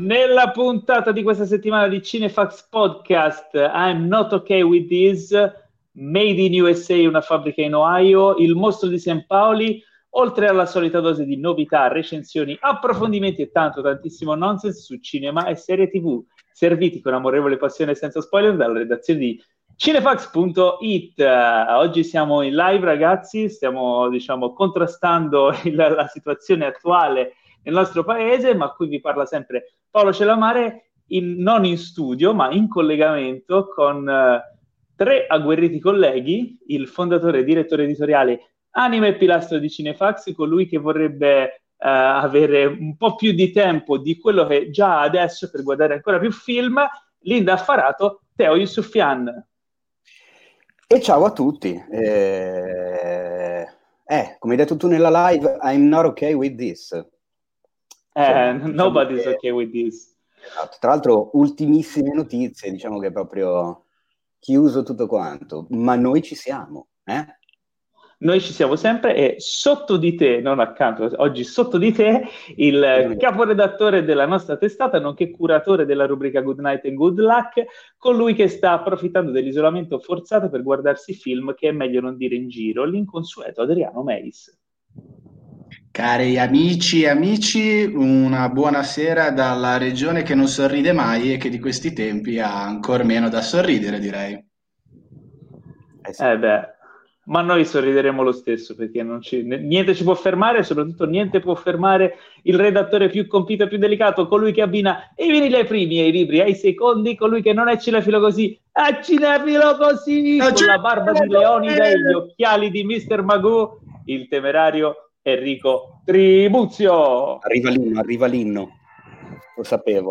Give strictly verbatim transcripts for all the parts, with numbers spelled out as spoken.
Nella puntata di questa settimana di Cinefax Podcast, I'm Not Okay With This, Made in U S A, una fabbrica in Ohio, Il mostro di Saint Pauli, oltre alla solita dose di novità, recensioni, approfondimenti e tanto, tantissimo nonsense su cinema e serie tivù, serviti con amorevole passione e senza spoiler dalla redazione di cinefax punto it. Uh, oggi siamo in live, ragazzi, stiamo, diciamo, contrastando il, la situazione attuale nel nostro paese, ma qui vi parla sempre Paolo Celamare, in, non in studio, ma in collegamento con uh, tre agguerriti colleghi, il fondatore e direttore editoriale, anima e pilastro di Cinefax, colui che vorrebbe uh, avere un po' più di tempo di quello che già ha adesso per guardare ancora più film, l'indaffarato Teo Yusufian. E ciao a tutti. Eh, eh, come hai detto tu nella live, I'm not okay with this. Eh, diciamo nobody's che... okay with this. Esatto. Tra l'altro, ultimissime notizie, diciamo che è proprio chiuso tutto quanto, ma noi ci siamo, eh? Noi ci siamo sempre e sotto di te, non accanto, oggi sotto di te, il caporedattore della nostra testata, nonché curatore della rubrica Good Night and Good Luck, colui che sta approfittando dell'isolamento forzato per guardarsi film che è meglio non dire in giro, l'inconsueto Adriano Meis. Cari amici e amici, una buonasera dalla regione che non sorride mai e che di questi tempi ha ancora meno da sorridere, direi. Eh, sì. eh beh, ma noi sorrideremo lo stesso, perché non ci, niente ci può fermare, e soprattutto niente può fermare il redattore più compito e più delicato, colui che abbina i vinili ai primi e i libri ai secondi, colui che non è cinefilo così, è cinefilo così, no, con la barba di Leonida e gli occhiali di mister Magoo, il temerario Enrico Tribuzio. Arriva l'inno, arriva l'inno, lo sapevo.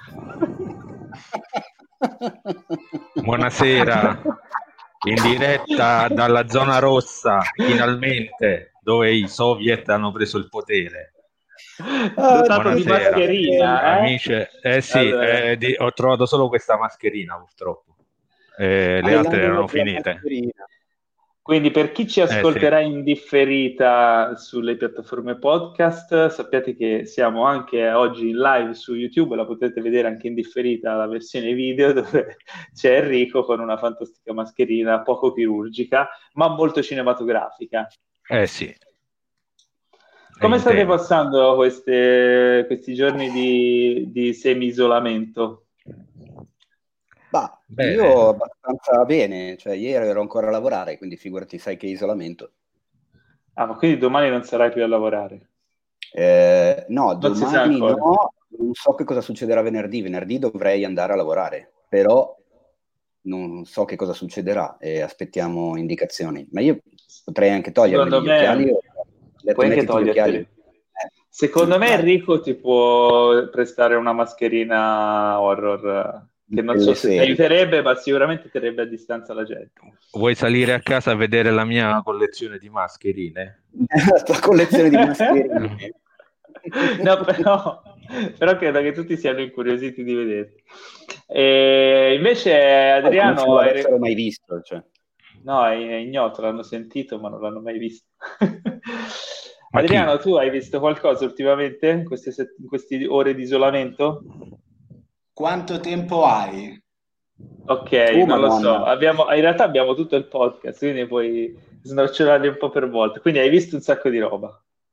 Buonasera. In diretta dalla zona rossa, finalmente, dove i soviet hanno preso il potere. Dotato di mascherina, eh? Amici, eh sì, allora. eh, di, ho trovato solo questa mascherina, purtroppo. Eh, le ah, altre erano finite. Quindi per chi ci ascolterà eh, sì. in differita sulle piattaforme podcast, sappiate che siamo anche oggi in live su YouTube, la potete vedere anche in differita la versione video, dove c'è Enrico con una fantastica mascherina poco chirurgica, ma molto cinematografica. Eh sì. Come state tempo. passando queste, questi giorni di, di semi-isolamento? Bah, io abbastanza bene, cioè ieri ero ancora a lavorare, quindi figurati, sai che isolamento. Ah, ma quindi domani non sarai più a lavorare? Eh, no, non domani no, non so che cosa succederà venerdì, venerdì dovrei andare a lavorare, però non so che cosa succederà e aspettiamo indicazioni. Ma io potrei anche togliermi gli me... occhiali. Puoi anche toglierli. Eh. Secondo sì, me Enrico ti può prestare una mascherina horror... che non so se ti aiuterebbe, ma sicuramente terrebbe a distanza la gente. Vuoi salire a casa a vedere la mia collezione di mascherine? La tua collezione di mascherine? No, però, però credo che tutti siano incuriositi di vedere. E invece Adriano... Oh, non l'avessero mai visto, cioè. No, è ignoto, l'hanno sentito, ma non l'hanno mai visto. Adriano, tu hai visto qualcosa ultimamente in queste, set... in queste ore di isolamento? Quanto tempo hai? Ok, uh, non lo so. Abbiamo, in realtà abbiamo tutto il podcast, quindi puoi snoccionarli un po' per volta. Quindi hai visto un sacco di roba.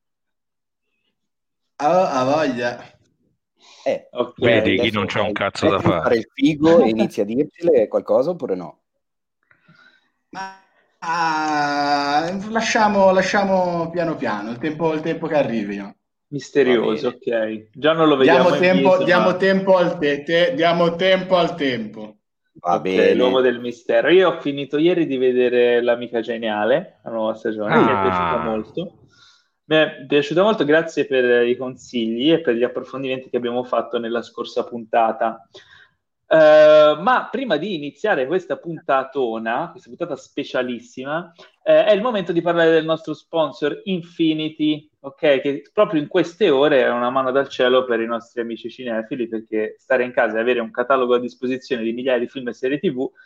Oh, a voglia. Eh, okay, vedi chi non c'è un cazzo da fare. fare il figo e inizia a dircele qualcosa oppure no? Ma ah, lasciamo, lasciamo piano piano, il tempo, il tempo che arrivi, no? Misterioso, ok. Già non lo vediamo. Diamo, tempo, viso, diamo ma... tempo al te, te, diamo tempo al tempo. Va okay, bene. L'uomo del mistero. Io ho finito ieri di vedere L'amica geniale, la nuova stagione, ah. mi è piaciuta molto. Mi è piaciuta molto, grazie per i consigli e per gli approfondimenti che abbiamo fatto nella scorsa puntata. Uh, ma prima di iniziare questa puntatona, questa puntata specialissima, eh, è il momento di parlare del nostro sponsor Infinity, ok? Che proprio in queste ore è una mano dal cielo per i nostri amici cinefili, perché stare in casa e avere un catalogo a disposizione di migliaia di film e serie tivù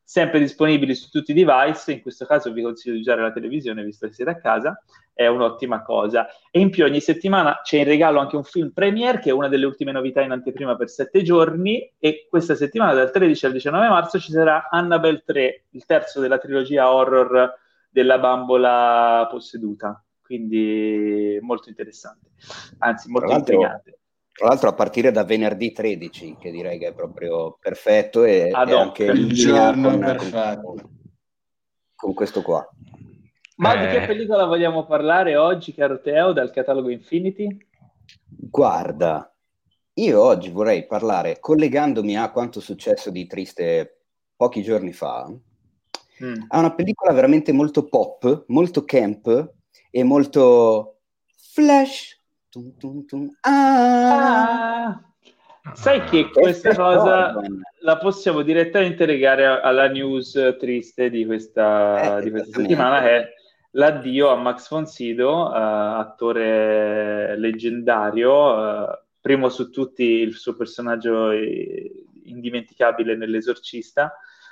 sempre disponibili su tutti i device. In questo caso vi consiglio di usare la televisione, visto che siete a casa, è un'ottima cosa. E in più ogni settimana c'è in regalo anche un film premiere, che è una delle ultime novità in anteprima per sette giorni, e questa settimana dal tredici al diciannove marzo ci sarà Annabelle tre, il terzo della trilogia horror della bambola posseduta, quindi molto interessante, anzi molto intrigante. Tra l'altro a partire da venerdì tredici, che direi che è proprio perfetto e, Ad e hoc. anche Il in linea giorno con, perfetto. con, con questo qua. Ma Eh. di che pellicola vogliamo parlare oggi, caro Teo, dal catalogo Infinity? Guarda, io oggi vorrei parlare, collegandomi a quanto successo di triste pochi giorni fa, Mm. a una pellicola veramente molto pop, molto camp e molto flash. Tum, tum, tum. Ah! Ah, sai che Che questa Flash cosa Gordon. la possiamo direttamente legare a- alla news triste di questa, Eh, di questa esattamente. settimana, che è l'addio a Max von Sydow, eh, attore leggendario, eh, primo su tutti il suo personaggio eh, indimenticabile nell'Esorcista.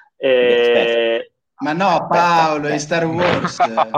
Eh, Ma no, Paolo, è Star Wars.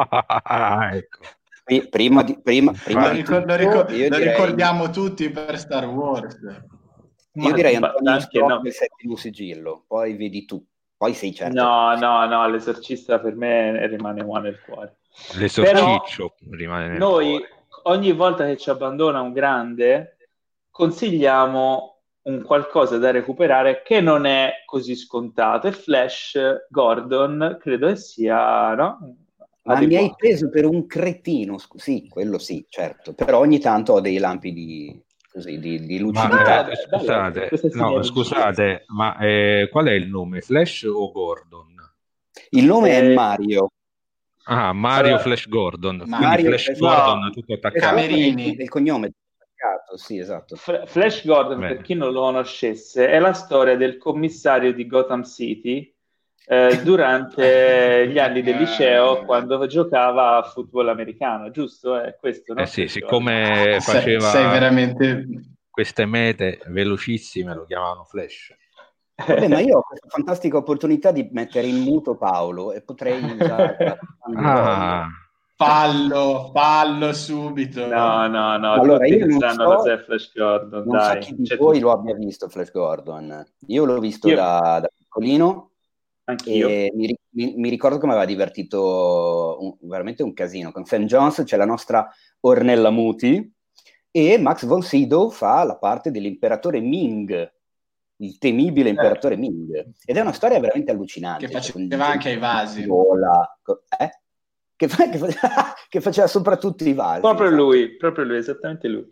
Ah, ecco. Pri- Prima di, prima, prima Lo, di ricor- lo tutto, ricor- io lo direi, ricordiamo tutti per Star Wars. io ma direi ba- Antonio anche Scott no. del settimo sigillo, poi vedi tu, poi sei certo. No, no, no, l'Esorcista per me rimane qua nel cuore. L'esorciccio rimane nel Noi cuore. ogni volta che ci abbandona un grande consigliamo un qualcosa da recuperare che non è così scontato, e Flash Gordon credo che sia, no? Ma mi hai Adeguato. preso per un cretino, scu- sì, quello sì, certo, però ogni tanto ho dei lampi di, così, di, di Ma lucidità. eh, Ah, scusate, bello, questa no, sinergia. scusate, ma eh, qual è il nome? Flash o Gordon? Il nome è Eh, Mario. Ah, Mario allora, Flash Gordon, quindi Mario Flash Flash Gordon no, tutto Flash attaccato. Gordon è il, Camerini. è il cognome attaccato, sì, esatto. F- Flash Gordon, per Bene. chi non lo conoscesse, è la storia del commissario di Gotham City eh, durante gli anni del liceo, quando giocava a football americano, giusto? È questo, no? Eh sì, Flash Gordon. siccome Sei, sei faceva veramente... queste mete velocissime lo chiamavano Flash. Vabbè, ma io ho questa fantastica opportunità di mettere in muto Paolo e potrei usarla quando voglio. Ah, Fallo, fallo subito. No, no, no, Allora, tutti io che non sanno so, cos'è Flash Gordon, non so dai. chi di C'è voi tutto. lo abbia visto Flash Gordon. Io l'ho visto Io- da, da piccolino Anch'io. e mi, ri- mi- mi ricordo che mi aveva divertito un- veramente un casino. Con Sam Jones c'è la nostra Ornella Muti e Max von Sydow fa la parte dell'imperatore Ming, il temibile imperatore Ming. Ed è una storia veramente allucinante. Che cioè, con faceva anche ai vasi. vola, co- eh? Che, fa- che fa- che faceva soprattutto i vasi. Proprio esatto. lui, proprio lui, esattamente lui.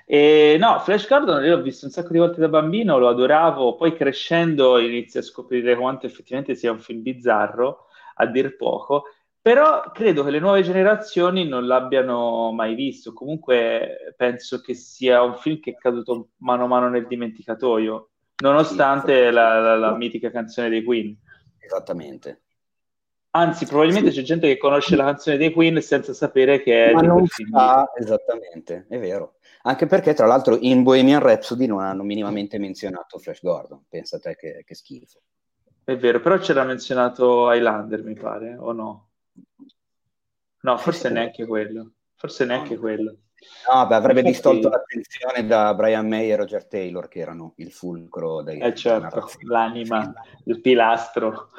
E no, Flash Gordon io l'ho visto un sacco di volte da bambino, lo adoravo, poi crescendo inizio a scoprire quanto effettivamente sia un film bizzarro, a dir poco, però credo che le nuove generazioni non l'abbiano mai visto, comunque penso che sia un film che è caduto mano a mano nel dimenticatoio, nonostante Sì, la, la- la mitica canzone dei Queen. Esattamente. Anzi, probabilmente Sì. c'è gente che conosce la canzone dei Queen senza sapere che è Ma di non quel film lì. sa esattamente, è vero. Anche perché, tra l'altro, in Bohemian Rhapsody non hanno minimamente menzionato Flash Gordon. Pensa te che, che schifo. È vero, però c'era menzionato Highlander, mi pare, o no? No, Sei forse sicuro? neanche quello. Forse neanche No. quello. No, beh, avrebbe Infatti- distolto l'attenzione da Brian May e Roger Taylor, che erano il fulcro dei, Eh della certo, narrazione. l'anima, il pilastro.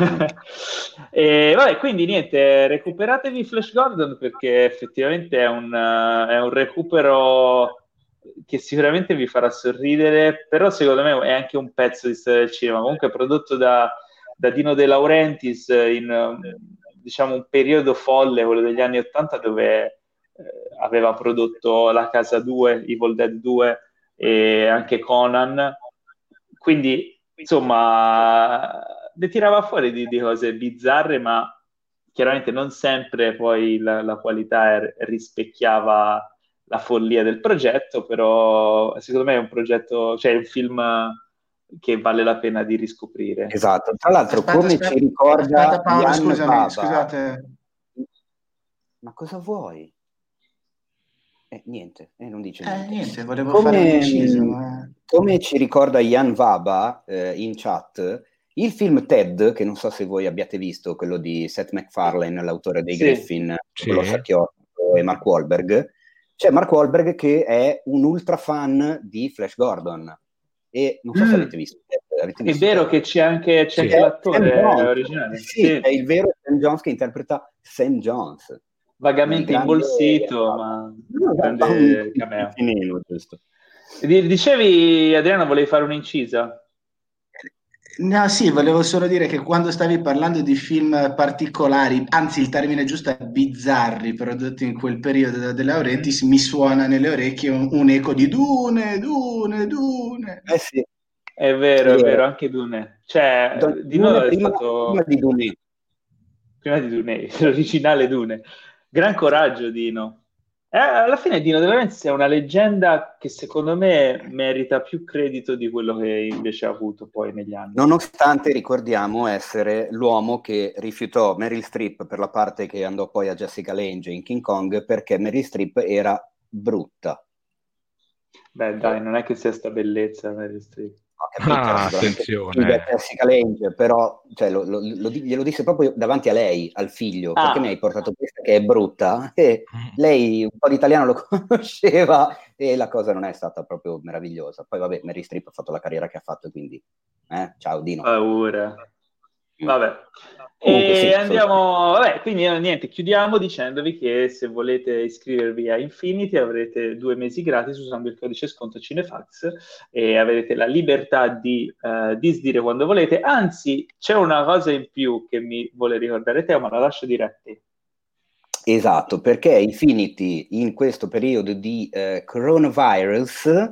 E vabbè, quindi niente, recuperatevi Flash Gordon perché effettivamente è un, eh, è un recupero che sicuramente vi farà sorridere, però secondo me è anche un pezzo di storia del cinema, comunque prodotto da, da Dino De Laurentiis in um, diciamo un periodo folle, quello degli anni Ottanta, dove eh, aveva prodotto La Casa due, Evil Dead due e anche Conan, quindi insomma ne tirava fuori di, di cose bizzarre, ma chiaramente non sempre poi la, la qualità er- rispecchiava la follia del progetto, però secondo me è un progetto, cioè è un film che vale la pena di riscoprire. Esatto, tra l'altro Aspetta, come aspetta, ci ricorda aspetta Paolo, Jan scusami, Baba. scusate. Ma cosa vuoi? Eh, niente, eh, non dice Eh, niente. niente, volevo Come, fare un inciso, ma... come ci ricorda Jan Vaba eh, in chat, Il film Ted, che non so se voi abbiate visto, quello di Seth MacFarlane, l'autore dei Sì. Griffin, Sì. quello Sacchiotto e Mark Wahlberg, c'è Mark Wahlberg che è un ultra fan di Flash Gordon, e non so Mm. se avete visto. Avete È visto vero Ted? che c'è anche, c'è Sì. anche l'attore Sam Jones. originale. Sì, Sì. è il vero Sam Jones che interpreta Sam Jones. Vagamente Grande- imbolsito, ma No, grande un- cameo. finino, giusto. Di- Dicevi, Adriano, volevi fare un'incisa? No, sì, volevo solo dire che quando stavi parlando di film particolari, anzi il termine giusto è bizzarri, prodotti in quel periodo da De Laurentiis, mi suona nelle orecchie un, un eco di Dune, Dune, Dune. Eh sì. È vero, è Sì, vero, eh. anche Dune. Cioè, Don- Dino Dune è prima, stato prima di Dune. prima di Dune, l'originale Dune. Gran coraggio, Dino. Eh, alla fine Dino De Laurentiis è una leggenda che secondo me merita più credito di quello che invece ha avuto poi negli anni. Nonostante ricordiamo essere l'uomo che rifiutò Meryl Streep per la parte che andò poi a Jessica Lange in King Kong, perché Meryl Streep era brutta. Beh, dai, non è che sia sta bellezza, Meryl Streep. Ho capito, Ah, era sicuramente attenzione. figa Jessica Lange, però cioè, lo, lo- lo di- glielo disse proprio davanti a lei, al figlio, Ah. perché mi hai portato questa che è brutta, e lei un po' di italiano lo conosceva e la cosa non è stata proprio meravigliosa. Poi vabbè, Meryl Streep ha fatto la carriera che ha fatto, quindi eh, ciao Dino. Paura. Vabbè. Comunque, E sì, andiamo, vabbè, quindi eh, niente, chiudiamo dicendovi che se volete iscrivervi a Infinity avrete due mesi gratis usando il codice sconto Cinefax e avrete la libertà di eh, disdire quando volete. Anzi, c'è una cosa in più che mi vuole ricordare Teo, ma la lascio dire a te. Esatto, perché Infinity in questo periodo di eh, coronavirus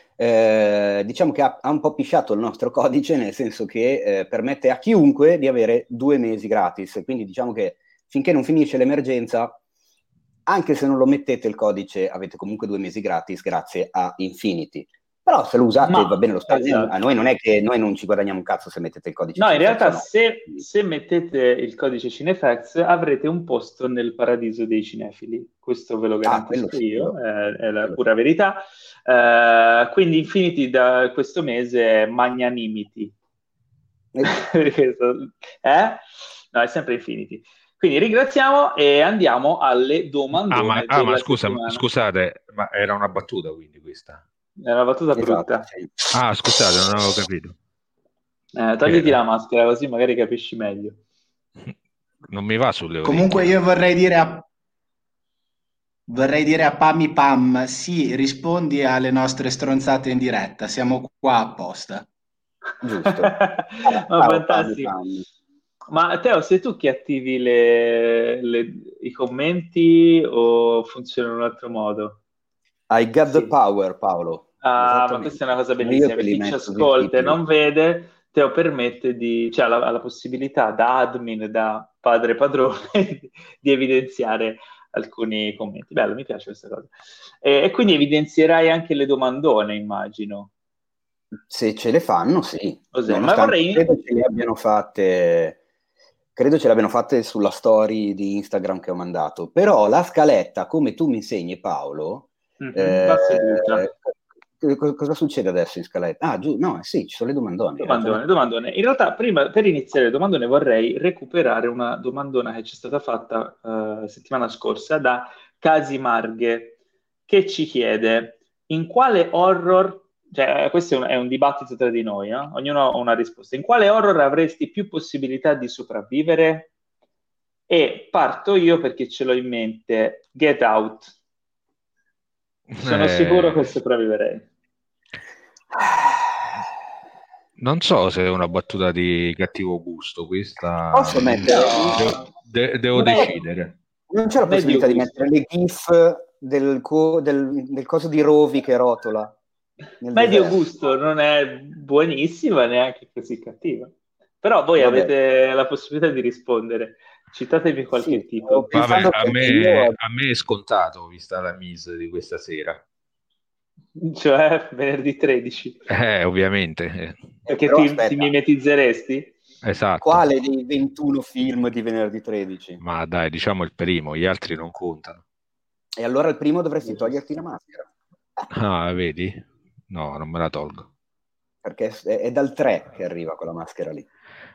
eh, diciamo che ha, ha un po' pisciato il nostro codice, nel senso che eh, permette a chiunque di avere due mesi gratis, quindi diciamo che finché non finisce l'emergenza, anche se non lo mettete il codice, avete comunque due mesi gratis grazie a Infinity. Però se lo usate Ma, va bene lo stesso. esatto. A noi non è che noi non ci guadagniamo un cazzo se mettete il codice. No, in Cinefax, realtà no. se, se mettete il codice Cinefax avrete un posto nel paradiso dei cinefili. Questo ve lo garantisco quello sì, io, quello- è, è la quello pura verità. Eh, quindi Infinity da questo mese è Magnanimity. Perché so- eh? No, è sempre Infinity. Quindi ringraziamo e andiamo alle domandone Ah, ma, ah, ma della scusa, ma- settimana. scusate, ma era una battuta quindi questa? È una battuta Esatto, brutta. sì. Ah, scusate, non avevo capito. Eh, togliti Era. la maschera così magari capisci meglio. Non mi va sulle orecchie. Comunque io vorrei dire a Vorrei dire a Pami Pam, sì, rispondi alle nostre stronzate in diretta, siamo qua apposta. Giusto. Ma Ciao, fantastico. Pam, Pam. Ma Teo, sei tu che attivi le- le- i commenti o funziona in un altro modo? I got the Sì. power, Paolo. Ah, ma Esattamente. questa è una cosa Sono bellissima. io Per che li chi ci metto ascolta e zitti. non vede, Teo permette di, cioè ha la, ha la possibilità da admin, da padre padrone, di evidenziare alcuni commenti. Bello, mi piace questa cosa. E, e quindi evidenzierai anche le domandone, immagino. Se ce le fanno, sì. Cos'è? Ma Nonostante vorrei... credo ce le abbiano fatte, credo ce le abbiano fatte sulla story di Instagram che ho mandato. Però la scaletta, come tu mi insegni, Paolo, Mhm, eh, va seguita. co- cosa succede adesso in scaletta? Ah, giù, no, sì, ci sono le domandone. hai Domandone, ragione. domandone. In realtà, prima, per iniziare le domandone, vorrei recuperare una domandona che ci è stata fatta eh, settimana scorsa da Casi Marghe, che ci chiede in quale horror, cioè questo è un, è un dibattito tra di noi, eh? Ognuno ha una risposta, in quale horror avresti più possibilità di sopravvivere? E parto io perché ce l'ho in mente, Get Out. Sono Eh, sicuro che sopravviverei. Non so se è una battuta di cattivo gusto, questa Posso mettere? devo, de- devo Non è- decidere. Non c'è la Medio possibilità di gusto. mettere le gif del, co- del, del coso di Rovi che rotola nel Medio deserto? gusto, non è buonissima, neanche così cattiva. Però voi Vabbè. avete la possibilità di rispondere. Citatemi qualche Sì, titolo. stavo pensando Vabbè, a che io- me, a me è scontato, vista la mise di questa sera. Cioè, venerdì tredici. Eh, ovviamente. eh, Perché Però ti, aspetta. ti mimetizzeresti? Esatto. Quale dei ventuno film di venerdì tredici? Ma dai, diciamo il primo, gli altri non contano. E allora il primo dovresti toglierti la maschera, Ah, vedi? No, non me la tolgo. perché è, è dal tre che arriva quella maschera lì.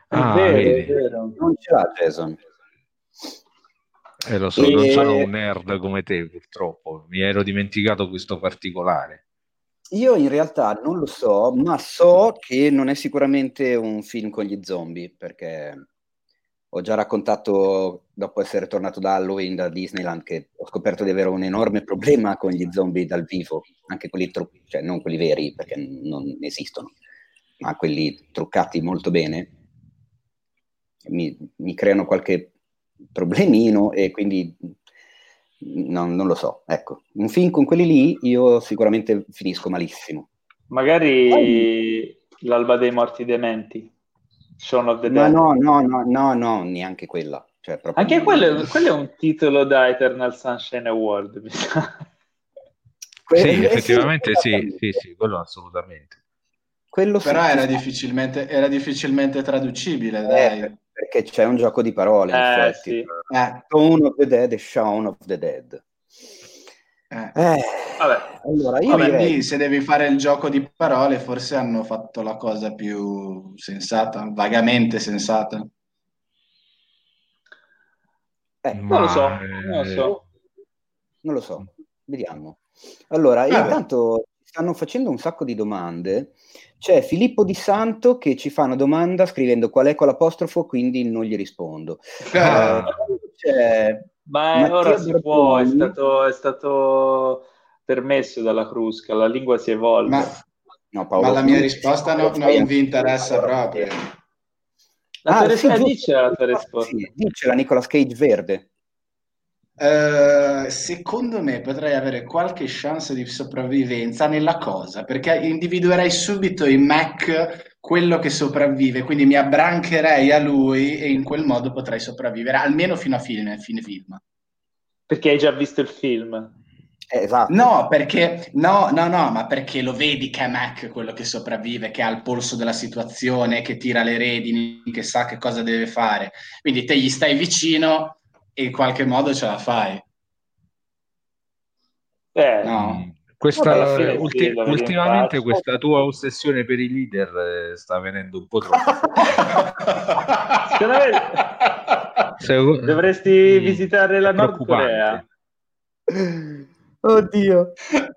Ah, è vero, è vero. Non ce l'ha Jason. Eh, lo so, e... non sono un nerd come te, purtroppo. Mi ero dimenticato questo particolare. Io in realtà non lo so, ma so che non è sicuramente un film con gli zombie, perché ho già raccontato, dopo essere tornato da Halloween, da Disneyland, che ho scoperto di avere un enorme problema con gli zombie dal vivo, anche quelli truccati, cioè non quelli veri, perché non esistono, ma quelli truccati molto bene, mi, mi creano qualche problemino e quindi non, non lo so. Ecco, un film con quelli lì io sicuramente finisco malissimo. Magari oh. L'alba dei morti dementi. Shaun of the Ma Dead. no, no, no, no, no, neanche quella. Cioè, anche non... quello, quello è un titolo da Eternal Sunshine Award, mi sa. Que- sì, eh, effettivamente sì, sì, sì, quello assolutamente. Quello Però sì, era, sì. Difficilmente, era difficilmente traducibile, eh, dai. Perché c'è un gioco di parole, in eh, effetti. Sì. Eh, Shaun of the Dead e Shaun of the Dead. Eh. Eh, Vabbè. Allora, io Vabbè, direi... se devi fare il gioco di parole, forse hanno fatto la cosa più sensata, vagamente sensata. Eh, non lo so, non lo so. Non lo so, vediamo. Allora, Vabbè. Intanto stanno facendo un sacco di domande. C'è Filippo Di Santo che ci fa una domanda scrivendo qual è con l'apostrofo, quindi non gli rispondo. Ah. Eh, c'è Ma Mattia ora si Bertoni. Può, è stato, è stato permesso dalla Crusca, la lingua si evolve. Ma, no, Paolo, ma la mia risposta no, non vi interessa proprio. La ah, tua sì, dice la tua risposta. Sì, dice la Nicolas Cage verde. Uh, secondo me potrei avere qualche chance di sopravvivenza nella cosa, perché individuerei subito in Mac quello che sopravvive, quindi mi abbrancherei a lui e in quel modo potrei sopravvivere, almeno fino a fine, fine film. Perché hai già visto il film? Eh, esatto. No, perché no, no, no, ma perché lo vedi che è Mac quello che sopravvive, che ha il polso della situazione, che tira le redini, che sa che cosa deve fare. Quindi te gli stai vicino e in qualche modo ce la fai. Eh, no? Questa, Vabbè, ulti- sì, ultimamente questa tua ossessione per i leader eh, sta venendo un po' troppo. Secondo me Se... dovresti mm, visitare la Nord Corea. Oddio.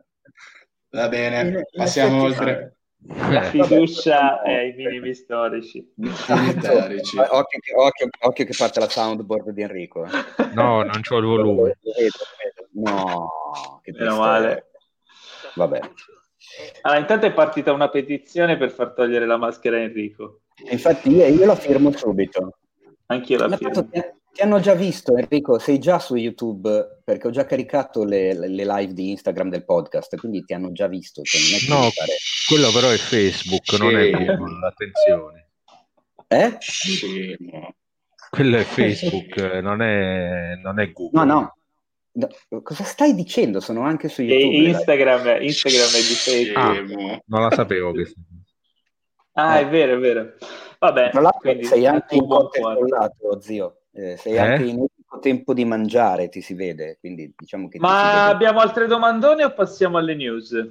Va bene, passiamo oltre. La fiducia è ai minimi storici. storici. Occhio, occhio, occhio che parte la soundboard di Enrico. Eh. No, non c'ho il volume. No, che meno male. Vabbè. Allora, intanto è partita una petizione per far togliere la maschera a Enrico. Infatti io, io la firmo subito. Anch'io la firmo. Ti, ti hanno già visto, Enrico, sei già su YouTube, perché ho già caricato le, le live di Instagram del podcast, quindi ti hanno già visto. Cioè non è no, fare... quello però è Facebook, sì. Non è Google, attenzione. Eh? Sì. Quello è Facebook, non è, non è Google. No, no. No, cosa stai dicendo? Sono anche su YouTube. E Instagram, Instagram è di Facebook. Ah, non la sapevo che... Ah, eh. è vero, è vero. Vabbè, tra l'altro sei anche in controllato, zio. Eh, sei eh? anche in ultimo tempo di mangiare, ti si vede. Quindi diciamo che. Ma abbiamo altre domandone o passiamo alle news?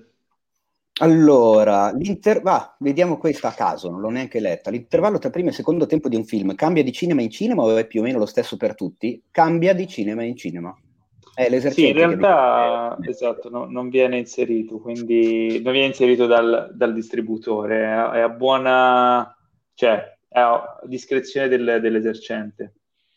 Allora, l'inter... ah, vediamo questa a caso, non l'ho neanche letta. L'intervallo tra primo e secondo tempo di un film cambia di cinema in cinema o è più o meno lo stesso per tutti? Cambia di cinema in cinema. Eh, sì, in realtà che... esatto, no, non viene inserito, quindi non viene inserito dal, dal distributore, è, è a buona, cioè è a discrezione del, dell'esercente.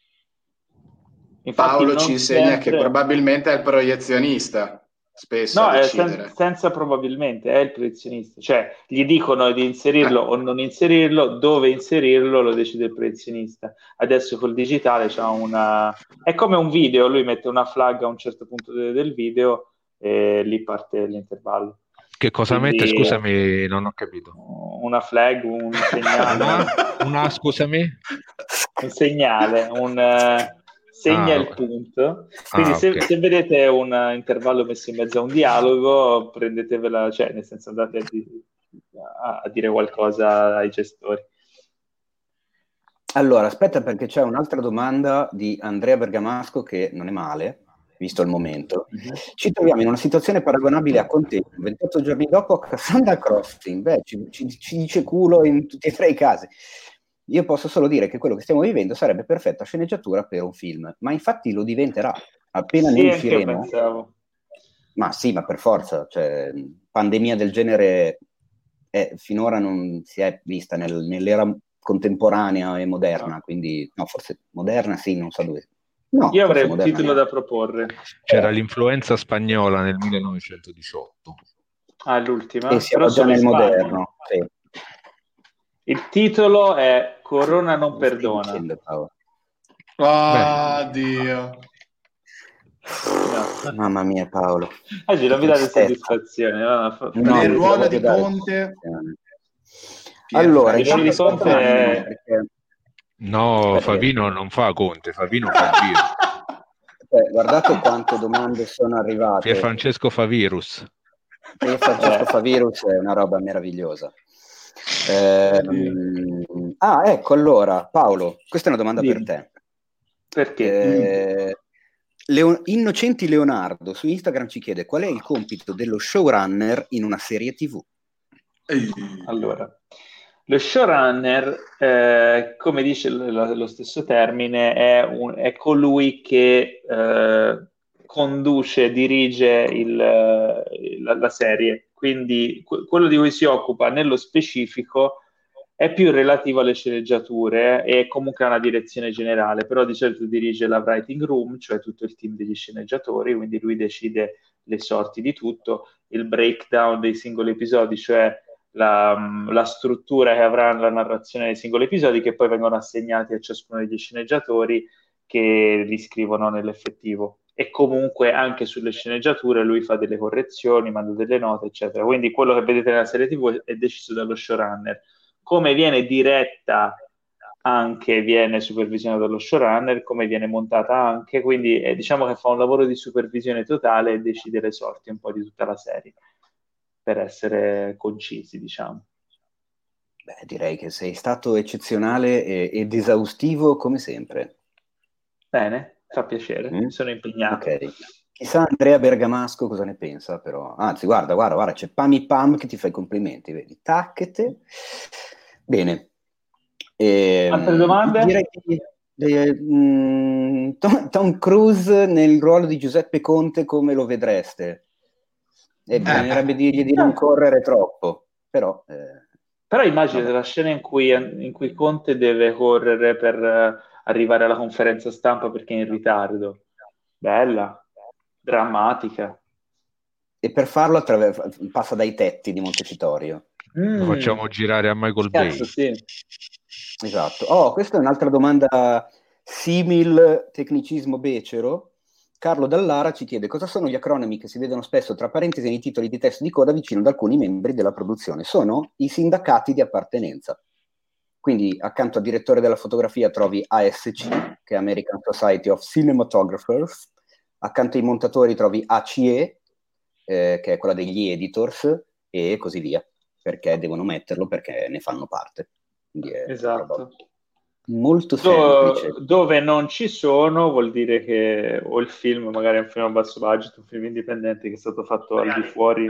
Infatti, Paolo ci insegna sempre... che probabilmente è il proiezionista, spesso no, a è decidere. sen- senza probabilmente, è il proiezionista, cioè gli dicono di inserirlo eh. o non inserirlo, dove inserirlo lo decide il proiezionista. Adesso col digitale c'ha una... è come un video, lui mette una flag a un certo punto de- del video e lì parte l'intervallo. Che cosa Quindi, mette? Scusami, non ho capito. Una flag, un segnale. una, una, scusami? Un segnale, un... Uh, segna ah, il punto, quindi ah, se, okay. se vedete un intervallo messo in mezzo a un dialogo, prendetevela, cioè nel senso andate a, di, a, a dire qualcosa ai gestori. Allora, aspetta, perché c'è un'altra domanda di Andrea Bergamasco che non è male, visto il momento. Mm-hmm. Ci troviamo in una situazione paragonabile a Conte, ventotto giorni dopo a Cassandra Crossing, beh, ci, ci, ci dice culo in tutti e tre i casi. io posso solo dire che quello che stiamo vivendo sarebbe perfetta sceneggiatura per un film, ma infatti lo diventerà. Appena sì, ne anche io usciremo, pensavo. ma sì, ma per forza, cioè, pandemia del genere è, finora non si è vista nel, nell'era contemporanea e moderna, No. quindi, no, forse moderna, sì, non so dove. No, Io avrei forse un moderna titolo neanche. da proporre. C'era l'influenza spagnola nel millenovecentodiciotto. Ah, l'ultima? E Però siamo già solo in nel Spagna. moderno, sì. Il titolo è Corona non Cosa stai perdona. dicendo, Paolo? Oh, Dio. No. Mamma mia, Paolo. Oggi non Che mi date tristezza. soddisfazione. No, fa- fa No, Nel non ridere. te la ruolo voglio di dare Conte, soddisfazione. Pier Allora, Il ruolo intanto di Francesco. aspetta un Conte attimo, è... perché... No, aspetta, che- Favino non fa Conte, Favino fa il virus. eh, guardate quante domande sono Pier arrivate. Francesco fa virus. Pier Francesco Eh. fa virus è una roba meravigliosa. Ehm, ah, ecco, allora, Paolo, questa è una domanda per Dimmi. te. Perché? Eh, Leo- Innocenti Leonardo su Instagram ci chiede qual è il compito dello showrunner in una serie tivù. Allora, lo showrunner, eh, come dice lo, lo stesso termine, è, un- è colui che eh, conduce, dirige il, la, la serie. Quindi que- quello di cui si occupa nello specifico è più relativo alle sceneggiature e comunque a una direzione generale, però di solito dirige la writing room, cioè tutto il team degli sceneggiatori, quindi lui decide le sorti di tutto, il breakdown dei singoli episodi, cioè la, la struttura che avrà la narrazione dei singoli episodi, che poi vengono assegnati a ciascuno degli sceneggiatori che li scrivono nell'effettivo. E comunque anche sulle sceneggiature lui fa delle correzioni, manda delle note, eccetera. Quindi quello che vedete nella serie tivù è deciso dallo showrunner. Come viene diretta anche viene supervisionata dallo showrunner, come viene montata anche, quindi eh, diciamo che fa un lavoro di supervisione totale e decide le sorti un po' di tutta la serie, per essere concisi, diciamo. Beh, direi che sei stato eccezionale e- ed esaustivo come sempre. Bene, fa piacere, Mm? mi sono impegnato. Ok. Chissà Andrea Bergamasco cosa ne pensa, però. Anzi, guarda, guarda, guarda, c'è Pami Pam che ti fa i complimenti, vedi? Tacchete. Bene. Ehm, Altre domande? direi che eh, mh, Tom, Tom Cruise nel ruolo di Giuseppe Conte come lo vedreste? E bisognerebbe dirgli di non Eh. correre troppo, però... eh, Però immagino vabbè. la scena in cui, in cui Conte deve correre per eh, arrivare alla conferenza stampa perché è in ritardo. Bella, drammatica. E per farlo attraver- passa dai tetti di Montecitorio. Lo Mm, facciamo girare a Michael Bay. cazzo, sì. Esatto. Oh, questa è un'altra domanda simil tecnicismo becero. Carlo Dallara ci chiede cosa sono gli acronimi che si vedono spesso tra parentesi nei titoli di testo di coda vicino ad alcuni membri della produzione. Sono i sindacati di appartenenza. Quindi accanto al direttore della fotografia trovi A S C, che è American Society of Cinematographers, accanto ai montatori trovi A C E, eh, che è quella degli editors, e così via, perché devono metterlo perché ne fanno parte. Quindi è Esatto. molto Do- semplice. dove non ci sono vuol dire che o il film magari è un film a basso budget, un film indipendente che è stato fatto al di fuori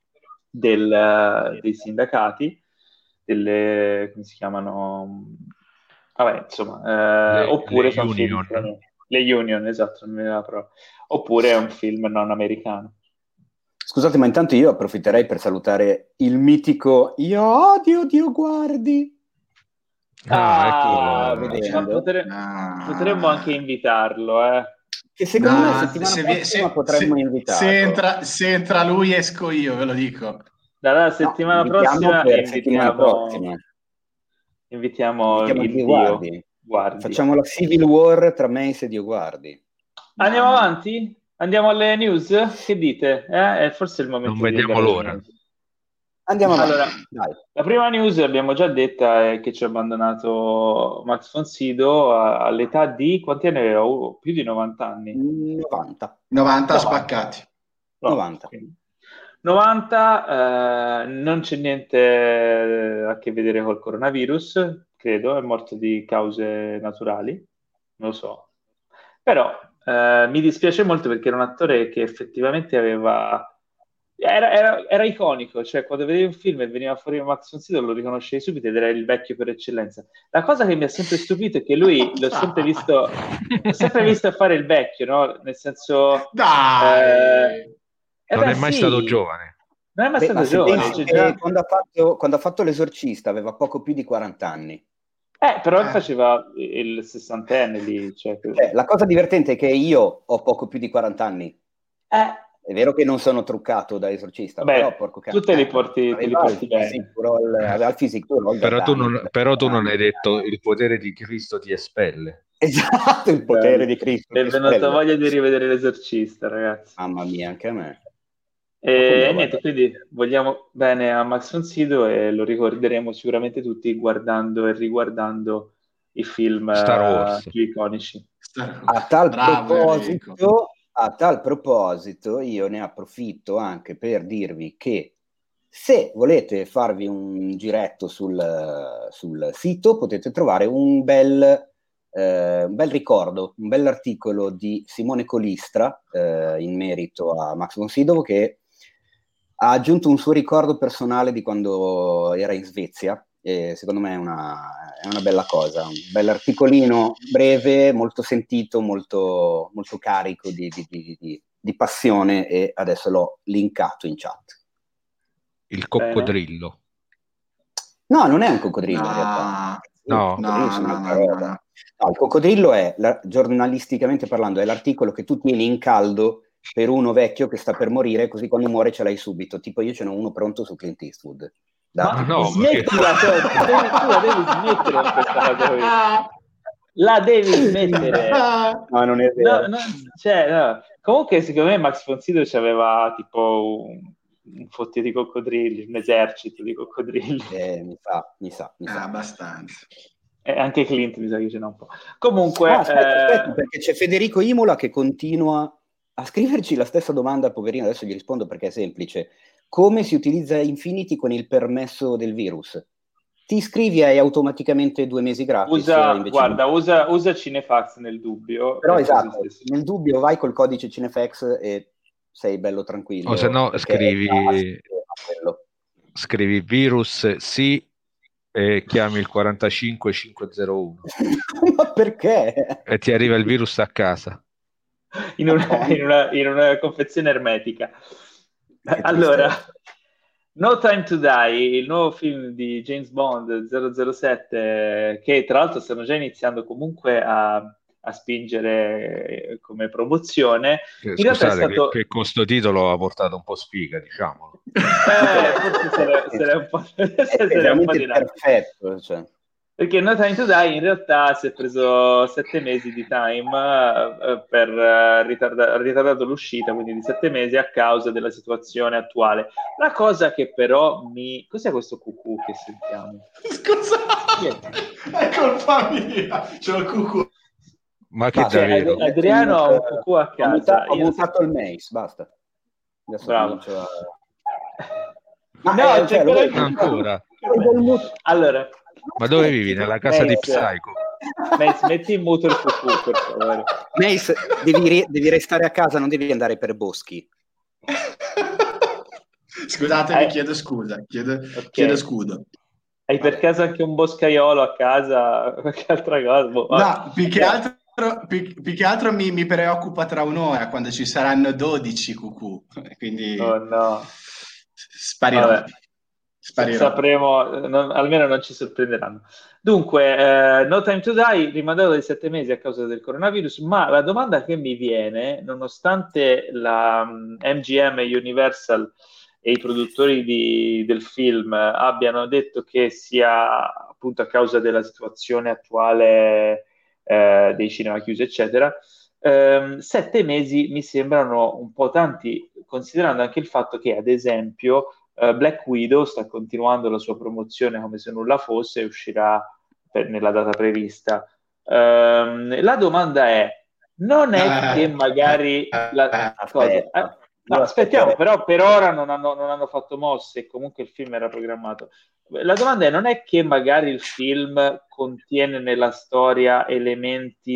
del, dei sindacati, delle, come si chiamano? Vabbè, insomma, eh, Le, oppure le sono film Union. che- le union, esatto, non mi viene la parola. Oppure è un film non americano. Scusate, ma intanto io approfitterei per salutare il mitico Io odio Dio guardi. Ah, Ah, eccolo. ma vedendo. potre- potremmo anche invitarlo, eh. Che secondo me No, settimana se, vi- prossima se- potremmo se- invitarlo. se entra, se entra lui esco io, ve lo dico. Dalla No, settimana invitiamo prossima per settimana invitiamo, prossima. invitiamo Invitiamo il Dio Dio. guardi. Guardi. Facciamo la Civil War tra Mace e Dio guardi. Andiamo No, no. avanti? Andiamo alle news? Che dite? Eh? È forse il momento Non di vediamo andare alle l'ora. news. Andiamo avanti. Allora, Dai. la prima news, l'abbiamo già detta, è che ci ha abbandonato Max von Sydow a- all'età di, quanti anni aveva? Oh, più di novanta anni. novanta. novanta novanta. spaccati. No, novanta. quindi. novanta, eh, non c'è niente a che vedere col coronavirus, credo, è morto di cause naturali, non lo so. Però eh, mi dispiace molto perché era un attore che effettivamente aveva era, era, era iconico, cioè quando vedevi un film e veniva fuori Max von Sydow lo riconoscevi subito ed era il vecchio per eccellenza. La cosa che mi ha sempre stupito è che lui l'ho sempre visto l'ho sempre visto fare il vecchio, no? Nel senso dai eh, non beh, è mai sì, stato giovane. non è mai Beh, stato ma se giovane, pensi cioè, che già... quando, ha fatto, quando ha fatto L'Esorcista aveva poco più di quaranta anni. eh, però Eh. faceva il sessantenne lì, cioè... Cioè, la cosa divertente è che io ho poco più di quaranta anni. Eh, È vero che non sono truccato da esorcista, beh, però porco cazzo. tu te li porti, te li Aveva porti il bene. physique roll, aveva il physique roll da Però tu, anni, non, da però tu anni. non hai detto il potere di Cristo ti espelle. Esatto, il potere di Cristo. Mi è venuta voglia di rivedere L'Esorcista, ragazzi. Mamma mia, anche a me. E eh, niente, quindi vogliamo bene a Max von Sydow e lo ricorderemo sicuramente tutti guardando e riguardando i film Star Wars. uh, più iconici. A tal, Bravo, proposito, a tal proposito, io ne approfitto anche per dirvi che se volete farvi un giretto sul, sul sito potete trovare un bel, eh, un bel ricordo, un bell'articolo di Simone Colistra eh, in merito a Max von Sydow, che ha aggiunto un suo ricordo personale di quando era in Svezia, e secondo me è una, è una bella cosa, un bell'articolino breve, molto sentito, molto, molto carico di, di, di, di, di passione, e adesso l'ho linkato in chat. Il coccodrillo. No, non è un coccodrillo no, in realtà. No, Il no, no, no, no, no. No, il coccodrillo è, la, giornalisticamente parlando, è l'articolo che tu tieni in caldo per uno vecchio che sta per morire, così quando muore ce l'hai subito. Tipo io ce n'ho uno pronto su Clint Eastwood. Da, Ma no, smettila, cioè, devi, tu la devi smettere con questa cosa qui. La devi smettere. No, non è vero. No, no, cioè, no. Comunque secondo me Max von Sydow aveva tipo un, un fottio di coccodrilli, un esercito di coccodrilli. Eh, mi sa, mi sa, mi sa. Ah, abbastanza. E anche Clint mi sa che ce n'ha un po'. Comunque... Ah, aspetta, eh... aspetta, perché c'è Federico Imola che continua a scriverci la stessa domanda, poverino, adesso gli rispondo perché è semplice. Come si utilizza Infinity con il permesso del virus? Ti iscrivi e hai automaticamente due mesi gratis. Usa, invece guarda, di... usa, usa Cinefax nel dubbio. Però esatto, nel dubbio vai col codice Cinefax e sei bello tranquillo. O se no scrivi, scrivi virus sì e chiami il quarantacinque cinquecentouno. Ma perché? E ti arriva il virus a casa. In una, in una, in una confezione ermetica. Allora, No Time to Die, il nuovo film di James Bond zero zero sette, che tra l'altro stanno già iniziando comunque a, a spingere come promozione. Eh, in scusate, realtà è stato... che, che con sto titolo ha portato un po' sfiga, diciamolo. Eh, forse sarà un po', è un po' di perfetto, cioè. Perché No Time to Die in realtà si è preso sette mesi di time uh, per uh, ritarda- ritardato l'uscita, quindi di sette mesi a causa della situazione attuale. La cosa che però mi... Cos'è questo cucù che sentiamo? Scusa, è colpa mia, c'ho il cucù. Ma che cioè, davvero? Ad- Adriano ha un cucù a casa. Ho mutato il mace, basta. Adesso Bravo. A... Ma no, eh, cioè, cioè, ancora. Allora... Ma dove vivi? Nella casa Mace, di Psycho? Mace, metti in muto il cucù, per favore. Mace, devi, devi restare a casa, non devi andare per boschi. Scusatemi, eh. chiedo scusa, chiedo, okay. chiedo scudo. Hai per Vabbè. caso anche un boscaiolo a casa? Qualche altra cosa? Boh, no, più che altro, più, più che altro mi, mi preoccupa tra un'ora, quando ci saranno dodici cucù. Quindi oh, no. sparirò. Vabbè. Sparirò. Sapremo, non, almeno non ci sorprenderanno. Dunque, eh, No Time to Die, rimandato di sette mesi a causa del coronavirus, ma la domanda che mi viene, nonostante la um, M G M e Universal e i produttori di, del film abbiano detto che sia appunto a causa della situazione attuale eh, dei cinema chiusi, eccetera, ehm, sette mesi mi sembrano un po' tanti, considerando anche il fatto che, ad esempio, Uh, Black Widow sta continuando la sua promozione come se nulla fosse e uscirà per, nella data prevista. Um, la domanda è, non è che magari la cosa... Eh, no, aspettiamo, però per ora non hanno, non hanno fatto mosse e comunque il film era programmato. La domanda è, non è che magari il film contiene nella storia elementi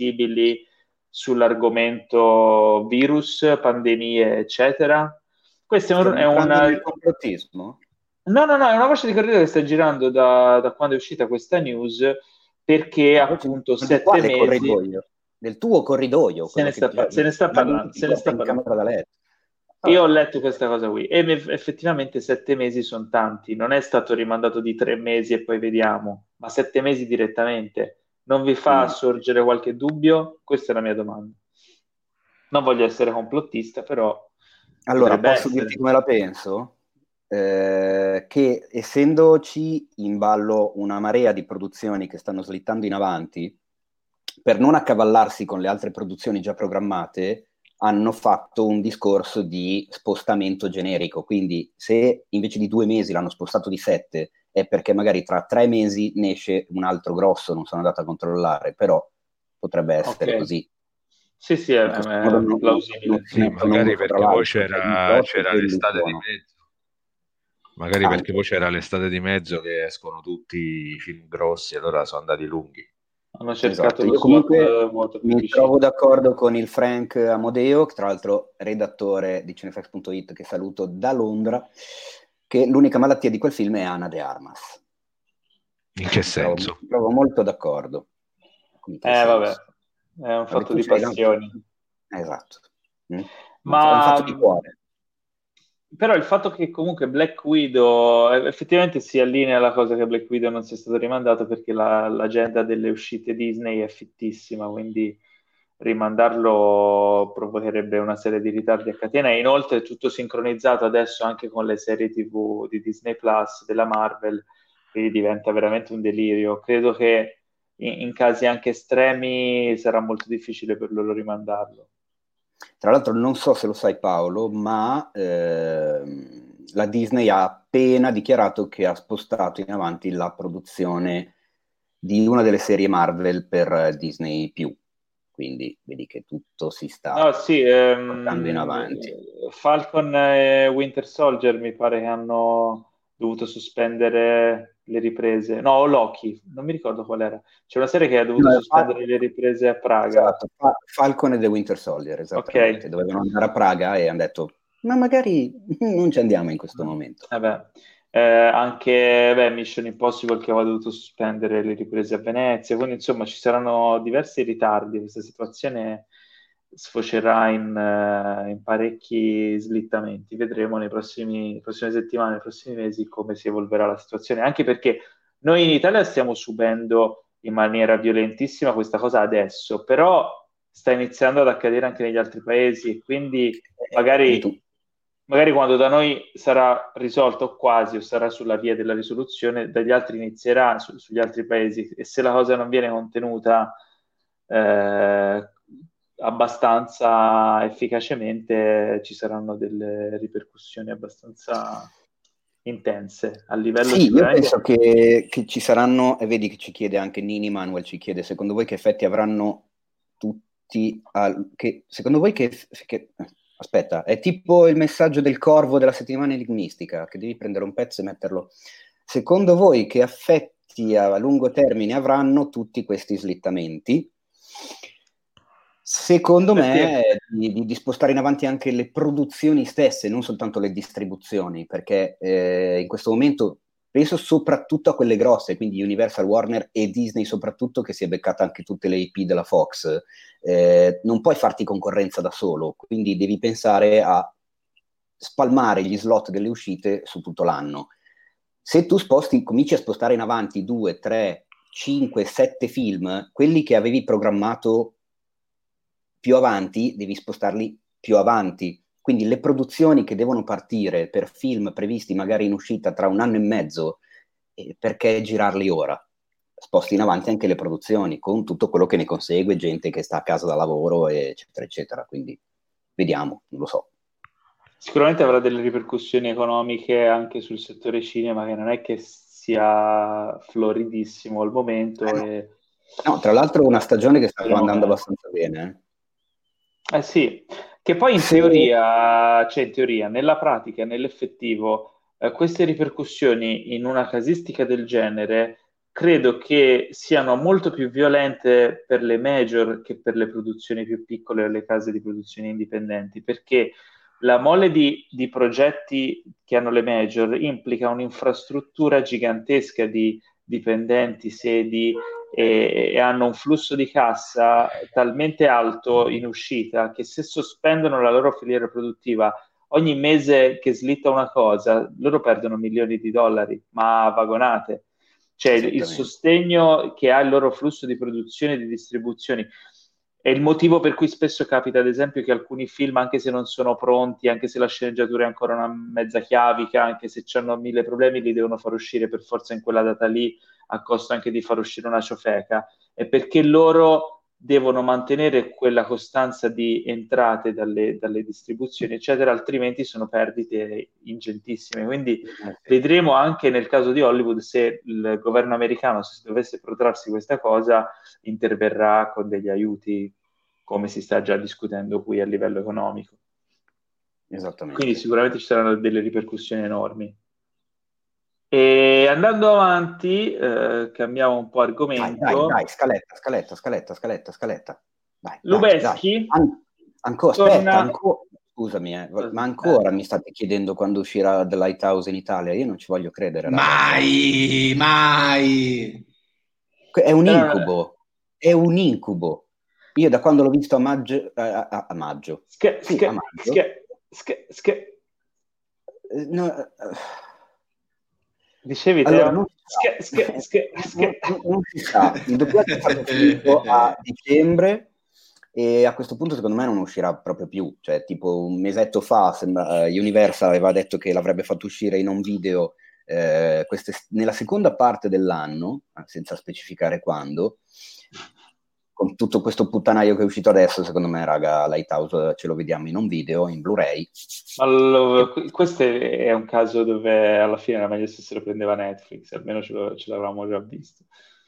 sensibili sull'argomento virus, pandemie, eccetera? Questo è un... È un complottismo? No, no, no, è una voce di corridoio che sta girando da, da quando è uscita questa news, perché appunto sette mesi... Corridoio? Del tuo corridoio? Se ne sta, che, se ne sta parlando, se ne sta parlando. Da letto. Io ho letto questa cosa qui e effettivamente sette mesi sono tanti, non è stato rimandato di tre mesi e poi vediamo, ma sette mesi direttamente. Non vi fa Mm. sorgere qualche dubbio? Questa è la mia domanda. Non voglio essere complottista, però... Allora, posso essere. dirti come la penso? Eh, che essendoci in ballo una marea di produzioni che stanno slittando in avanti, per non accavallarsi con le altre produzioni già programmate, hanno fatto un discorso di spostamento generico. Quindi se invece di due mesi l'hanno spostato di sette, è perché magari tra tre mesi ne esce un altro grosso, non sono andato a controllare, però potrebbe essere okay. così. Sì, sì, è, è non, plausibile. Non, sì, non magari perché poi c'era, c'era l'estate di mezzo. Magari ah. perché poi c'era l'estate di mezzo che escono tutti i film grossi, allora sono andati lunghi. Hanno cercato esatto. Io comunque mi trovo d'accordo con il Frank Amodeo, tra l'altro redattore di Cinefax punto it, che saluto da Londra, che l'unica malattia di quel film è Ana de Armas. In che mi senso? Trovo, mi trovo molto d'accordo. Eh senso. Vabbè, è un fatto di passioni. Esatto. Mm? Ma è un fatto di cuore. Però il fatto che comunque Black Widow effettivamente si allinea alla cosa che Black Widow non sia stato rimandato, perché la, l'agenda delle uscite Disney è fittissima, quindi rimandarlo provocherebbe una serie di ritardi a catena. E inoltre è tutto sincronizzato adesso anche con le serie tivù di Disney Plus, della Marvel, quindi diventa veramente un delirio. Credo che in, in casi anche estremi sarà molto difficile per loro rimandarlo. Tra l'altro non so se lo sai Paolo, ma ehm, la Disney ha appena dichiarato che ha spostato in avanti la produzione di una delle serie Marvel per Disney più. Quindi vedi che tutto si sta no, sì, ehm, portando in avanti. Falcon e Winter Soldier mi pare che hanno dovuto sospendere le riprese. No, Loki, non mi ricordo qual era. C'è una serie che ha dovuto no, sospendere Fal- le riprese a Praga. Esatto, Fa- Falcon e The Winter Soldier, esattamente. Okay. Dovevano andare a Praga e hanno detto, ma magari non ci andiamo in questo momento. Vabbè. Eh, anche beh, Mission Impossible che aveva dovuto sospendere le riprese a Venezia, quindi insomma ci saranno diversi ritardi. Questa situazione sfocerà in, uh, in parecchi slittamenti. Vedremo nei prossimi, le prossime settimane, nei prossimi mesi come si evolverà la situazione, anche perché noi in Italia stiamo subendo in maniera violentissima questa cosa adesso, però sta iniziando ad accadere anche negli altri paesi e quindi magari magari quando da noi sarà risolto o quasi, o sarà sulla via della risoluzione, dagli altri inizierà su, sugli altri paesi, e se la cosa non viene contenuta eh, abbastanza efficacemente ci saranno delle ripercussioni abbastanza intense a livello sì, sicuramente... io penso che, che ci saranno, e vedi che ci chiede anche Nini Manuel, ci chiede secondo voi che effetti avranno tutti al, che, secondo voi che, che aspetta, è tipo il messaggio del corvo della settimana enigmistica, che devi prendere un pezzo e metterlo. Secondo voi che effetti a lungo termine avranno tutti questi slittamenti? Secondo me di, di, di spostare in avanti anche le produzioni stesse, non soltanto le distribuzioni, perché eh, in questo momento penso soprattutto a quelle grosse, quindi Universal, Warner e Disney soprattutto, che si è beccata anche tutte le I P della Fox. Eh, non puoi farti concorrenza da solo, quindi devi pensare a spalmare gli slot delle uscite su tutto l'anno. Se tu sposti, cominci a spostare in avanti due, tre, cinque, sette film, quelli che avevi programmato più avanti, devi spostarli più avanti. Quindi le produzioni che devono partire per film previsti magari in uscita tra un anno e mezzo, eh, perché girarli ora? Sposti in avanti anche le produzioni, con tutto quello che ne consegue, gente che sta a casa da lavoro, eccetera, eccetera. Quindi vediamo, non lo so. Sicuramente avrà delle ripercussioni economiche anche sul settore cinema, che non è che sia floridissimo al momento. Eh no. E... no, tra l'altro una stagione che sta andando abbastanza bene. Eh, eh sì, che poi in sì. teoria, cioè in teoria, nella pratica, nell'effettivo, eh, queste ripercussioni in una casistica del genere credo che siano molto più violente per le major che per le produzioni più piccole o le case di produzioni indipendenti, perché la mole di, di progetti che hanno le major implica un'infrastruttura gigantesca di dipendenti, sedi, e, e hanno un flusso di cassa talmente alto in uscita che se sospendono la loro filiera produttiva ogni mese che slitta una cosa, loro perdono milioni di dollari, ma a vagonate. Cioè il sostegno che ha il loro flusso di produzione e di distribuzioni è il motivo per cui spesso capita, ad esempio, che alcuni film, anche se non sono pronti, anche se la sceneggiatura è ancora una mezza chiavica, anche se hanno mille problemi, li devono far uscire per forza in quella data lì, a costo anche di far uscire una ciofeca, è perché loro devono mantenere quella costanza di entrate dalle, dalle distribuzioni, eccetera, altrimenti sono perdite ingentissime. Quindi vedremo anche nel caso di Hollywood se il governo americano, se dovesse protrarsi questa cosa, interverrà con degli aiuti, come si sta già discutendo qui a livello economico. Esattamente. Quindi sicuramente ci saranno delle ripercussioni enormi. E andando avanti, eh, cambiamo un po' argomento. Dai, dai, dai, scaletta, scaletta, scaletta, scaletta, scaletta. Dai, Lubezki? Dai, dai. An- ancora, torna... aspetta, ancora, scusami, eh, ma ancora eh. mi state chiedendo quando uscirà The Lighthouse in Italia? Io non ci voglio credere. Mai, ragazzi. mai. È un incubo, è un incubo. Io da quando l'ho visto a maggio, a, a, a maggio. Sch- sì, sch- a maggio. Sch- sch- sch- no, uh, Dicevi, allora, Teo? Non, sch- sch- sch- sch- non, non si sa. Il doppiaggio è stato finito a dicembre e a questo punto secondo me non uscirà proprio più. Cioè, tipo un mesetto fa sembra, uh, Universal aveva detto che l'avrebbe fatto uscire in un video eh, queste, nella seconda parte dell'anno, senza specificare quando. Con tutto questo puttanaio che è uscito adesso, secondo me, raga, Lighthouse ce lo vediamo in un video, in Blu-ray. Allora, questo è un caso dove alla fine era meglio se se lo prendeva Netflix, almeno ce, lo, ce l'avevamo già visto.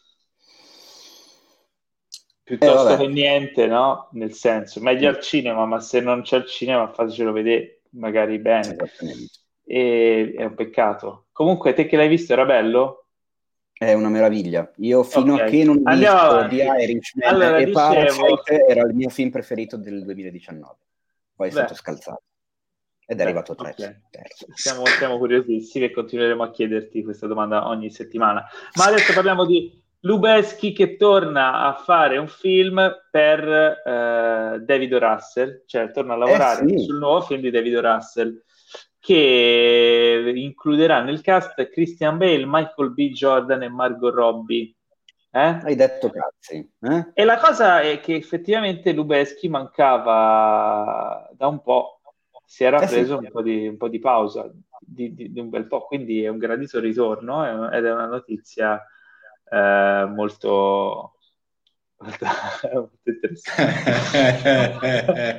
Piuttosto eh, che niente, no? Nel senso, meglio mm. al cinema, ma se non c'è il cinema, fatecelo vedere, magari bene. E, è un peccato. Comunque, te che l'hai visto, era bello? È una meraviglia. Io fino okay. a che non ho Andiamo visto avanti. The Irishman allora, e dicevo... Parasite era il mio film preferito del duemiladiciannove. Poi è Beh. stato scalzato. Ed è Beh, arrivato terzo. Okay. terzo. Siamo, siamo curiosissimi e continueremo a chiederti questa domanda ogni settimana. Ma adesso parliamo di Lubezki che torna a fare un film per eh, David O. Russell, cioè torna a lavorare eh sì. sul nuovo film di David O. Russell, che includerà nel cast Christian Bale, Michael B. Jordan e Margot Robbie. Eh? Hai detto cazzi. Eh? E la cosa è che effettivamente Lubezki mancava da un po', si era eh preso sì. un, po di, un po' di pausa, di, di, di un bel po', quindi è un gradito ritorno eh, ed è una notizia eh, molto... molto interessante.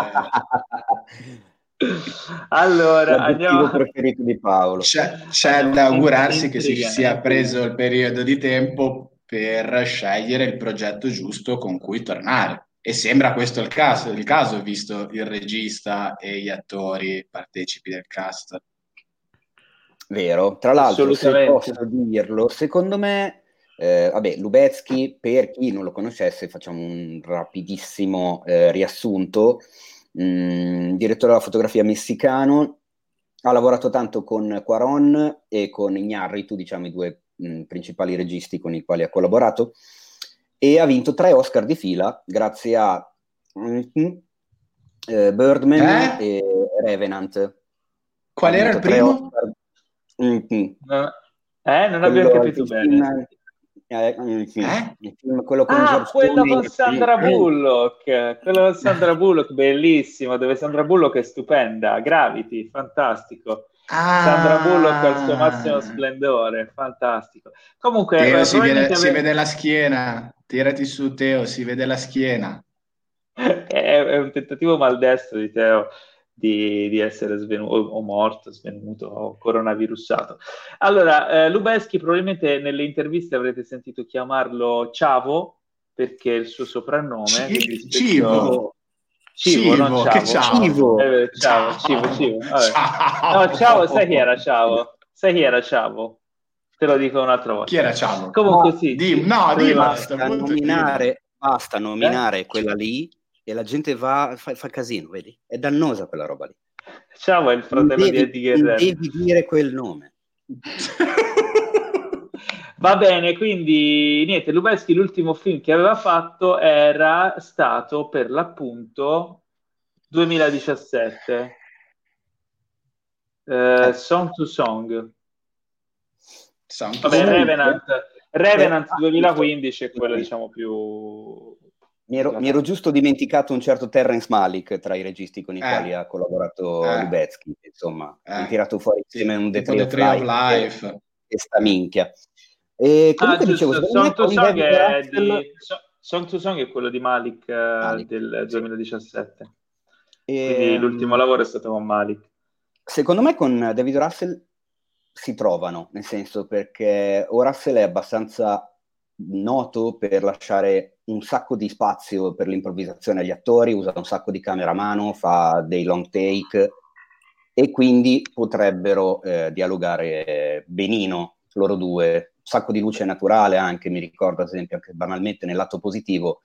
Allora, andiamo... preferito di Paolo. C'è, c'è da augurarsi che si sia preso il periodo di tempo per scegliere il progetto giusto con cui tornare. E sembra questo il caso, il caso visto il regista e gli attori partecipi del cast. Vero, tra l'altro, se posso dirlo, secondo me, eh, vabbè, Lubezki, per chi non lo conoscesse, facciamo un rapidissimo eh, riassunto. Mm, direttore della fotografia messicano, ha lavorato tanto con Cuarón e con Iñárritu, diciamo i due mh, principali registi con i quali ha collaborato, e ha vinto tre Oscar di fila grazie a mm-hmm, eh, Birdman eh? e Revenant. Qual era il primo? Mm-hmm. No. Eh, non abbiamo capito bene. Eh, il film, eh? il film, quello con ah, quello con Sandra Bullock, quello con Sandra Bullock, bellissimo, dove Sandra Bullock è stupenda, Gravity, fantastico. Ah. Sandra Bullock al suo massimo splendore, fantastico. Comunque, Teo, si, vede, ave... si vede la schiena, tirati su Teo, si vede la schiena. è, è un tentativo maldestro di Teo Di, di essere svenuto o morto, svenuto o coronavirussato. Allora, eh, Lubezki probabilmente nelle interviste avrete sentito chiamarlo Ciavo perché è il suo soprannome. C- Civo. Civo, non Ciavo. Che Ciavo. Civo. Eh, ciao, Civo, Civo. Ciao. No, Ciavo, sai chi era Ciavo? Sai chi era Ciavo? Te lo dico un'altra volta. Chi era Ciavo? Comunque no, sì. Di, no, di, basta, basta nominare, basta nominare eh? quella lì e la gente va fa, fa casino, vedi? È dannosa quella roba lì. Ciao, è il fratello devi, di Eddie Guerrero. Devi dire quel nome. Va bene, quindi niente, Lubezki l'ultimo film che aveva fatto era stato per l'appunto duemiladiciassette, eh, Eh. Song to Song. Song to Vabbè, Song. Revenant, Revenant Eh, duemilaquindici è quello sì. diciamo più... Mi ero, mi ero giusto dimenticato un certo Terrence Malick tra i registi con i Eh. quali ha collaborato Eh. Lubezki, insomma, Eh. ha tirato fuori insieme Sì, un The tipo Tree The of Tree of Life, Life. e, e sta minchia. E comunque Ah, dicevo, giusto, secondo me Song to con Song David è Russell... di... So- Song to Song è quello di Malik, eh, Malik, del sì. duemiladiciassette. E, Quindi l'ultimo lavoro è stato con Malik. Secondo me con David Russell si trovano, nel senso perché o Russell è abbastanza noto per lasciare un sacco di spazio per l'improvvisazione agli attori, usa un sacco di camera a mano, fa dei long take e quindi potrebbero eh, dialogare benino loro due, un sacco di luce naturale anche, mi ricordo ad esempio anche banalmente nel lato positivo,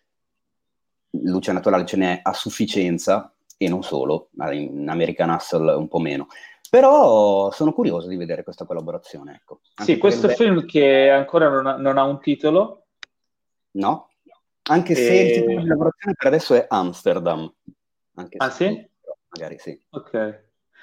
luce naturale ce n'è a sufficienza e non solo, in American Hustle un po' meno. Però sono curioso di vedere questa collaborazione. Ecco. Anche Sì, questo il... film che ancora non ha, non ha un titolo. No, anche e... se il titolo di lavorazione per adesso è Amsterdam. Anche ah se, sì? magari sì. Ok.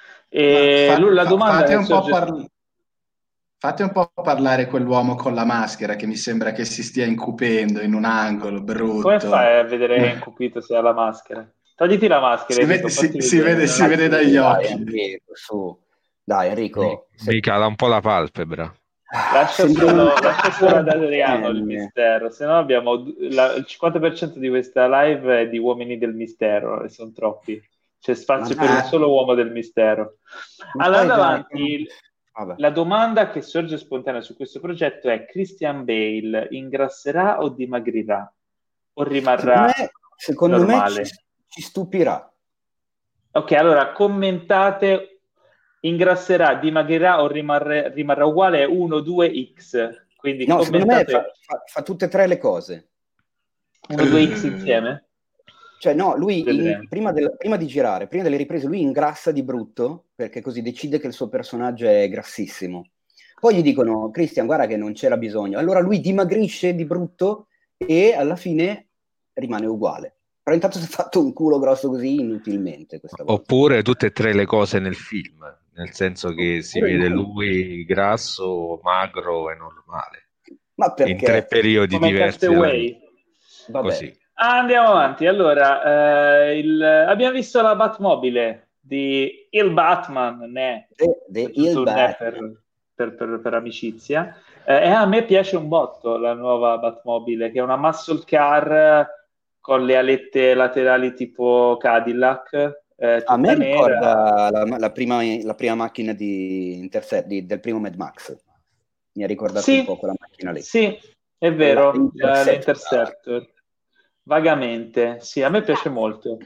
E fa, la fa, domanda fate, che un sorge... po par... fate un po' parlare quell'uomo con la maschera che mi sembra che si stia incupendo in un angolo brutto. Come fai a vedere che è incupito se ha la maschera? Togliti la maschera, si, Enrico, ve- si, fatti si vedere. vede, si vede dagli Dai, occhi. Enrico, su. Dai, Enrico. Mi, mi cala un po' la palpebra. Lascia Sembra solo, un- lascia solo ad Adriano il mistero, se no abbiamo la, il cinquanta per cento di questa live è di uomini del mistero e sono troppi. C'è spazio Ma per dai. un solo uomo del mistero. Ma Allora, poi, dai, avanti, vabbè. la domanda che sorge spontanea su questo progetto è: Christian Bale ingrasserà o dimagrirà? O rimarrà Secondo me, secondo normale? me ci, ci stupirà. Ok, allora commentate: ingrasserà, dimagrirà o rimarre, rimarrà uguale? uno, due, X. Quindi No, secondo me fa, commentate fa, fa tutte e tre le cose. uno, due, X insieme? Cioè no, lui Vedremo. in, prima, del, prima di girare, prima delle riprese, lui ingrassa di brutto, perché così decide che il suo personaggio è grassissimo. Poi gli dicono, Christian, guarda che non c'era bisogno. Allora lui dimagrisce di brutto e alla fine rimane uguale. Però intanto si è fatto un culo grosso così inutilmente questa volta. Oppure tutte e tre le cose nel film, nel senso che si Oppure vede no. lui grasso, magro e normale. Ma perché? In tre periodi Come diversi della Castaway. vita. Vabbè. Così. Ah, andiamo avanti. Allora, eh, il, abbiamo visto la Batmobile di Il Batman, ne, The, the Il Batman. Per, per, per, per amicizia. Eh, e a me piace un botto la nuova Batmobile, che è una muscle car con le alette laterali tipo Cadillac. Eh, A me nera. ricorda la, la, prima, la prima macchina di Intercept, di, del primo Mad Max. Mi ha ricordato sì, un po' quella macchina lì. Sì, è vero, L'Interceptor. l'Interceptor. Vagamente, sì, a me piace molto.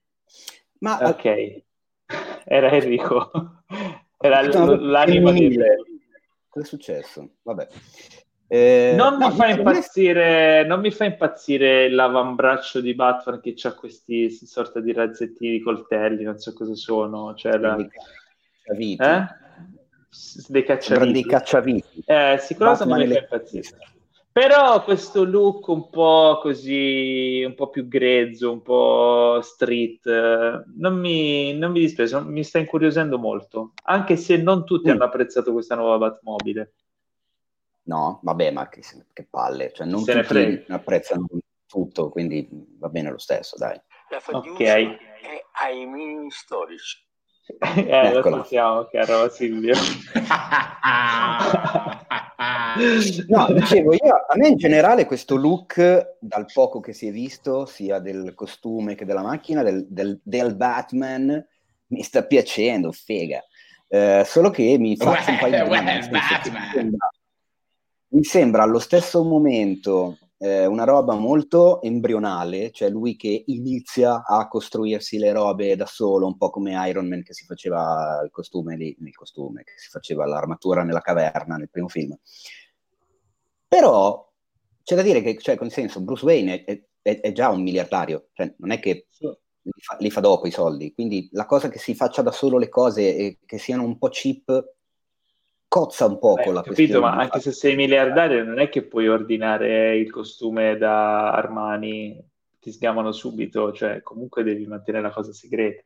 Ma ok, era Enrico. Era l- l'anima di Enrico. Cosa è successo? Vabbè. Eh, non, no, mi fa no, impazzire, me... non mi fa impazzire l'avambraccio di Batman che ha questi sorta di razzettini, coltelli, non so cosa sono. Cioè la... dei cacciaviti. Eh? Dei cacciaviti. Dei cacciaviti. Eh, sicuramente non mi fa impazzire. Però questo look un po' così, un po' più grezzo, un po' street, non mi, non mi dispiace, mi sta incuriosendo molto. Anche se non tutti mm. hanno apprezzato questa nuova Batmobile. No, vabbè, ma che, che palle, cioè non se tutti apprezzano tutto, quindi va bene lo stesso, dai. La ok. È ai minimi storici. Eh, lo sappiamo, caro Silvio. No, dicevo io, a me in generale questo look, dal poco che si è visto, sia del costume che della macchina, del, del, del Batman, mi sta piacendo, fega. Eh, solo che mi faccio un paio di domande. Mi sembra, mi sembra allo stesso momento eh, una roba molto embrionale, cioè lui che inizia a costruirsi le robe da solo, un po' come Iron Man che si faceva il costume lì, il costume, che si faceva l'armatura nella caverna nel primo film. Però c'è da dire che, cioè, con senso, Bruce Wayne è, è, è già un miliardario, cioè non è che li fa, li fa dopo i soldi, quindi la cosa che si faccia da solo le cose e che siano un po' cheap cozza un po' Beh, con ho la capito, questione ma di anche fare. se sei miliardario non è che puoi ordinare il costume da Armani, ti sgamano subito, cioè comunque devi mantenere la cosa segreta.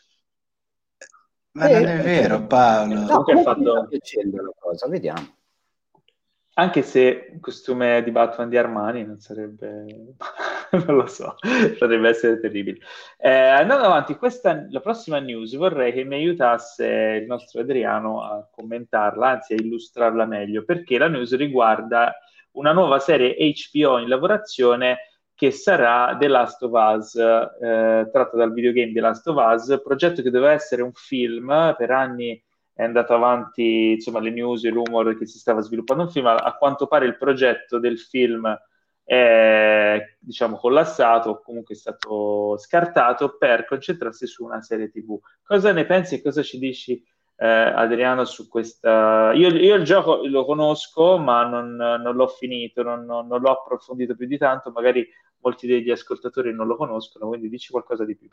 Ma non Eh, è eh, vero, Paolo. no, Comunque ha comunque mi sta fatto, piacendo la cosa, vediamo. anche se un costume di Batman di Armani non sarebbe, non lo so, potrebbe essere terribile. Eh, andando avanti, questa, la prossima news vorrei che mi aiutasse il nostro Adriano a commentarla, anzi a illustrarla meglio, perché la news riguarda una nuova serie H B O in lavorazione che sarà The Last of Us, eh, tratta dal videogame The Last of Us, progetto che doveva essere un film, per anni è andato avanti, insomma, le news, i rumor che si stava sviluppando un film. A, a quanto pare il progetto del film è, diciamo, collassato, o comunque è stato scartato per concentrarsi su una serie tivù. Cosa ne pensi e cosa ci dici, eh, Adriano, su questa? Io, io il gioco lo conosco, ma non, non l'ho finito, non, non, non l'ho approfondito più di tanto, magari molti degli ascoltatori non lo conoscono, quindi dici qualcosa di più.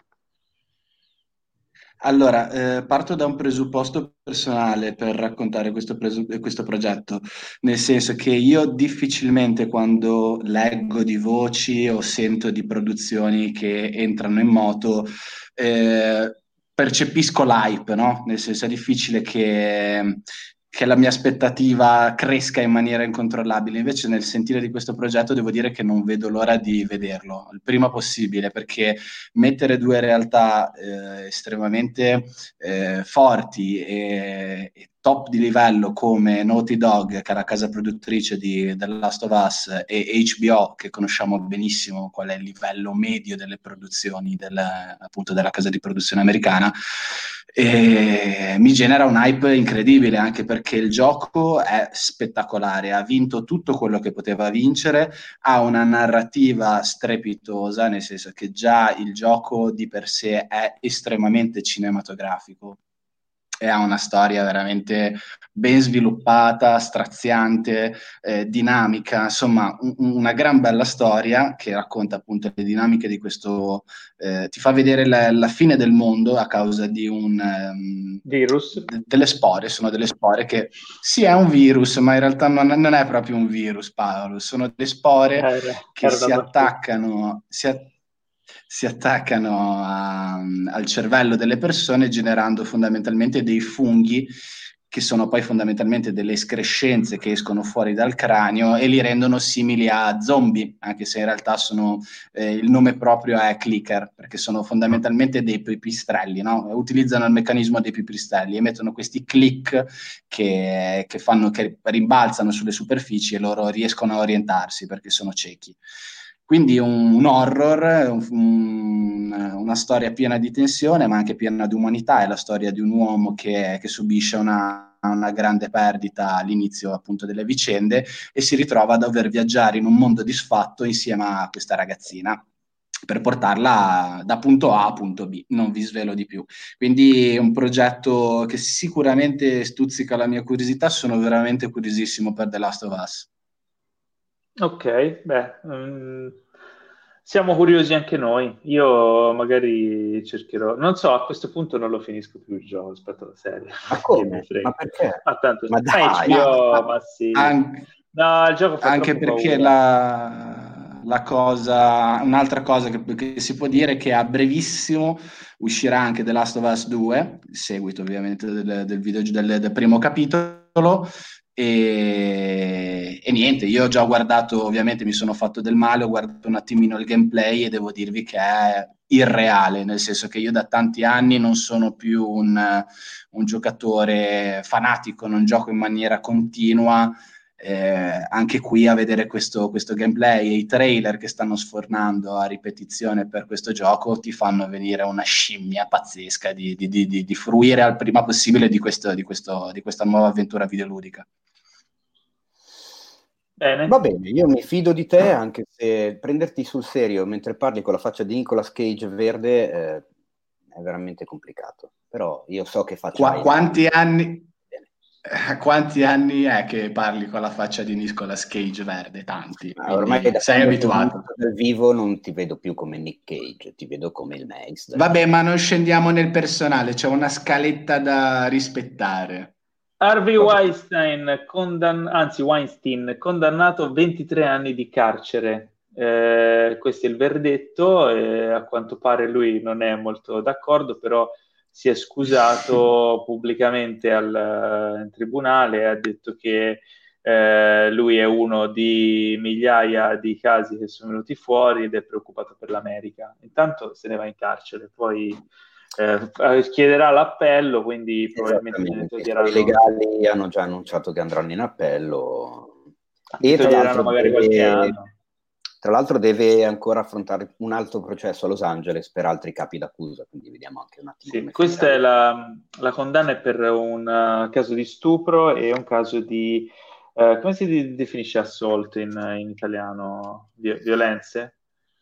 Allora, eh, parto da un presupposto personale per raccontare questo, presu- questo progetto, nel senso che io difficilmente quando leggo di voci o sento di produzioni che entrano in moto, eh, percepisco l'hype, no? Nel senso è difficile che, che la mia aspettativa cresca in maniera incontrollabile. Invece nel sentire di questo progetto devo dire che non vedo l'ora di vederlo il prima possibile, perché mettere due realtà eh, estremamente eh, forti e, e top di livello come Naughty Dog, che è la casa produttrice di The Last of Us, e H B O, che conosciamo benissimo qual è il livello medio delle produzioni del, appunto della casa di produzione americana, e mi genera un hype incredibile, anche perché il gioco è spettacolare, ha vinto tutto quello che poteva vincere, ha una narrativa strepitosa, nel senso che già il gioco di per sé è estremamente cinematografico e ha una storia veramente ben sviluppata, straziante, eh, dinamica, insomma un- una gran bella storia che racconta appunto le dinamiche di questo, eh, ti fa vedere la, la fine del mondo a causa di un... ehm, Virus? de- delle spore, sono delle spore che sì è un virus, ma in realtà non, non è proprio un virus, Paolo, sono delle spore Era, che era una si battuta. attaccano, si, a- si attaccano a- al cervello delle persone generando fondamentalmente dei funghi che sono poi fondamentalmente delle escrescenze che escono fuori dal cranio e li rendono simili a zombie, anche se in realtà sono, eh, il nome proprio è clicker, perché sono fondamentalmente dei pipistrelli, no? Utilizzano il meccanismo dei pipistrelli, emettono questi click che, che fanno, che rimbalzano sulle superfici e loro riescono a orientarsi perché sono ciechi. Quindi un, un horror, un, una storia piena di tensione, ma anche piena di umanità. È la storia di un uomo che, che subisce una, una grande perdita all'inizio appunto delle vicende e si ritrova a dover viaggiare in un mondo disfatto insieme a questa ragazzina per portarla da punto A a punto B, non vi svelo di più. Quindi è un progetto che sicuramente stuzzica la mia curiosità, sono veramente curiosissimo per The Last of Us. Ok, beh, mm, siamo curiosi anche noi. Io magari cercherò, non so, a questo punto non lo finisco più il gioco rispetto alla serie. Ma Che me come? frega. Ma perché? Ma tanto, Ma ma dai! Ma, H B O, ma ma sì. anche, No, il gioco fa anche troppo perché paura. la, la cosa, un'altra cosa che, che si può dire è che a brevissimo uscirà anche The Last of Us due, il seguito ovviamente del, del, video, del, del primo capitolo. E, e niente, io ho già guardato, ovviamente mi sono fatto del male, ho guardato un attimino il gameplay e devo dirvi che è irreale, nel senso che io da tanti anni non sono più un, un giocatore fanatico, non gioco in maniera continua. Eh, anche qui a vedere questo, questo gameplay e i trailer che stanno sfornando a ripetizione per questo gioco ti fanno venire una scimmia pazzesca di, di, di, di, di fruire al prima possibile di, questo, di, questo, di questa nuova avventura videoludica. Bene. Va bene, io mi fido di te, anche se prenderti sul serio mentre parli con la faccia di Nicolas Cage verde eh, è veramente complicato. Però io so che faccia... Qua, quanti anni... Eh, quanti anni è che parli con la faccia di Nicolas Cage verde? Tanti. Ah, ormai da sei abituato. Dal vivo non ti vedo più come Nick Cage, ti vedo come il Mace. Vabbè, ma non scendiamo nel personale, c'è una scaletta da rispettare. Harvey Weinstein, condann- anzi Weinstein, condannato a ventitré anni di carcere. Eh, questo è il verdetto, e a quanto pare lui non è molto d'accordo, però si è scusato pubblicamente al, in tribunale e ha detto che eh, lui è uno di migliaia di casi che sono venuti fuori ed è preoccupato per l'America. Intanto se ne va in carcere, poi eh, chiederà l'appello, quindi probabilmente i legali hanno già annunciato che andranno in appello e tra l'altro magari deve, qualche anno. Tra l'altro deve ancora affrontare un altro processo a Los Angeles per altri capi d'accusa, quindi vediamo anche un attimo. Sì, questa è la, la condanna è per un uh, caso di stupro e un caso di uh, come si definisce assault in, in italiano? Violenze?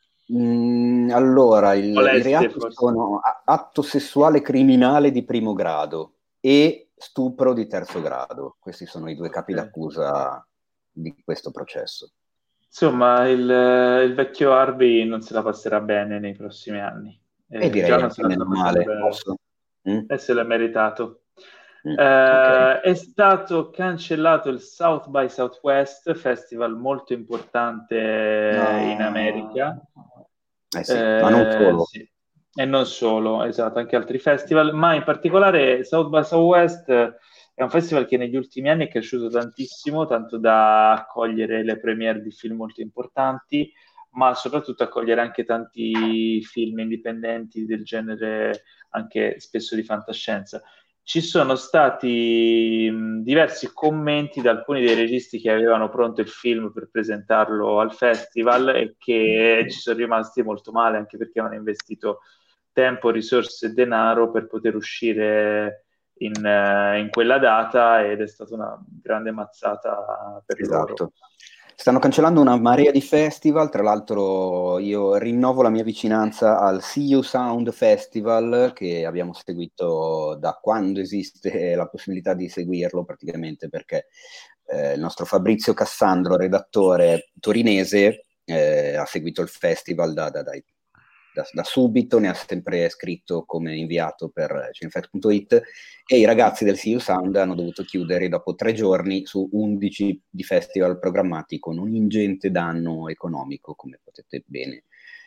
Mm, allora, il, Moleste, i reati forse. sono atto sessuale criminale di primo grado e stupro di terzo grado. Questi sono i due capi okay. d'accusa di questo processo. Insomma, il, il vecchio Harvey non se la passerà bene nei prossimi anni. E eh, direi anche meno male. Mm? E se l'è meritato. Mm, okay. uh, è stato cancellato il South by Southwest, festival molto importante no. in America. Eh sì, eh, ma non solo. Sì. E non solo, esatto, anche altri festival, ma in particolare South by Southwest è un festival che negli ultimi anni è cresciuto tantissimo, tanto da accogliere le premiere di film molto importanti, ma soprattutto accogliere anche tanti film indipendenti del genere, anche spesso di fantascienza. Ci sono stati mh, diversi commenti da alcuni dei registi che avevano pronto il film per presentarlo al festival e che ci sono rimasti molto male, anche perché avevano investito tempo, risorse e denaro per poter uscire in, uh, in quella data, ed è stata una grande mazzata per esatto. loro. Stanno cancellando una marea di festival, tra l'altro io rinnovo la mia vicinanza al See You Sound Festival, che abbiamo seguito da quando esiste la possibilità di seguirlo praticamente, perché eh, il nostro Fabrizio Cassandro, redattore torinese, eh, ha seguito il festival da, da, da, da, da subito, ne ha sempre scritto come inviato per Cinefx punto it, e i ragazzi del See You Sound hanno dovuto chiudere dopo tre giorni su undici di festival programmati, con un ingente danno economico, come potete bene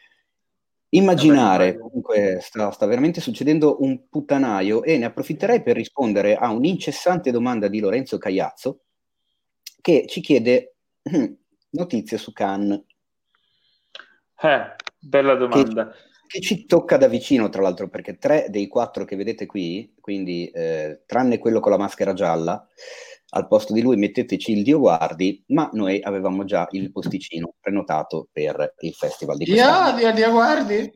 immaginare. Comunque sta, sta veramente succedendo un puttanaio, e ne approfitterei per rispondere a un'incessante domanda di Lorenzo Cagliazzo, che ci chiede notizie su Cannes. Eh, bella domanda. Che, che ci tocca da vicino, tra l'altro, perché tre dei quattro che vedete qui, quindi eh, tranne quello con la maschera gialla, al posto di lui metteteci il Dio guardi, ma noi avevamo già il posticino prenotato per il festival di quest'anno. Dio, Dio guardi?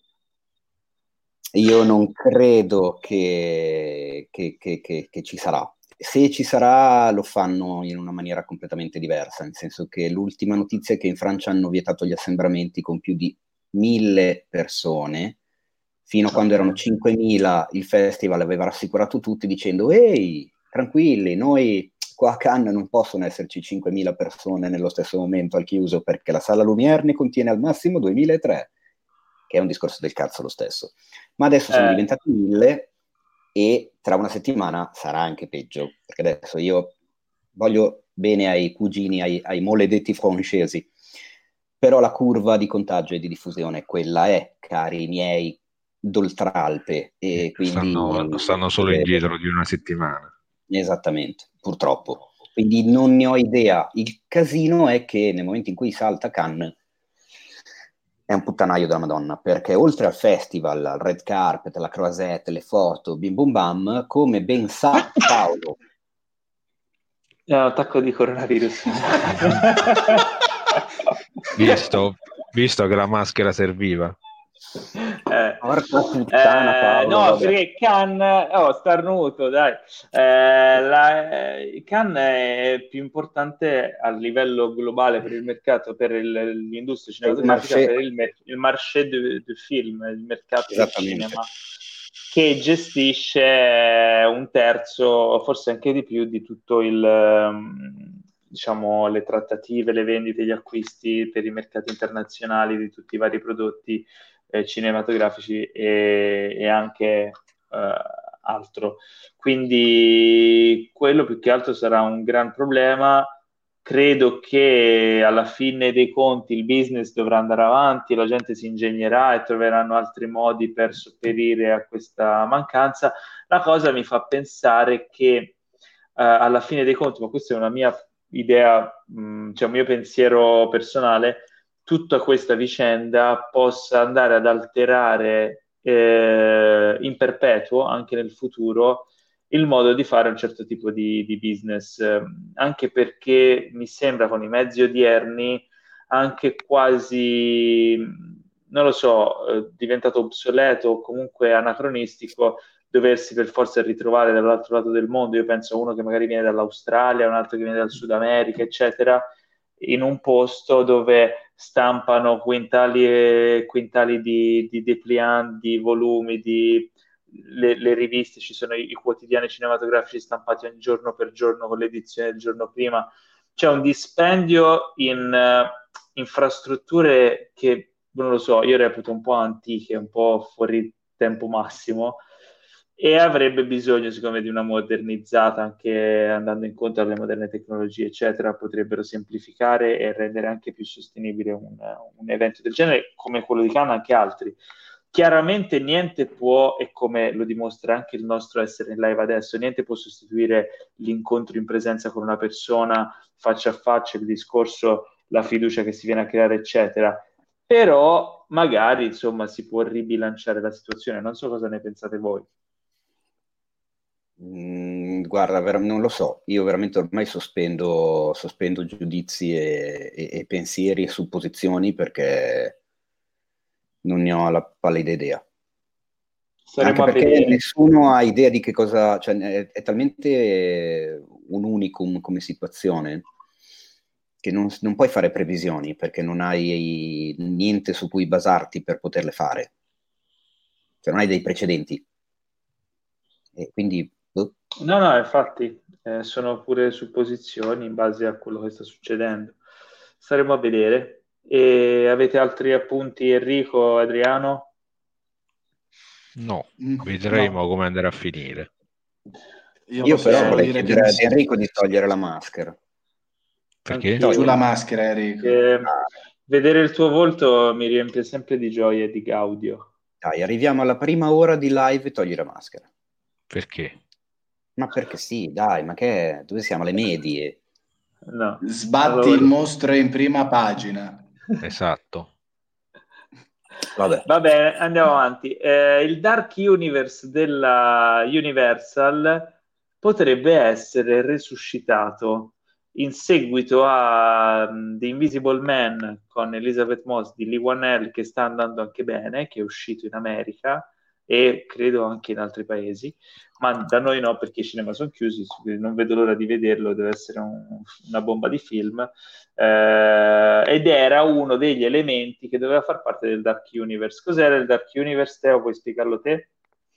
Io non credo che, che, che, che, che ci sarà. Se ci sarà, lo fanno in una maniera completamente diversa, nel senso che l'ultima notizia è che in Francia hanno vietato gli assembramenti con più di mille persone. Fino a quando erano cinquemila il festival aveva rassicurato tutti dicendo ehi, tranquilli, noi qua a Cannes non possono esserci cinquemila persone nello stesso momento al chiuso, perché la sala Lumière ne contiene al massimo duemilatrecento, che è un discorso del cazzo lo stesso. Ma adesso sono eh. diventati mille, e tra una settimana sarà anche peggio, perché adesso io voglio bene ai cugini, ai, ai maledetti francesi, però la curva di contagio e di diffusione quella è, cari miei d'oltralpe, e quindi stanno, stanno solo indietro di una settimana. Esattamente, purtroppo. Quindi non ne ho idea. Il casino è che nel momento in cui salta Cannes è un puttanaio della Madonna, perché oltre al festival, al red carpet, alla croisette, le foto, bim bum bam, come ben sa Paolo, è un attacco di coronavirus. visto, visto che la maschera serviva. Eh, puttana, eh, no, perché Cannes, oh, starnuto, dai. Eh, la, eh, Cannes è più importante a livello globale per il mercato, per il, l'industria cinematografica, per il, il marché du, du film, il mercato del cinema, che gestisce un terzo, forse anche di più, di tutto il, diciamo, le trattative, le vendite, gli acquisti per i mercati internazionali di tutti i vari prodotti eh, cinematografici e, e anche eh, altro. Quindi quello più che altro sarà un gran problema. Credo che alla fine dei conti il business dovrà andare avanti, la gente si ingegnerà e troveranno altri modi per sopperire a questa mancanza. La cosa mi fa pensare che eh, alla fine dei conti, ma questa è una mia idea, mh, cioè un mio pensiero personale, tutta questa vicenda possa andare ad alterare eh, in perpetuo, anche nel futuro, il modo di fare un certo tipo di, di business, eh, anche perché mi sembra con i mezzi odierni anche quasi, non lo so, eh, diventato obsoleto o comunque anacronistico doversi per forza ritrovare dall'altro lato del mondo. Io penso a uno che magari viene dall'Australia, un altro che viene dal Sud America, eccetera, in un posto dove stampano quintali e quintali di, di dépliant, di volumi, di Le, le riviste, ci sono i, i quotidiani cinematografici stampati ogni giorno per giorno con l'edizione del giorno prima. C'è un dispendio in uh, infrastrutture che, non lo so, io reputo un po' antiche, un po' fuori tempo massimo, e avrebbe bisogno, secondo me, di una modernizzata, anche andando incontro alle moderne tecnologie, eccetera. Potrebbero semplificare e rendere anche più sostenibile un, un evento del genere, come quello di Cannes, anche altri. Chiaramente niente può, e come lo dimostra anche il nostro essere in live adesso, niente può sostituire l'incontro in presenza con una persona, faccia a faccia, il discorso, la fiducia che si viene a creare, eccetera. Però magari, insomma, si può ribilanciare la situazione. Non so cosa ne pensate voi. Mm, guarda, ver- non lo so, io veramente ormai sospendo, sospendo giudizi e, e- e pensieri e supposizioni, perché non ne ho la pallida idea. Saremo Anche a perché vedere. nessuno ha idea di che cosa, cioè è, è talmente un unicum come situazione che non, non puoi fare previsioni, perché non hai niente su cui basarti per poterle fare, cioè non hai dei precedenti. E quindi boh. No, no, infatti eh, sono pure supposizioni in base a quello che sta succedendo. Staremo a vedere. E avete altri appunti, Enrico, Adriano? No, Mm, vedremo no. come andrà a finire. Io, Io posso però solo vorrei dire che chiedere mi ad Enrico di togliere la maschera. Perché? Anch'io. giù la maschera, Enrico. Eh, vedere il tuo volto mi riempie sempre di gioia e di gaudio. Dai, arriviamo alla prima ora di live e togli la maschera. Perché? Ma perché sì, dai, ma che è? Dove siamo? Alle medie? No. Sbatti Allora, il mostro in prima pagina. Esatto. Vabbè. Va bene, andiamo avanti. Eh, il Dark Universe della Universal potrebbe essere resuscitato in seguito a um, The Invisible Man con Elizabeth Moss di Lee Whannell, che sta andando anche bene, che è uscito in America e credo anche in altri paesi, ma da noi no, perché i cinema sono chiusi, non vedo l'ora di vederlo, deve essere un, una bomba di film, eh, ed era uno degli elementi che doveva far parte del Dark Universe. Cos'era il Dark Universe, Teo? Puoi spiegarlo te?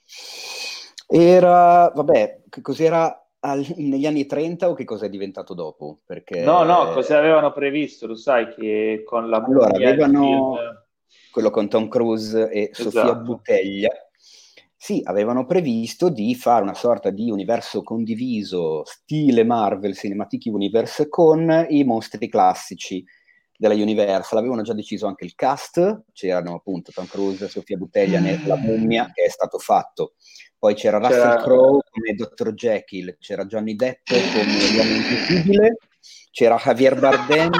Era, vabbè, che cos'era al, negli anni trenta o che cosa è diventato dopo? Perché... No, no, cosa avevano previsto? Lo sai che con la Allora, mummia il film... avevano quello con Tom Cruise e Sofia Esatto. Boutella. Sì, avevano previsto di fare una sorta di universo condiviso, stile Marvel Cinematic Universe, con i mostri classici della Universal. Avevano già deciso anche il cast, c'erano appunto Tom Cruise, Sofia Boutella nella mummia, che è stato fatto. Poi c'era Russell C'era... Crowe come dottor Jekyll, c'era Johnny Depp come l'uomo invisibile, c'era Javier Bardem.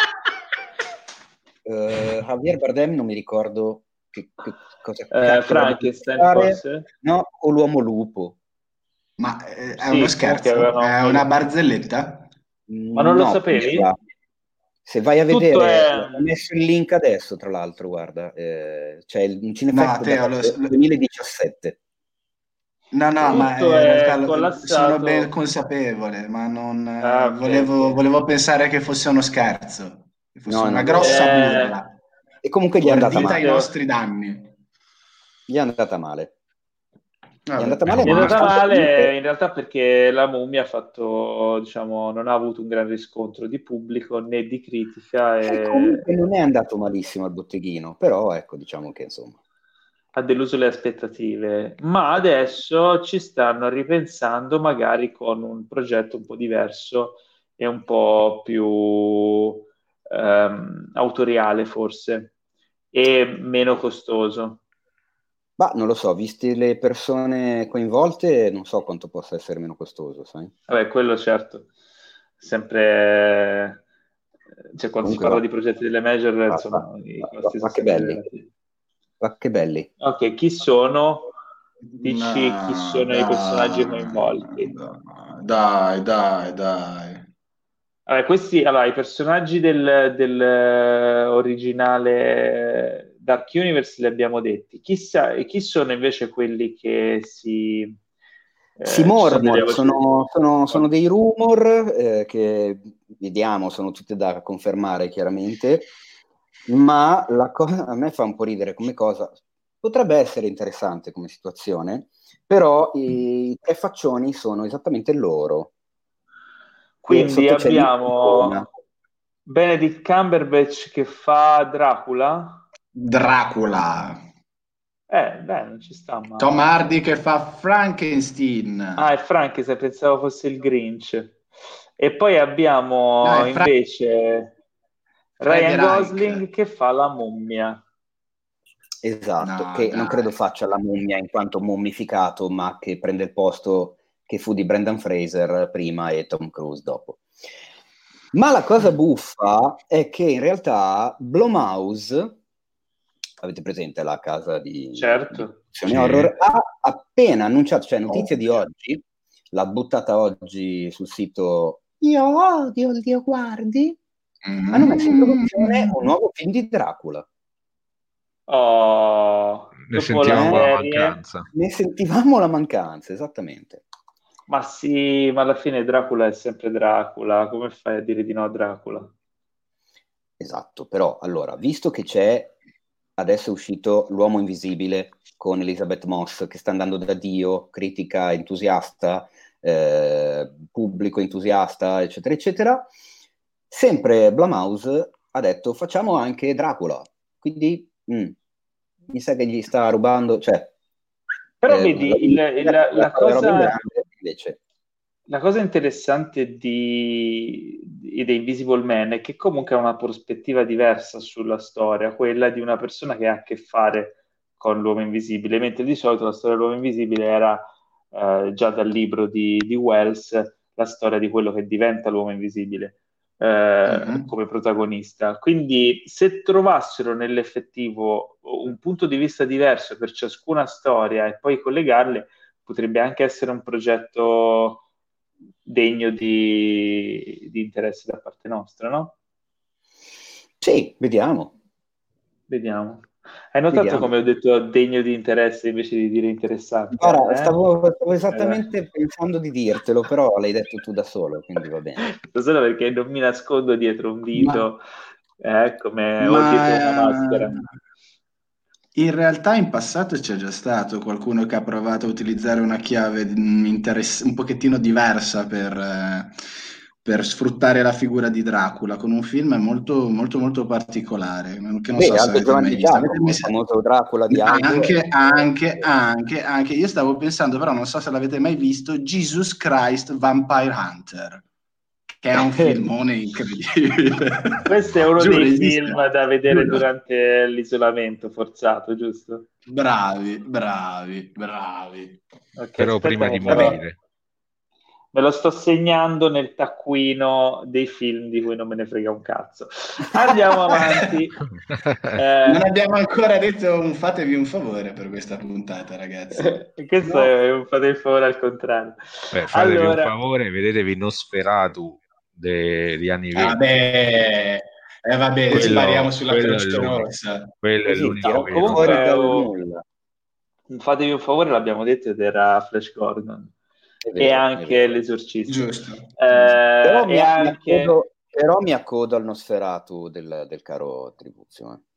Uh, Javier Bardem non mi ricordo che, che cosa eh, Frankenstein forse? No, o l'uomo lupo. Ma eh, è Sì, uno scherzo? avevano... È una barzelletta? Ma non lo no, sapevi? Se vai a Tutto vedere, è... ho messo il link adesso, tra l'altro, guarda, eh, c'è il Cinefect No, Teo, del lo- duemiladiciassette. No, no, ma Tutto eh, in è realtà lo- collassato. sono ben consapevole, ma non eh, Ah, ok, volevo, ok. volevo pensare che fosse uno scherzo, che fosse No, una no, grossa Eh, burla, e comunque gli è andata ordita ai male. nostri danni. Gli è andata male. È andata male, è andata male in realtà perché La Mummia ha fatto, diciamo, non ha avuto un gran riscontro di pubblico né di critica. E... E... comunque non è andato malissimo al botteghino, però ecco, diciamo che insomma ha deluso le aspettative, ma adesso ci stanno ripensando magari con un progetto un po' diverso e un po' più ehm, autoriale forse e meno costoso. Ma non lo so, viste le persone coinvolte, non so quanto possa essere meno costoso, sai? Vabbè, quello certo, sempre, cioè quando Comunque si parla va. di progetti delle major, va, insomma, va, i costi va, sono va, sempre relativi. Va che belli. Ok, chi sono? Dici no, chi sono dai, i personaggi coinvolti? Dai, dai, dai. Allora, questi, allora, i personaggi del, del originale Dark Universe li abbiamo detti. Chissà, chi sono invece quelli che si... Eh, si mormora, sono, sono, sono dei rumor eh, che vediamo, sono tutte da confermare chiaramente, ma la cosa a me fa un po' ridere come cosa, potrebbe essere interessante come situazione, però i, i tre faccioni sono esattamente loro. Quindi abbiamo Benedict Cumberbatch che fa Dracula. Dracula. Eh, beh, non ci sta male. Tom Hardy che fa Frankenstein. Ah, è Frankenstein, pensavo fosse il Grinch. E poi abbiamo no, invece Fra- Ryan Gosling che fa la mummia. Esatto, no, che dai. non credo faccia la mummia in quanto mummificato, ma che prende il posto che fu di Brendan Fraser prima e Tom Cruise dopo. Ma la cosa buffa è che in realtà Blumhouse, avete presente la casa di, certo. di horror, ha appena annunciato, cioè notizia oh. di oggi, l'ha buttata oggi sul sito Io odio il Dio guardi, mm. hanno messo in produzione un nuovo film di Dracula. Oh, ne sentivamo la, la mancanza. Ne sentivamo la mancanza, esattamente. Ma sì, ma alla fine Dracula è sempre Dracula, come fai a dire di no a Dracula? Esatto, però allora, visto che c'è, adesso è uscito L'Uomo Invisibile con Elizabeth Moss, che sta andando da Dio, critica entusiasta, eh, pubblico entusiasta, eccetera, eccetera, sempre Blumhouse ha detto facciamo anche Dracula, quindi mm, mi sa che gli sta rubando, cioè... Però eh, vedi, la, il, il, la, la cosa... grande, invece... La cosa interessante di, di The Invisible Man è che comunque ha una prospettiva diversa sulla storia, quella di una persona che ha a che fare con l'uomo invisibile, mentre di solito la storia dell'uomo invisibile era eh, già dal libro di, di Wells la storia di quello che diventa l'uomo invisibile eh, mm-hmm. come protagonista. Quindi se trovassero nell'effettivo un punto di vista diverso per ciascuna storia e poi collegarle, potrebbe anche essere un progetto degno di, di interesse da parte nostra, no? Sì, vediamo. Vediamo. Hai notato vediamo. Come ho detto degno di interesse invece di dire interessante? Guarda, eh? stavo, stavo esattamente eh. pensando di dirtelo, però l'hai detto tu da solo, quindi va bene. Solo perché non mi nascondo dietro un dito, ma, eh, come ma, o dietro una maschera. In realtà in passato c'è già stato qualcuno che ha provato a utilizzare una chiave interess- un pochettino diversa per, eh, per sfruttare la figura di Dracula con un film molto molto molto particolare che non Beh, so se avete mai visto. Giacomo, il famoso Dracula di Aldo, anche, anche, anche, anche, io stavo pensando, però non so se l'avete mai visto, Jesus Christ Vampire Hunter, che è un filmone incredibile. Questo è uno Giuro, dei esiste. film da vedere Giuro. durante l'isolamento forzato, giusto? Bravi, bravi, bravi. Okay, però prima di morire. Me lo sto segnando nel taccuino dei film di cui non me ne frega un cazzo. Andiamo avanti. eh... Non abbiamo ancora detto un fatevi un favore per questa puntata, ragazzi. Questo no. è un fatevi un favore al contrario. Beh, fatevi allora... un favore, vedetevi Nosferatu de... di anni venti. Vabbè, eh, vabbè quello, spariamo sulla Croce Rossa. Quello è l'unico che comunque oh, fatevi un favore, l'abbiamo detto, ed era Flash Gordon. Vero, e anche l'esorcista. Giusto. Eh, però, e mi, anche... mi accodo, però mi accodo al Nosferatu del, del caro Tribuzio.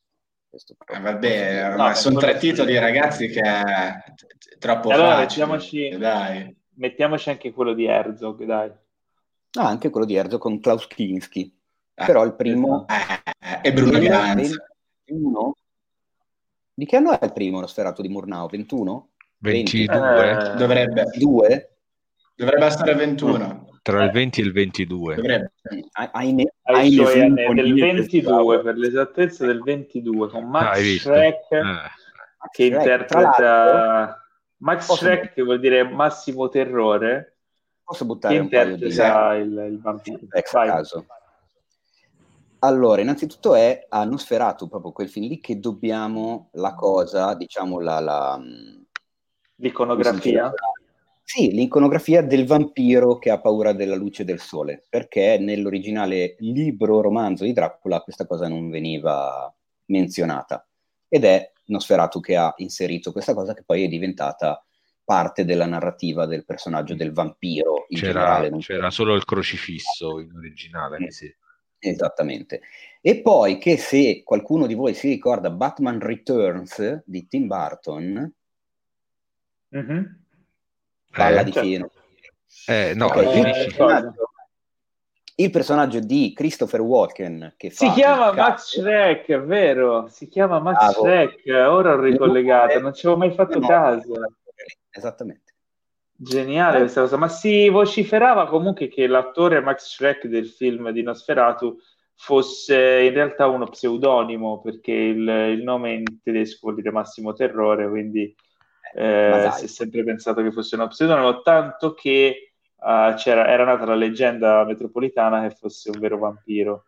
Eh, vabbè, no, ma sono tre titoli, ragazzi, che è t- troppo allora, facile. Mettiamoci, dai. mettiamoci anche quello di Herzog, dai. Ah, anche quello di Herzog con Klaus Kinski. Ah, però il primo eh, è Bruno Ganz. ventuno? Di che anno è il primo Nosferatu di Murnau? ventuno? ventidue? Eh, dovrebbe. due? Dovrebbe essere ventuno. Mm. Tra il venti e il ventidue. Dovrebbe. Ai, ne- ai, ai suoi nessuno anni, del ventidue, che per l'esattezza del ventidue, con Max Ah, Schreck eh. che Schreck, interpreta Max posso Schreck, dire... che vuol dire massimo terrore, posso buttare che un paio di interpreta il, il vampiro. ex a caso. Allora, innanzitutto è a Nosferatu, proprio quel film lì, che dobbiamo la cosa, diciamo, la... la l'iconografia? Sì, l'iconografia del vampiro che ha paura della luce del sole, perché nell'originale libro romanzo di Dracula questa cosa non veniva menzionata. Ed è Nosferatu che ha inserito questa cosa, che poi è diventata parte della narrativa del personaggio del vampiro in c'era, generale. C'era solo il crocifisso in originale. Mm. Sì. Esattamente. E poi che se qualcuno di voi si ricorda Batman Returns di Tim Burton, mm-hmm. palla eh, di certo. fieno. Eh, no, okay. eh, il, personaggio, il personaggio di Christopher Walken che si fa chiama Max Schreck, è vero, si chiama Max Bravo. Schreck, ora ho ricollegato, non ci avevo mai fatto no, caso. Esattamente. Geniale eh. questa cosa, ma si vociferava comunque che l'attore Max Schreck del film di Nosferatu fosse in realtà uno pseudonimo, perché il, il nome in tedesco vuol dire massimo terrore, quindi eh, si è sempre pensato che fosse uno pseudonimo, tanto che uh, c'era, era nata la leggenda metropolitana che fosse un vero vampiro.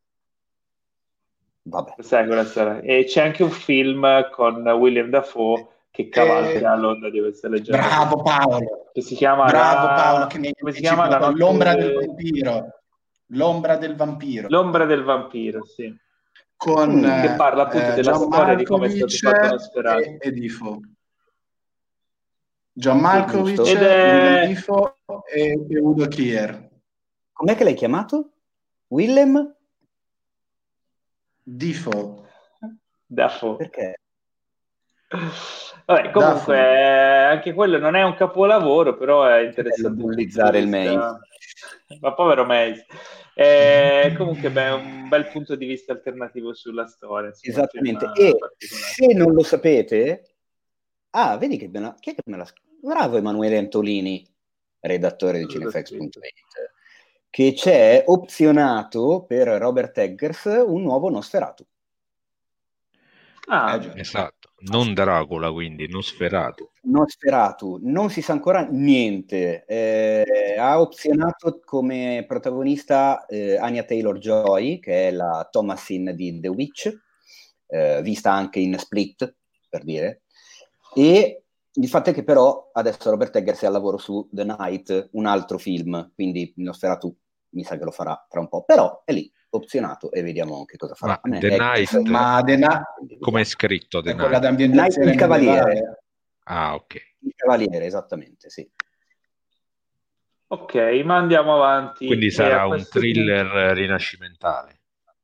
Vabbè. Sai quella storia? E c'è anche un film con William Dafoe che cavalca eh, l'onda di questa leggenda. Bravo Paolo! Che si chiama Bravo la... Paolo, che mi come si chiama? La notte... L'ombra del vampiro. L'ombra del vampiro. L'ombra del vampiro, sì. Con, che parla appunto eh, della John storia Malkovich di come è stato fatto Nosferatu. E, e Dafoe. John Malkovich, ed è... Dafoe e, e Udo Kier. Com'è che l'hai chiamato? Willem? Dafoe. Dafoe. Perché? Vabbè, comunque eh, anche quello non è un capolavoro, però è interessante bullizzare il Mace. Ma povero Mace. Eh, comunque beh, è un bel punto di vista alternativo sulla storia. Insomma, esattamente. E se non lo sapete, ah, vedi che me la... chi è che me la... Bravo Emanuele Antolini, redattore di Cinefx punto it, che c'è opzionato per Robert Eggers un nuovo Nosferatu. Ah, eh, esatto, non Dracula, quindi Nosferatu. Nosferatu, non si sa ancora niente. Eh, ha opzionato come protagonista eh, Anya Taylor-Joy, che è la Thomasin di The Witch, eh, vista anche in Split, per dire. E il fatto è che però adesso Robert Eggers è al lavoro su The Night, un altro film, quindi Nosferatu mi sa che lo farà tra un po', però è lì, opzionato, e vediamo che cosa farà. Ma The Night, ma The Night, come è scritto The è quella Night? d'ambientazione il Cavaliere. Ah, ok. Il Cavaliere, esattamente, sì. Ok, ma andiamo avanti. Quindi sarà un thriller punto... rinascimentale.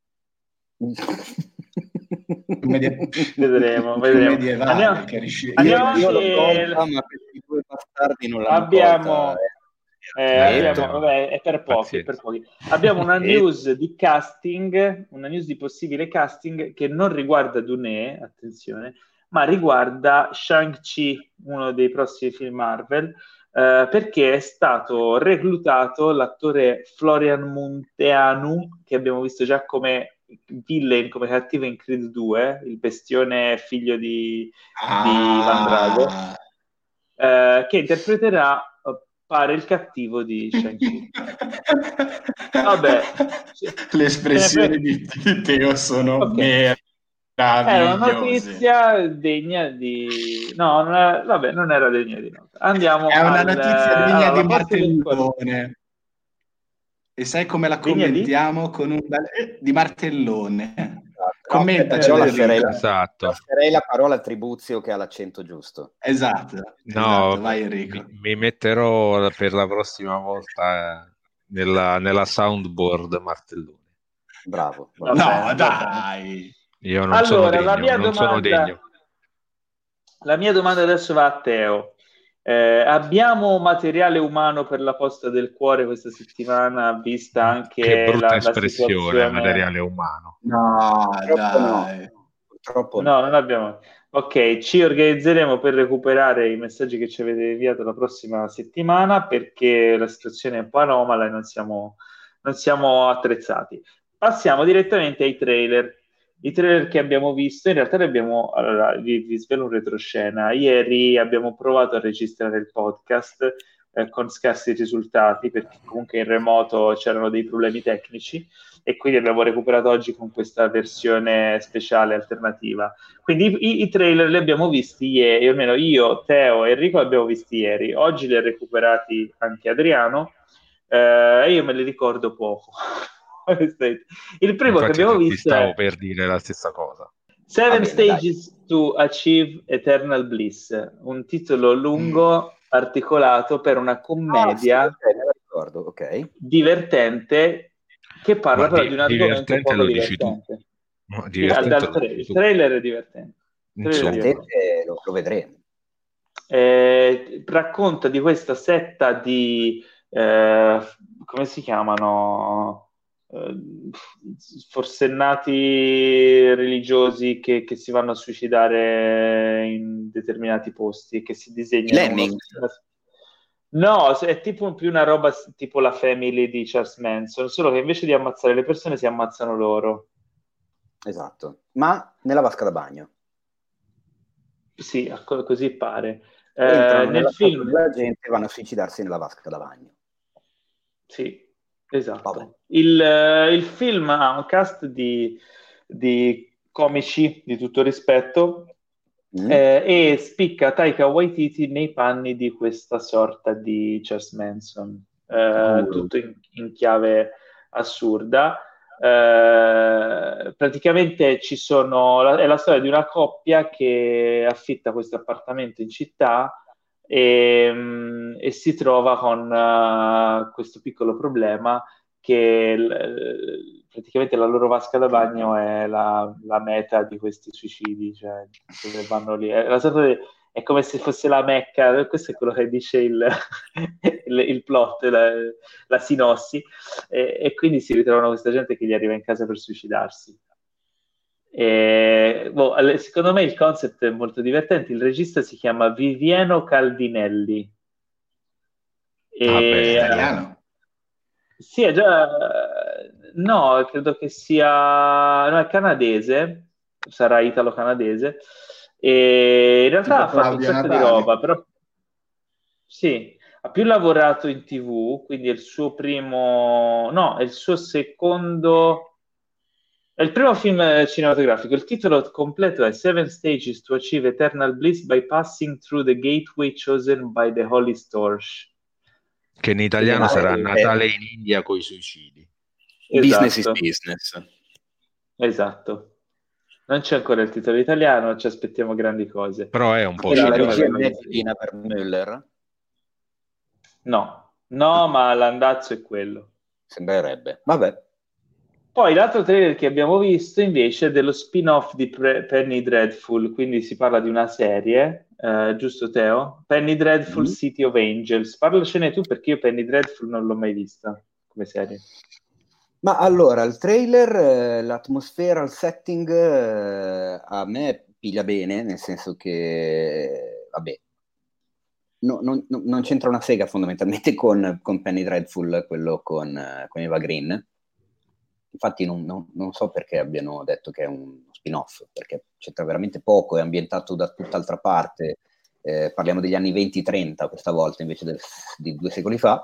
vedremo, vedremo. Andiamo, andiamo io, io anche... l'ho colta, ma questi due bastardi non l'hanno abbiamo... colta. Eh, eh, abbiamo, vabbè, è per pochi, è per pochi. Abbiamo una news di casting, una news di possibile casting che non riguarda Dune, attenzione, ma riguarda Shang-Chi, uno dei prossimi film Marvel, eh, perché è stato reclutato l'attore Florian Munteanu, che abbiamo visto già come villain, come cattivo in Creed due, il bestione figlio di, ah. di Van Drago, eh, che interpreterà pare il cattivo di Shang-Chi. Vabbè, le espressioni di Teo sono okay. È una notizia degna di no, non è... vabbè, non era degna di nota. Andiamo è una al... notizia degna allora, di Martellone. E sai come la commentiamo? Di? Con un bel... di Martellone. Commenta, no, lascerei, la, esatto. lascerei la parola a Tribuzio che ha l'accento giusto. Esatto. No, esatto. Vai Enrico. Mi, mi metterò per la prossima volta nella, nella soundboard Martellone. Bravo. bravo. No, dai. Io non allora, sono degno, la mia non domanda, sono degno. La mia domanda adesso va a Teo. Eh, abbiamo materiale umano per la posta del cuore questa settimana, vista anche Che brutta la, la espressione, situazione. materiale umano. No, Purtroppo dai. no. Purtroppo no, non abbiamo. Ok, ci organizzeremo per recuperare i messaggi che ci avete inviato la prossima settimana, perché la situazione è un po' anomala e non siamo, non siamo attrezzati. Passiamo direttamente ai trailer. I trailer che abbiamo visto, in realtà li abbiamo, allora, vi, vi svelo un retroscena. Ieri abbiamo provato a registrare il podcast eh, con scarsi risultati, perché comunque in remoto c'erano dei problemi tecnici, e quindi abbiamo recuperato oggi con questa versione speciale alternativa. Quindi i, i trailer li abbiamo visti ieri, almeno io, Teo e Enrico li abbiamo visti ieri. Oggi li ha recuperati anche Adriano, eh, e io me li ricordo poco. Il primo Infatti che abbiamo ti visto stavo è per dire la stessa cosa. Seven bene, Stages dai. to Achieve Eternal Bliss, un titolo lungo, mm. articolato per una commedia ah, sì, okay, me la ricordo, okay. divertente, che parla Ma però di, di un argomento poco lo dici divertente. tu. No, Sì, dal tra- il trailer è divertente. Il trailer è divertente. Lo, lo vedremo. Eh, racconta di questa setta di eh, come si chiamano? Eh, forsennati religiosi che, che si vanno a suicidare in determinati posti e che si disegnano uno... No, è tipo più una roba tipo la Family di Charles Manson, solo che invece di ammazzare le persone si ammazzano loro. Esatto, ma nella vasca da bagno. Sì, così pare. Entrano Eh, nel nella film della gente e vanno a suicidarsi nella vasca da bagno. Sì, esatto. Vabbè. Il, eh, il film ha un cast di, di comici di tutto rispetto, mm. eh, e spicca Taika Waititi nei panni di questa sorta di Charles Manson, eh, tutto in, in chiave assurda. Eh, praticamente ci sono, la, è la storia di una coppia che affitta questo appartamento in città e, e si trova con uh, questo piccolo problema che l, praticamente la loro vasca da bagno è la, la meta di questi suicidi, cioè dove vanno lì. È, la sorta di, è come se fosse la Mecca, questo è quello che dice il, il, il plot, la, la sinossi, e, e quindi si ritrovano questa gente che gli arriva in casa per suicidarsi. E, boh, secondo me il concept è molto divertente. Il regista si chiama Viviano Caldinelli. E, ah, beh, italiano? Sì, è già... No, credo che sia... No, è canadese, sarà italo-canadese. E in realtà tipo ha fatto un sacco di roba, però... Sì, ha più lavorato in tivù, quindi è il suo primo... No, è il suo secondo... È il primo film cinematografico. Il titolo completo è Seven Stages to Achieve Eternal Bliss by Passing Through the Gateway Chosen by the Holy Storch. Che in italiano esatto. sarà Natale in India coi suicidi. Esatto. Business is business. Esatto. Non c'è ancora il titolo italiano, ci aspettiamo grandi cose. Però è un po' la regia nettina per Müller? No, no, ma l'andazzo è quello. Sembrerebbe. Vabbè. Poi l'altro trailer che abbiamo visto invece è dello spin-off di Pre- Penny Dreadful, quindi si parla di una serie, eh, giusto Teo? Penny Dreadful mm-hmm. City of Angels. Parlacene tu, perché io Penny Dreadful non l'ho mai vista come serie. Ma allora, il trailer, eh, l'atmosfera, il setting eh, a me piglia bene, nel senso che, vabbè, no, non, no, non c'entra una sega fondamentalmente con, con Penny Dreadful, quello con, eh, con Eva Green. Infatti non, non, non so perché abbiano detto che è un spin-off, perché c'entra veramente poco, è ambientato da tutt'altra parte, eh, parliamo degli anni venti trenta questa volta invece del, di due secoli fa.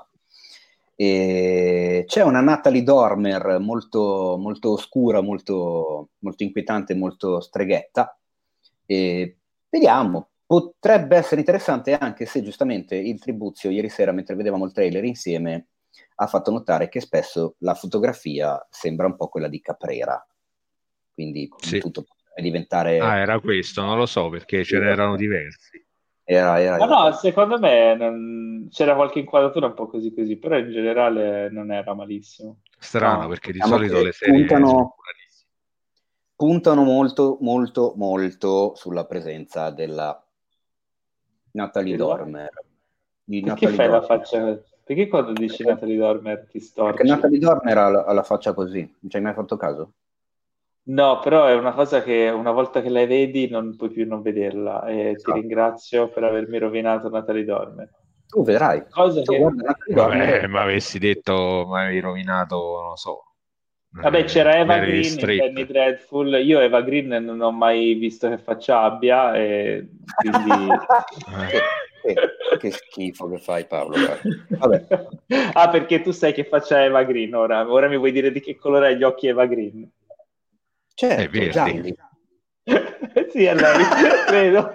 E c'è una Natalie Dormer molto, molto oscura, molto, molto inquietante, molto streghetta, e vediamo, potrebbe essere interessante, anche se giustamente il Tribuzio ieri sera, mentre vedevamo il trailer insieme, ha fatto notare che spesso la fotografia sembra un po' quella di Caprera, quindi sì. Tutto potrebbe diventare... Ah, era questo, non lo so, perché ce n'erano diversi. Era, era, Ma no, secondo me non... c'era qualche inquadratura un po' così così, però in generale non era malissimo. Strano, no. perché di diciamo solito le serie puntano, puntano molto, molto, molto sulla presenza della Natalie Dormer. Di Perché Natalie fai Dormer. la faccia? Perché quando dici Perché, Natalie Dormer ti storci? Perché Natalie Dormer ha la, ha la faccia così, non ci hai mai fatto caso? No, però è una cosa che una volta che la vedi non puoi più non vederla e Esatto. ti ringrazio per avermi rovinato Natalie Dormer. Tu vedrai. Cosa tu che... guarda, Natalie Vabbè, Dormer... ma avessi detto, ma avevi rovinato, non lo so. Vabbè, c'era Eh, Eva Meryl Green in Streep. Penny Dreadful. Io Eva Green non ho mai visto che faccia abbia e quindi... che, che, che schifo che fai, Paolo. Vabbè. Ah, perché tu sai che faccia Eva Green ora. Ora mi vuoi dire di che colore ha gli occhi Eva Green? Certo, È gialli. Sì, a lei, credo.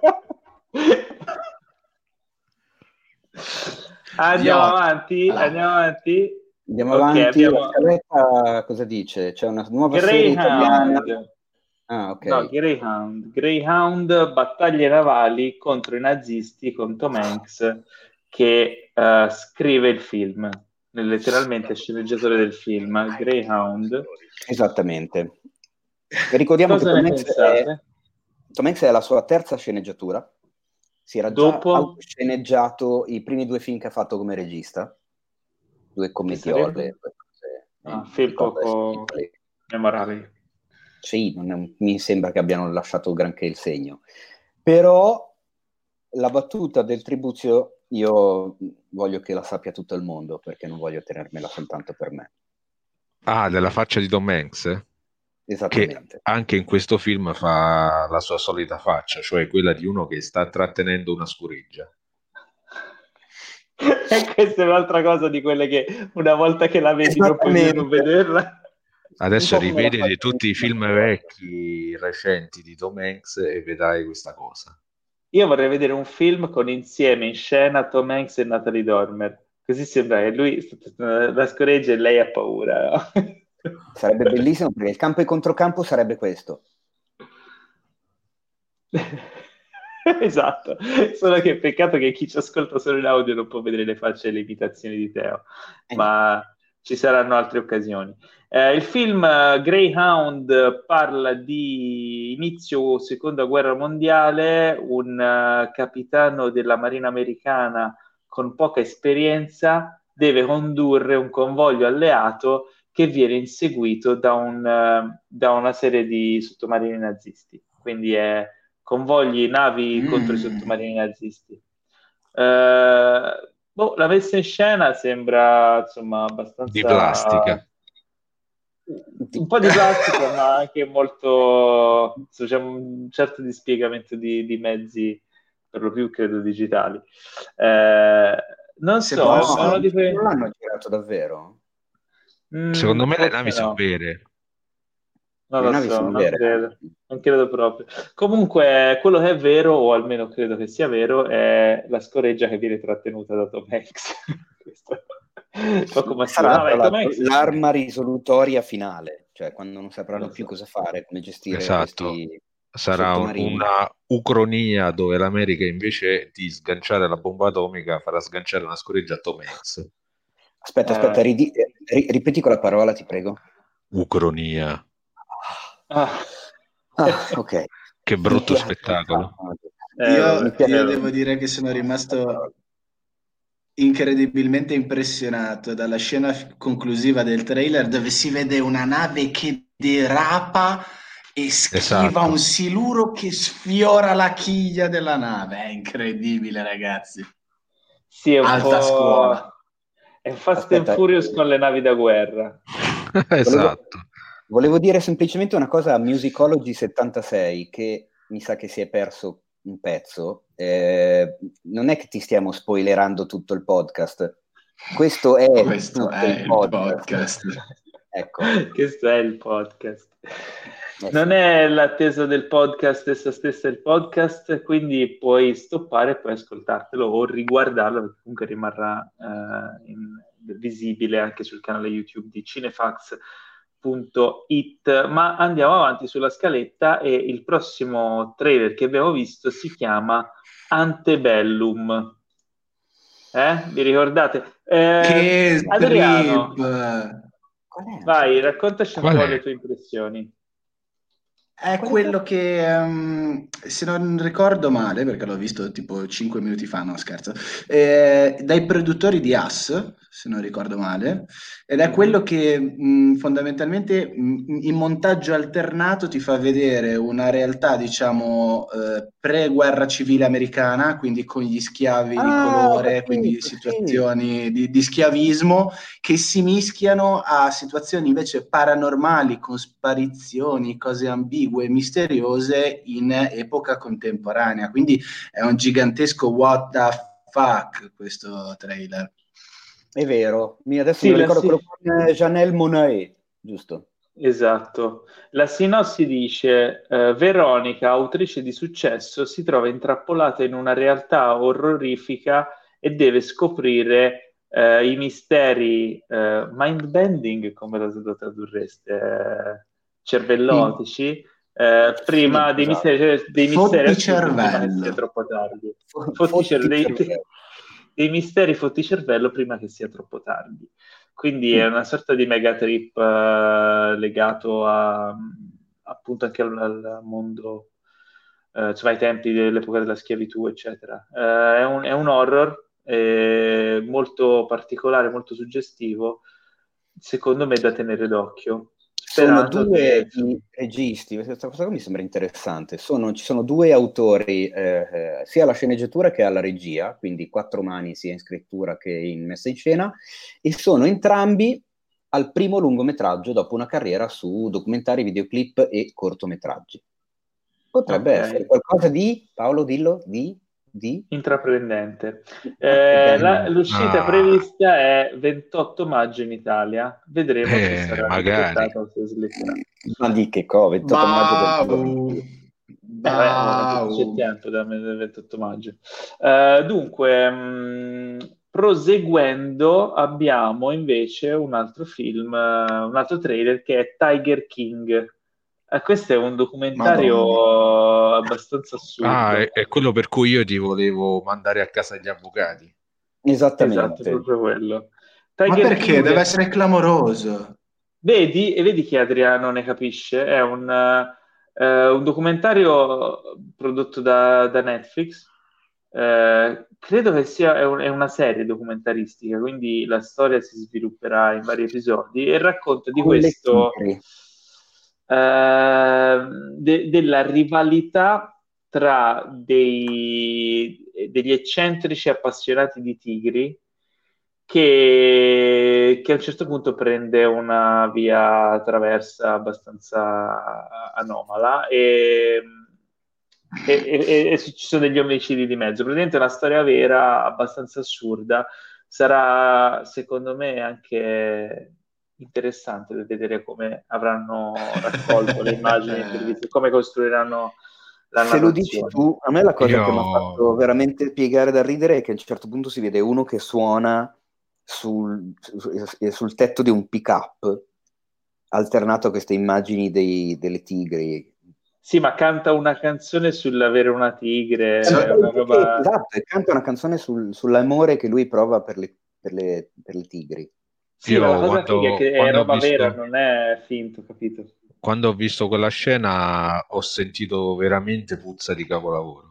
Andiamo Io... avanti, andiamo avanti. Andiamo Ok, avanti, abbiamo... la scaletta cosa dice? C'è una nuova serie italiana. Greyhound. Ah, ok. No, Greyhound. Greyhound, battaglie navali contro i nazisti con Tom Hanks che uh, scrive il film, letteralmente sceneggiatore del film, Greyhound. Esattamente. E ricordiamo Cosa che Tom ne Hanks, pensate? è, Tom Hanks è la sua terza sceneggiatura. Si era Dopo? già autosceneggiato i primi due film che ha fatto come regista, due commediole. Ah, film poco memorabili. Sì, non è, mi sembra che abbiano lasciato granché il segno. Però la battuta del Tribuzio io voglio che la sappia tutto il mondo, perché non voglio tenermela soltanto per me. Ah, della faccia di Tom Hanks? Esattamente. Che anche in questo film fa la sua solita faccia, cioè quella di uno che sta trattenendo una scureggia. E questa è un'altra cosa di quelle che una volta che la vedi non puoi più non vederla. Adesso rivedi tutti i film vecchi, recenti di Tom Hanks e vedrai questa cosa. Io vorrei vedere un film con insieme in scena Tom Hanks e Natalie Dormer. Così sembra che lui la scorreggia e lei ha paura. No? Sarebbe bellissimo perché il campo e controcampo sarebbe questo. Esatto, solo che peccato che chi ci ascolta solo in audio non può vedere le facce e le imitazioni di Teo, eh ma no. Ci saranno altre occasioni. Eh, il film uh, Greyhound parla di inizio seconda guerra mondiale, un uh, capitano della marina americana con poca esperienza deve condurre un convoglio alleato che viene inseguito da, un, uh, da una serie di sottomarini nazisti, quindi è convogli, navi mm. contro i sottomarini nazisti. Uh, boh, la messa in scena sembra insomma abbastanza di plastica, un po' di plastica, ma anche molto c'è un certo dispiegamento di, di mezzi, per lo più credo digitali. Eh, non Se so, posso, è uno di quei... non l'hanno girato davvero? Mm, secondo me le navi no. sono vere. Non le lo navi so, sono non vere. credo, non credo proprio. Comunque, quello che è vero, o almeno credo che sia vero, è la scoreggia che viene trattenuta da Tom Hanks. Questo poco sarà Vabbè, la, Tom Hanks... l'arma risolutoria finale, cioè quando non sapranno so. più cosa fare, come gestire esatto. questi sarà un, una ucronia dove l'America invece di sganciare la bomba atomica farà sganciare una scoreggia a Tom Hanks. Aspetta, aspetta, Eh. ridi- ri- ripeti quella parola, ti prego. Ucronia. Ah, ah ok. Che brutto spettacolo. Eh, io, io devo dire che sono rimasto incredibilmente impressionato dalla scena conclusiva del trailer dove si vede una nave che derapa e schiva esatto. un siluro che sfiora la chiglia della nave. È incredibile, ragazzi. Sì, è un alta po'... scuola. È Fast Aspetta, and Furious con le navi da guerra. Esatto. Volevo, volevo dire semplicemente una cosa a Musicology settantasei, che mi sa che si è perso un pezzo. Eh, non è che ti stiamo spoilerando tutto il podcast. Questo è, Questo è il podcast. podcast. Ecco. Questo è il podcast. Non è l'attesa del podcast essa stessa il podcast, quindi puoi stoppare e poi ascoltartelo o riguardarlo, perché comunque rimarrà uh, in, visibile anche sul canale YouTube di cinefax punto it. Ma andiamo avanti sulla scaletta e il prossimo trailer che abbiamo visto si chiama Antebellum. Eh? Vi ricordate? Eh, che Adriano, trip! vai, raccontaci un Qual po' è? le tue impressioni. È quello che, um, se non ricordo male, perché l'ho visto tipo cinque minuti fa, no scherzo, eh, dai produttori di Us, se non ricordo male, ed è quello che mh, fondamentalmente mh, in montaggio alternato ti fa vedere una realtà, diciamo, eh, pre-guerra civile americana, quindi con gli schiavi di Ah, ho colore, quindi capito, sì. situazioni di, di schiavismo che si mischiano a situazioni invece paranormali, con sparizioni, cose ambigue, misteriose in epoca contemporanea. Quindi è un gigantesco what the fuck questo trailer. È vero, mi adesso Sì, me lo la ricordo si- quello con Janelle Monáe, giusto? Esatto. La sinossi dice: eh, Veronica, autrice di successo, si trova intrappolata in una realtà orrorifica e deve scoprire eh, i misteri eh, mind-bending, come lo tradurreste, eh, cervellotici, eh, prima Sì, dei esatto. misteri, dei misteri Fotti assurdi prima che sia cervello. troppo tardi. Fotti Fotti cer- dei, cervello. dei misteri fotti cervello prima che sia troppo tardi. Quindi è Mm. una sorta di megatrip eh, legato a, appunto anche al, al mondo, eh, cioè ai tempi dell'epoca della schiavitù, eccetera. Eh, è un, è un horror eh, molto particolare, molto suggestivo, secondo me da tenere d'occhio. Sono Sperando due che... i registi, questa cosa qua mi sembra interessante. Sono, ci sono due autori, eh, eh, sia alla sceneggiatura che alla regia, quindi quattro mani sia in scrittura che in messa in scena, e sono entrambi al primo lungometraggio dopo una carriera su documentari, videoclip e cortometraggi. Potrebbe Ok. essere qualcosa di, Paolo, dillo, di, di... Intraprendente. Eh, la- l'uscita Ah, prevista è ventotto maggio in Italia. Vedremo se eh, sarà magari. rispettata o se slitterà. Ma di che cosa? ventotto maggio del Bau, Eh, beh, ancora c'è bau. tempo dal ventotto maggio. Eh, dunque, mh, proseguendo, abbiamo invece un altro film, eh, un altro trailer che è Tiger King. Eh, questo è un documentario Madonna. abbastanza Ah, assurdo. è, è quello per cui io ti volevo mandare a casa gli avvocati. Esatto, Esattamente. proprio quello. Ma Tiger perché? King, Deve essere clamoroso. vedi, e vedi che Adriano ne capisce, è un, eh, un documentario prodotto da, da Netflix. Eh, credo che sia è un- è una serie documentaristica, quindi la storia si svilupperà in vari episodi e racconta di Con le questo, tigri. eh, de- della rivalità tra dei- degli eccentrici appassionati di tigri che, che a un certo punto prende una via traversa abbastanza anomala e, e, e- e ci sono degli omicidi di mezzo. Praticamente è una storia vera, abbastanza assurda. Sarà, secondo me, anche interessante da vedere come avranno raccolto le immagini, le interviste, come costruiranno la Se lo dici narrazione. tu, a me la cosa che mi ha fatto Io... veramente piegare da ridere è che a un certo punto si vede uno che suona sul, su- sul tetto di un pick-up, alternato a queste immagini dei- delle tigri. Sì, ma canta una canzone sull'avere una tigre, So- è una roba... Esatto, e canta una canzone sul- sull'amore che lui prova per le, per le- per le tigri. Sì, ma la Io cosa figa è quando, che è quando ho roba vera, visto, non è finto, capito? quando ho visto quella scena ho sentito veramente puzza di capolavoro.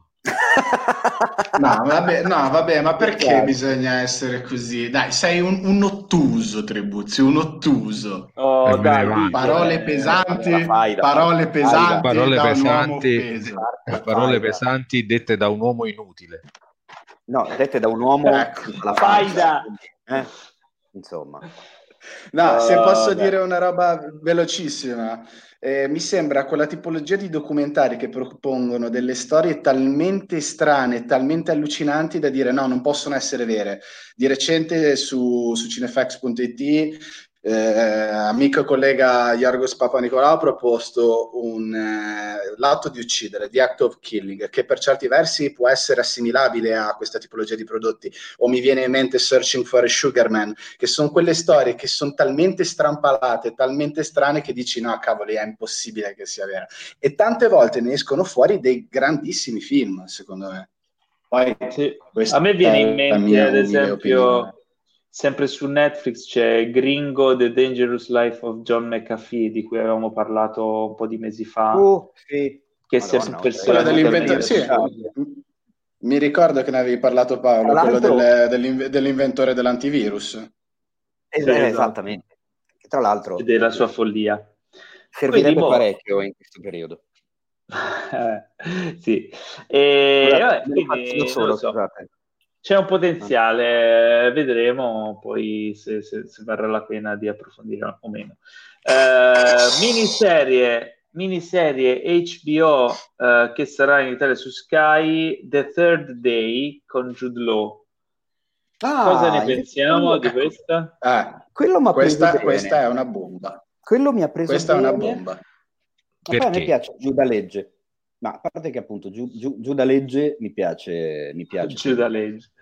No, vabbè, no, vabbè, ma perché Esatto. bisogna essere così? Dai, sei un, un ottuso, Trebuzzi, un ottuso. Oh, E me ne dai, vanto. Parole digliene. pesanti, faida, parole faida. pesanti Parole da un uomo pesanti, offeso. La parole faida. pesanti dette da un uomo inutile. No, dette da un uomo Ecco. alla Faida. faida. Eh? Insomma. No, se Oh, posso dai. dire una roba velocissima, eh, mi sembra quella tipologia di documentari che propongono delle storie talmente strane, talmente allucinanti da dire no, non possono essere vere. Di recente su, su cinefax punto it, eh, amico e collega Yorgos Papanicolau ha proposto un, eh, l'atto di uccidere, The Act of Killing, che per certi versi può essere assimilabile a questa tipologia di prodotti. O mi viene in mente Searching for a Sugar Man, che sono quelle storie che sono talmente strampalate, talmente strane che dici no, cavoli, è impossibile che sia vera. E tante volte ne escono fuori dei grandissimi film, secondo me. Poi Sì. questa A me viene in è la mente, mia ad umile esempio, opinione. sempre su Netflix c'è Gringo, The Dangerous Life of John McAfee, di cui avevamo parlato un po' di mesi fa. Oh, sì. Che Madonna, è sempre quello dell'inventore, sì. Mi ricordo che ne avevi parlato, Paolo, quello del, dell'inv- dell'inventore dell'antivirus. Eh, sì, eh, esattamente. Tra l'altro... E della sua follia. Servirebbe Quindi, parecchio boh. in questo periodo. eh, sì. E, Guarda, vabbè, me lo quindi, faccio da solo, so. scusate. C'è un potenziale, vedremo poi se, se, se varrà la pena di approfondire o meno. Uh, miniserie, miniserie H B O uh, che sarà in Italia su Sky, The Third Day con Jude Law. Ah, cosa ne pensiamo di questa? Ah, quello mi ha questa, preso questa bene. È una bomba. Quello mi ha preso questa bene. È una bomba. Ma poi a me piace Giuda Legge. Ma a parte che appunto Giu, Giu, Giuda Legge mi piace, mi piace. Giuda Legge.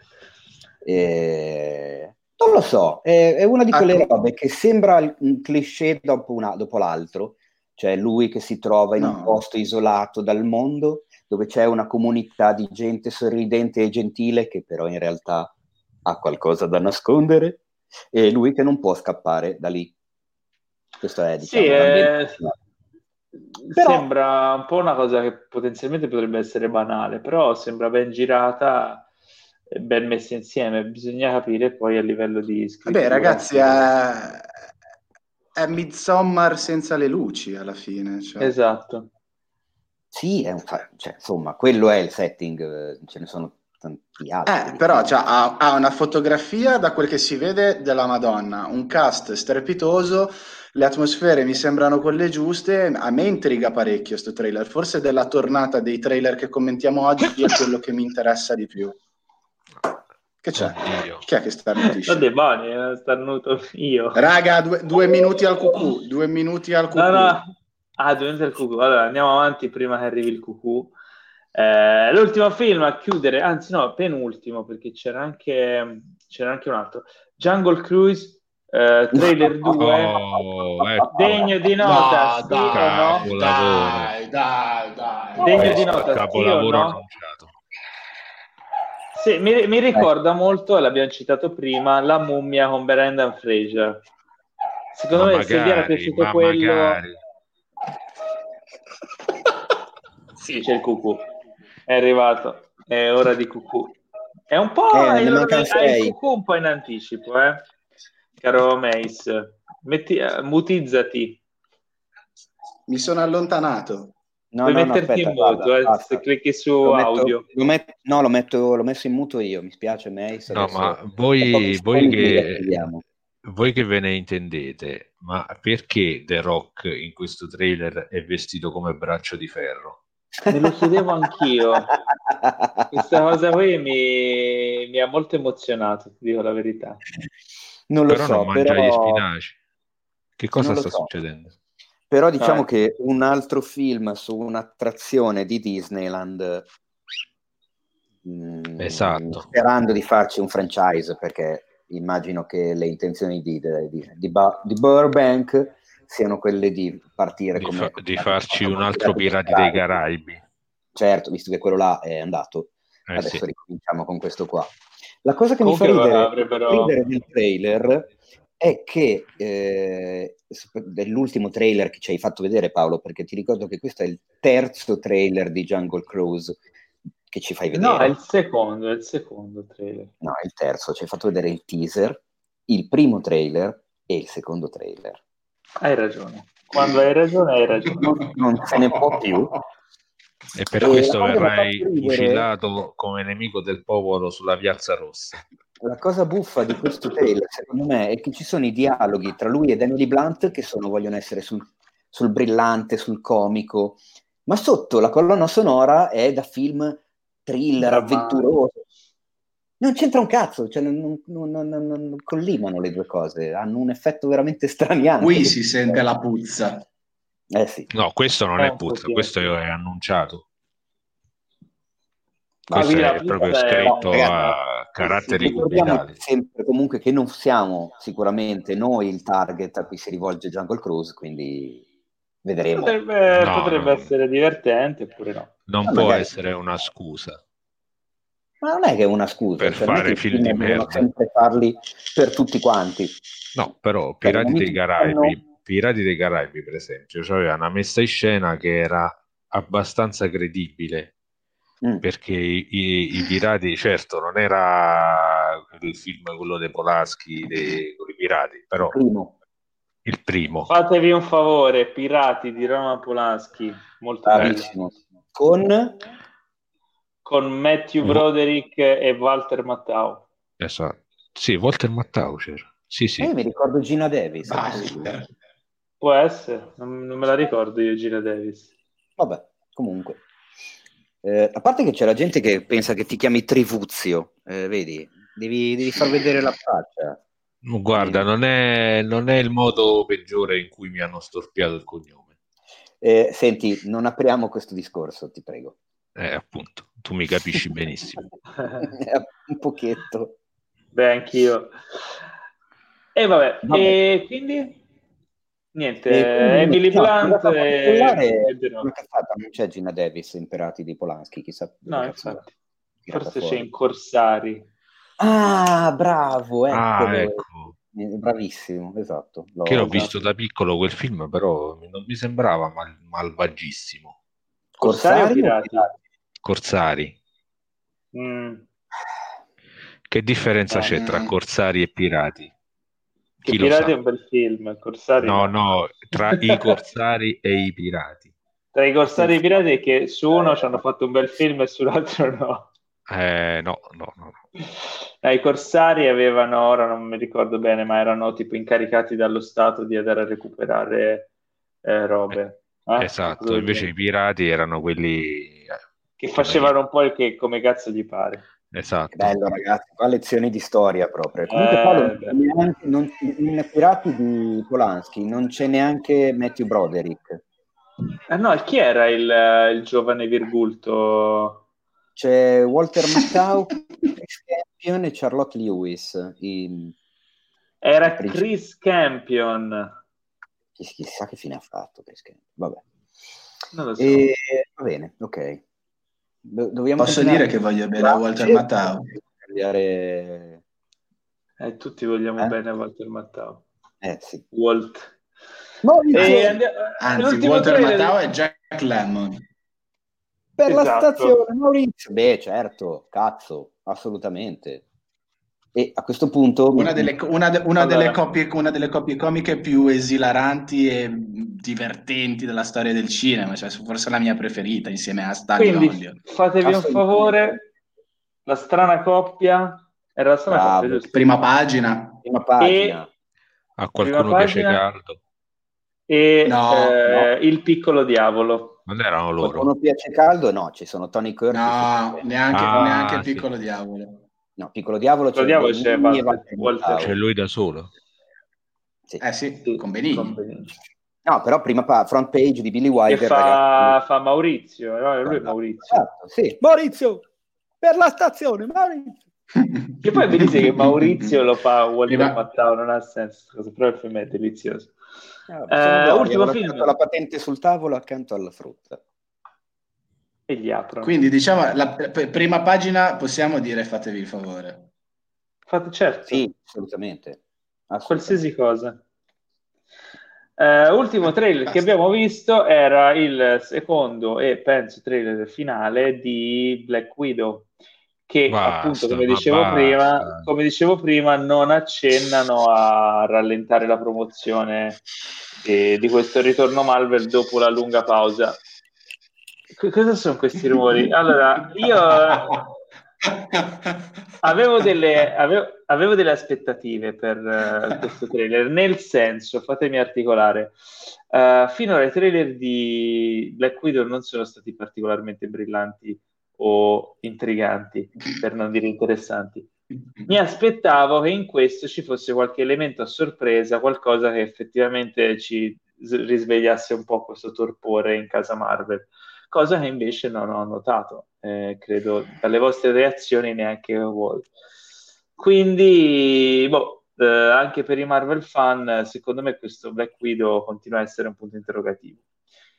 E... non lo so, è, è una di quelle ah, robe che sembra un cliché dopo, una, dopo l'altro, cioè lui che si trova in no. un posto isolato dal mondo, dove c'è una comunità di gente sorridente e gentile che però in realtà ha qualcosa da nascondere, e lui che non può scappare da lì. Questo è, diciamo, sì, l'ambiente. Però... sembra un po' una cosa che potenzialmente potrebbe essere banale, però sembra ben girata e ben messa insieme. Bisogna capire poi a livello di scrittura. Vabbè, ragazzi, è, è Midsommar senza le luci alla fine. Cioè. Esatto. Sì, è un, cioè, insomma, quello è il setting, ce ne sono tanti altri. Eh, però cioè, ha, ha una fotografia, da quel che si vede, della Madonna, un cast strepitoso, le atmosfere mi sembrano quelle giuste. A me intriga parecchio sto trailer, forse della tornata dei trailer che commentiamo oggi è quello che mi interessa di più. Che c'è? Oddio. Chi è che starnutisce? No, demoni, è starnuto io. Raga, due, due minuti al cucù, due minuti al cucù. No, no. Ah, due minuti al cucù. Allora, andiamo avanti prima che arrivi il cucù. Eh, l'ultimo film a chiudere, anzi no, penultimo, perché c'era anche, c'era anche un altro. Jungle Cruise, eh, trailer due, oh, ecco. Degno di nota, no, sì dai, o no? Dai, dai, dai. Degno di nota, capolavoro sì o no? Sì, mi, mi ricorda molto, e l'abbiamo citato prima, La mummia con Brendan Fraser. Secondo ma me magari, se vi era piaciuto quello... Magari. Sì, c'è il cucù. È arrivato, è ora di cucù. È un po' eh, il, il cucù un po' in anticipo, eh? Caro Mace. Metti, uh, mutizzati. Mi sono allontanato. No, Puoi no, metterti no, aspetta, in muto, guarda, eh, se clicchi su lo metto, audio. Lo met- no, lo metto, l'ho messo in muto io, mi spiace Mace. No, ma voi, voi, che, voi che ve ne intendete, ma perché The Rock in questo trailer è vestito come Braccio di Ferro? Me lo chiedevo anch'io. Questa cosa qui mi, mi ha molto emozionato, dico la verità. Non lo però so, non mangia però... gli spinaci. Che cosa sta so. succedendo? Però diciamo ah. che un altro film su un'attrazione di Disneyland, mh, esatto, sperando di farci un franchise, perché immagino che le intenzioni di, di, di, di Burbank siano quelle di partire di, come, fa- come di farci un altro Pirati dei Caraibi. Certo, visto che quello là è andato, eh adesso sì. ricominciamo con questo qua. La cosa che Comunque mi fa ridere, avrebbero... ridere del trailer è che eh, dell'ultimo trailer che ci hai fatto vedere, Paolo, perché ti ricordo che questo è il terzo trailer di Jungle Cruise che ci fai vedere. No, è il secondo, è il secondo trailer. No, è il terzo, ci hai fatto vedere il teaser, il primo trailer e il secondo trailer. Hai ragione. Quando hai ragione, hai ragione. Non, non se ne può più. E per e questo verrai fucilato come nemico del popolo sulla Piazza Rossa. La cosa buffa di questo trailer, secondo me, è che ci sono i dialoghi tra lui ed Emily Blunt che sono, vogliono essere sul, sul brillante, sul comico, ma sotto la colonna sonora è da film thriller, avventuroso. Non c'entra un cazzo, cioè non, non, non, non, non collimano le due cose, hanno un effetto veramente straniante. Qui si sente la puzza. Eh sì. No, questo non è, è puzza, questo è annunciato. Ma questo è proprio scritto è... a caratteri cubitali. Sempre comunque che non siamo sicuramente noi il target a cui si rivolge Jungle Cruise, quindi vedremo. Potrebbe, no, potrebbe no. essere divertente oppure no. Non no, può magari. essere una scusa. Ma non è che è una scusa. Per cioè, fare film di merda. Sempre farli per tutti quanti. No, però Pirati dei Caraibi, Pirati dei Caraibi, per esempio, aveva una messa in scena che era abbastanza credibile. Mm. Perché i, i, i pirati, certo, non era il film quello dei Polanski dei, con i pirati, però il primo. il primo. Fatevi un favore, Pirati di Roman Polanski, molto bravissimo. bello. Con con Matthew Broderick e Walter Matthau. Esatto. Sì, Walter Matthau c'era. Sì, sì. Eh, mi ricordo Gina Davis. Può essere, non, non me la ricordo io Gina Davis. Vabbè, comunque. Eh, a parte che c'è la gente che pensa che ti chiami Trivuzio, eh, vedi, devi, devi far vedere la faccia. Guarda, non è, non è il modo peggiore in cui mi hanno storpiato il cognome. Eh, senti, non apriamo questo discorso, ti prego. Eh, appunto, tu mi capisci benissimo. Un pochetto. Beh, anch'io. E vabbè, vabbè. E quindi... Niente, e quindi, Emily Blunt e... e... non c'è Gina Davis in Pirati di Polanski, chissà. No, infatti. Forse c'è in Corsari. Ah, bravo, ecco. Ah, ecco. Bravissimo, esatto. L'ho, che l'ho esatto. visto da piccolo quel film, però non mi sembrava mal, malvagissimo. Corsari, Corsari o Pirati? Corsari. Mm. Che differenza eh, c'è tra Corsari e Pirati? Chi lo Pirati sa? È un bel film, Corsari no, no, tra i Corsari e i Pirati. Tra i Corsari e i Pirati è che su uno ci hanno fatto un bel film e sull'altro no. Eh, no, no, no. Eh, I Corsari avevano, ora non mi ricordo bene, ma erano tipo incaricati dallo Stato di andare a recuperare eh, robe. Eh? Esatto, Così. Invece i Pirati erano quelli... Che facevano un po' il che come cazzo gli pare. Esatto. Bello ragazzi, qua lezioni di storia proprio. Comunque eh, Paolo, neanche, non, in Pirati di Polanski non c'è neanche Matthew Broderick. Eh no, chi era il, il giovane virgulto? C'è Walter Matthau, Chris Campion e Charlotte Lewis. In... Era Chris Campion. Chissà che fine ha fatto Chris Campion. Vabbè. Non lo so. E... Va bene, ok. Dobbiamo Posso dire che voglio bene a Walter Matthau? Cambiare... Eh, tutti vogliamo eh? bene a Walter Matthau. Eh sì. Walt. E andiamo... Anzi, Walter trailer... Matthau è Jack Lemmon. Per esatto. La stazione, Maurizio. Beh, certo, cazzo, assolutamente. E a questo punto... Una delle, una de, una allora. delle, coppie, una delle coppie comiche più esilaranti e divertenti della storia del cinema, cioè forse la mia preferita insieme a Stanley Olio. Fatevi un favore, la strana coppia era la strana Bravo. coppia, giusto? Prima pagina. Prima pagina. E, a qualcuno piace caldo. E no, eh, no. Il piccolo diavolo. Non erano loro. Qualcuno piace caldo? No, ci sono Tony Curtis. No, neanche, ah, neanche il piccolo sì. diavolo. No, Piccolo Diavolo c'è, diavolo c'è, Walter. C'è lui da solo. Sì. Eh sì, sì con Benigni. Con Benigni. No, però prima pa- front page di Billy Wilder. Che fa, fa Maurizio, no? Lui è Maurizio. Esatto, sì. Maurizio, per la stazione, Maurizio. Che poi mi dice che Maurizio lo fa Walter prima... Matthau, non ha senso, però il film è delizioso. Eh, eh, ultimo film. La patente sul tavolo accanto alla frutta. E gli aprono. Quindi diciamo la p- prima pagina possiamo dire fatevi il favore. Fate certo. Sì, assolutamente. assolutamente. Qualsiasi cosa. Uh, ultimo trailer Basta. Che abbiamo visto era il secondo e penso trailer finale di Black Widow, che basta, appunto come dicevo prima, come dicevo prima non accennano a rallentare la promozione di, di questo ritorno Marvel dopo la lunga pausa. Cosa sono questi rumori? Allora, io avevo delle, avevo, avevo delle aspettative per uh, questo trailer, nel senso, fatemi articolare, uh, finora i trailer di Black Widow non sono stati particolarmente brillanti o intriganti, per non dire interessanti. Mi aspettavo che in questo ci fosse qualche elemento a sorpresa, qualcosa che effettivamente ci risvegliasse un po' questo torpore in casa Marvel. Cosa che invece non ho notato, eh, credo, dalle vostre reazioni neanche voi. Quindi, boh, eh, anche per i Marvel fan, secondo me questo Black Widow continua a essere un punto interrogativo.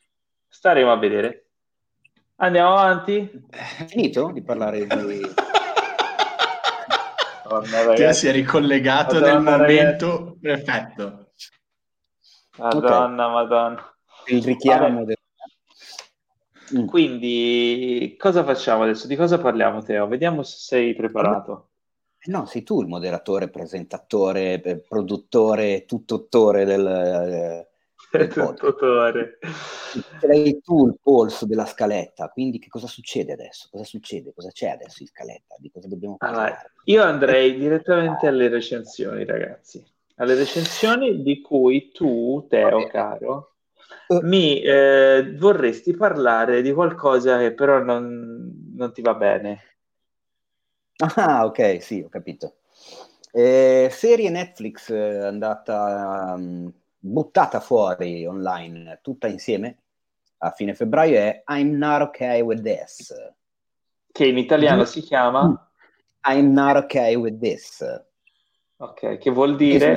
Staremo a vedere. Andiamo avanti. Finito di parlare di... Madonna, Ti si è ricollegato Madonna, nel momento ragazzi. perfetto. Madonna, okay. Madonna. Il richiamo del... mm. Quindi cosa facciamo adesso? Di cosa parliamo, Teo? Vediamo se sei preparato. No, sei tu il moderatore, presentatore, produttore, tutt'ottore del, eh, del tutt'ottore. Sei tu il polso della scaletta, quindi che cosa succede adesso? Cosa succede? Cosa c'è adesso in scaletta? Di cosa dobbiamo parlare? Allora, io andrei direttamente alle recensioni, ragazzi. Alle recensioni di cui tu, Teo, caro, uh, mi eh, vorresti parlare di qualcosa che però non, non ti va bene. Ah, ok, sì, ho capito. Eh, serie Netflix è andata um, buttata fuori online tutta insieme a fine febbraio è I'm Not Okay With This, che in italiano si chiama I'm Not Okay With This. Ok, che vuol dire?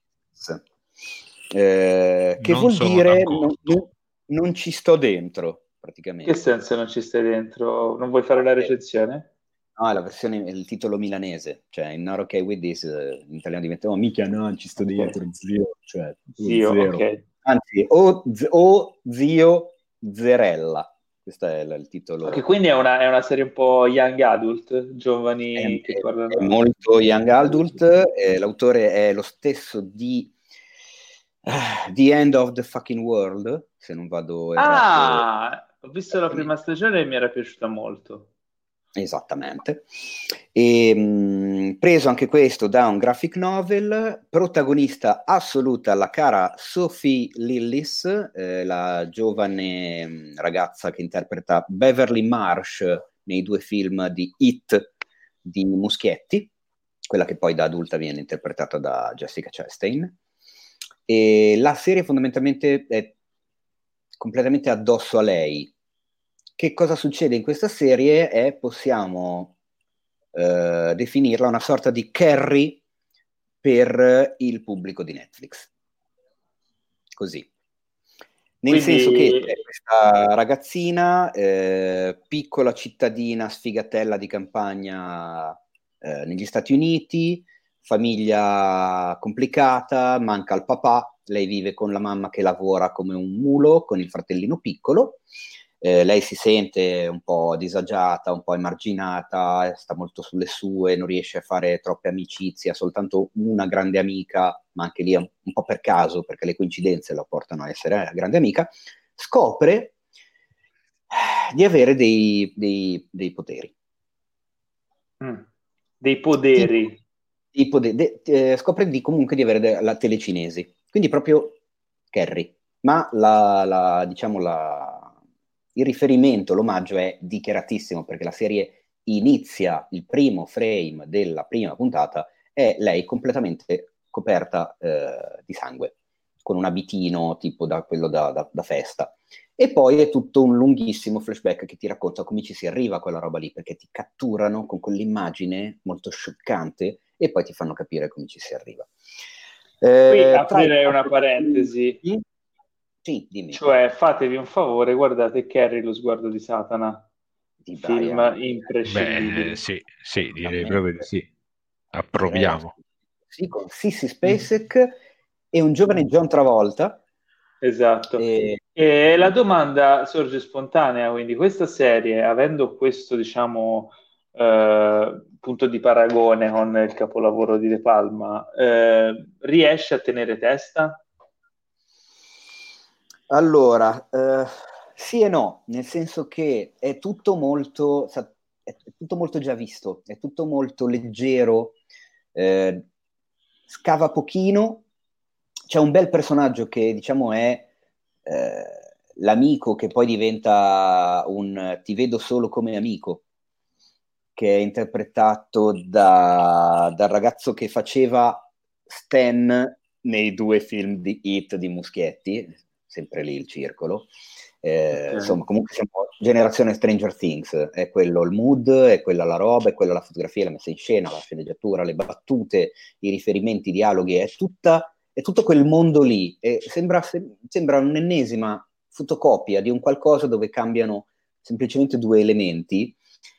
Eh, che non vuol dire non, non, non ci sto dentro, praticamente. Che senso non ci stai dentro? Non vuoi fare la recensione? No, è la versione, è il titolo milanese, cioè in Not Okay With This, in italiano diventa oh, mica no, ci sto okay. dentro, zio, cioè zio, zero. ok. Anzi, o, z- o zio Zerella, questo è il, il titolo. Ok, quindi è una, è una serie un po' young adult, giovani è, che è, parlano... È molto young adult, eh, l'autore è lo stesso di uh, The End of the Fucking World, se non vado errato. Ah, ho visto la prima stagione e mi era piaciuta molto. Esattamente. E, mh, preso anche questo da un graphic novel, protagonista assoluta la cara Sophie Lillis, eh, la giovane mh, ragazza che interpreta Beverly Marsh nei due film di It di Muschietti, quella che poi da adulta viene interpretata da Jessica Chastain. E la serie fondamentalmente è completamente addosso a lei. Che cosa succede in questa serie è, possiamo eh, definirla una sorta di Carrie per il pubblico di Netflix. Così. Nel Quindi... senso che è questa ragazzina, eh, piccola cittadina sfigatella di campagna eh, negli Stati Uniti, famiglia complicata, manca il papà, lei vive con la mamma che lavora come un mulo, con il fratellino piccolo. Eh, lei si sente un po' disagiata, un po' emarginata, sta molto sulle sue, non riesce a fare troppe amicizie, ha soltanto una grande amica, ma anche lì un, un po' per caso, perché le coincidenze la portano a essere una grande amica. Scopre di avere dei, dei, dei poteri. Mm. Dei poderi. Tipo, tipo de, de, eh, scopre di, comunque di avere de, la telecinesi, quindi proprio Carrie, ma la, la, diciamo la... il riferimento, l'omaggio è dichiaratissimo perché la serie inizia, il primo frame della prima puntata è lei completamente coperta eh, di sangue, con un abitino tipo da quello da, da, da festa. E poi è tutto un lunghissimo flashback che ti racconta come ci si arriva a quella roba lì, perché ti catturano con quell'immagine molto scioccante e poi ti fanno capire come ci si arriva. Eh, Qui aprirei una parentesi. Sì? Sì, dimmi. Cioè, fatevi un favore, guardate Carrie, lo sguardo di Satana. Di film Brian. Imprescindibile. Beh, sì, sì, direi proprio di sì. Approviamo. Sì, con Sissy Spacek mm. e un giovane John Travolta. Esatto. E... e la domanda sorge spontanea, quindi questa serie, avendo questo, diciamo, eh, punto di paragone con il capolavoro di De Palma, eh, riesce a tenere testa? Allora, eh, sì e no, nel senso che è tutto molto, è tutto molto già visto, è tutto molto leggero, eh, scava pochino, c'è un bel personaggio che diciamo è eh, l'amico che poi diventa un ti vedo solo come amico, che è interpretato da, dal ragazzo che faceva Stan nei due film di It di Muschietti, sempre lì il circolo. Eh, okay. Insomma, comunque siamo generazione Stranger Things, è quello il mood, è quella la roba, è quella la fotografia, la messa in scena, la sceneggiatura, le battute, i riferimenti, i dialoghi, è, tutta, è tutto quel mondo lì. E sembra, sembra un'ennesima fotocopia di un qualcosa dove cambiano semplicemente due elementi,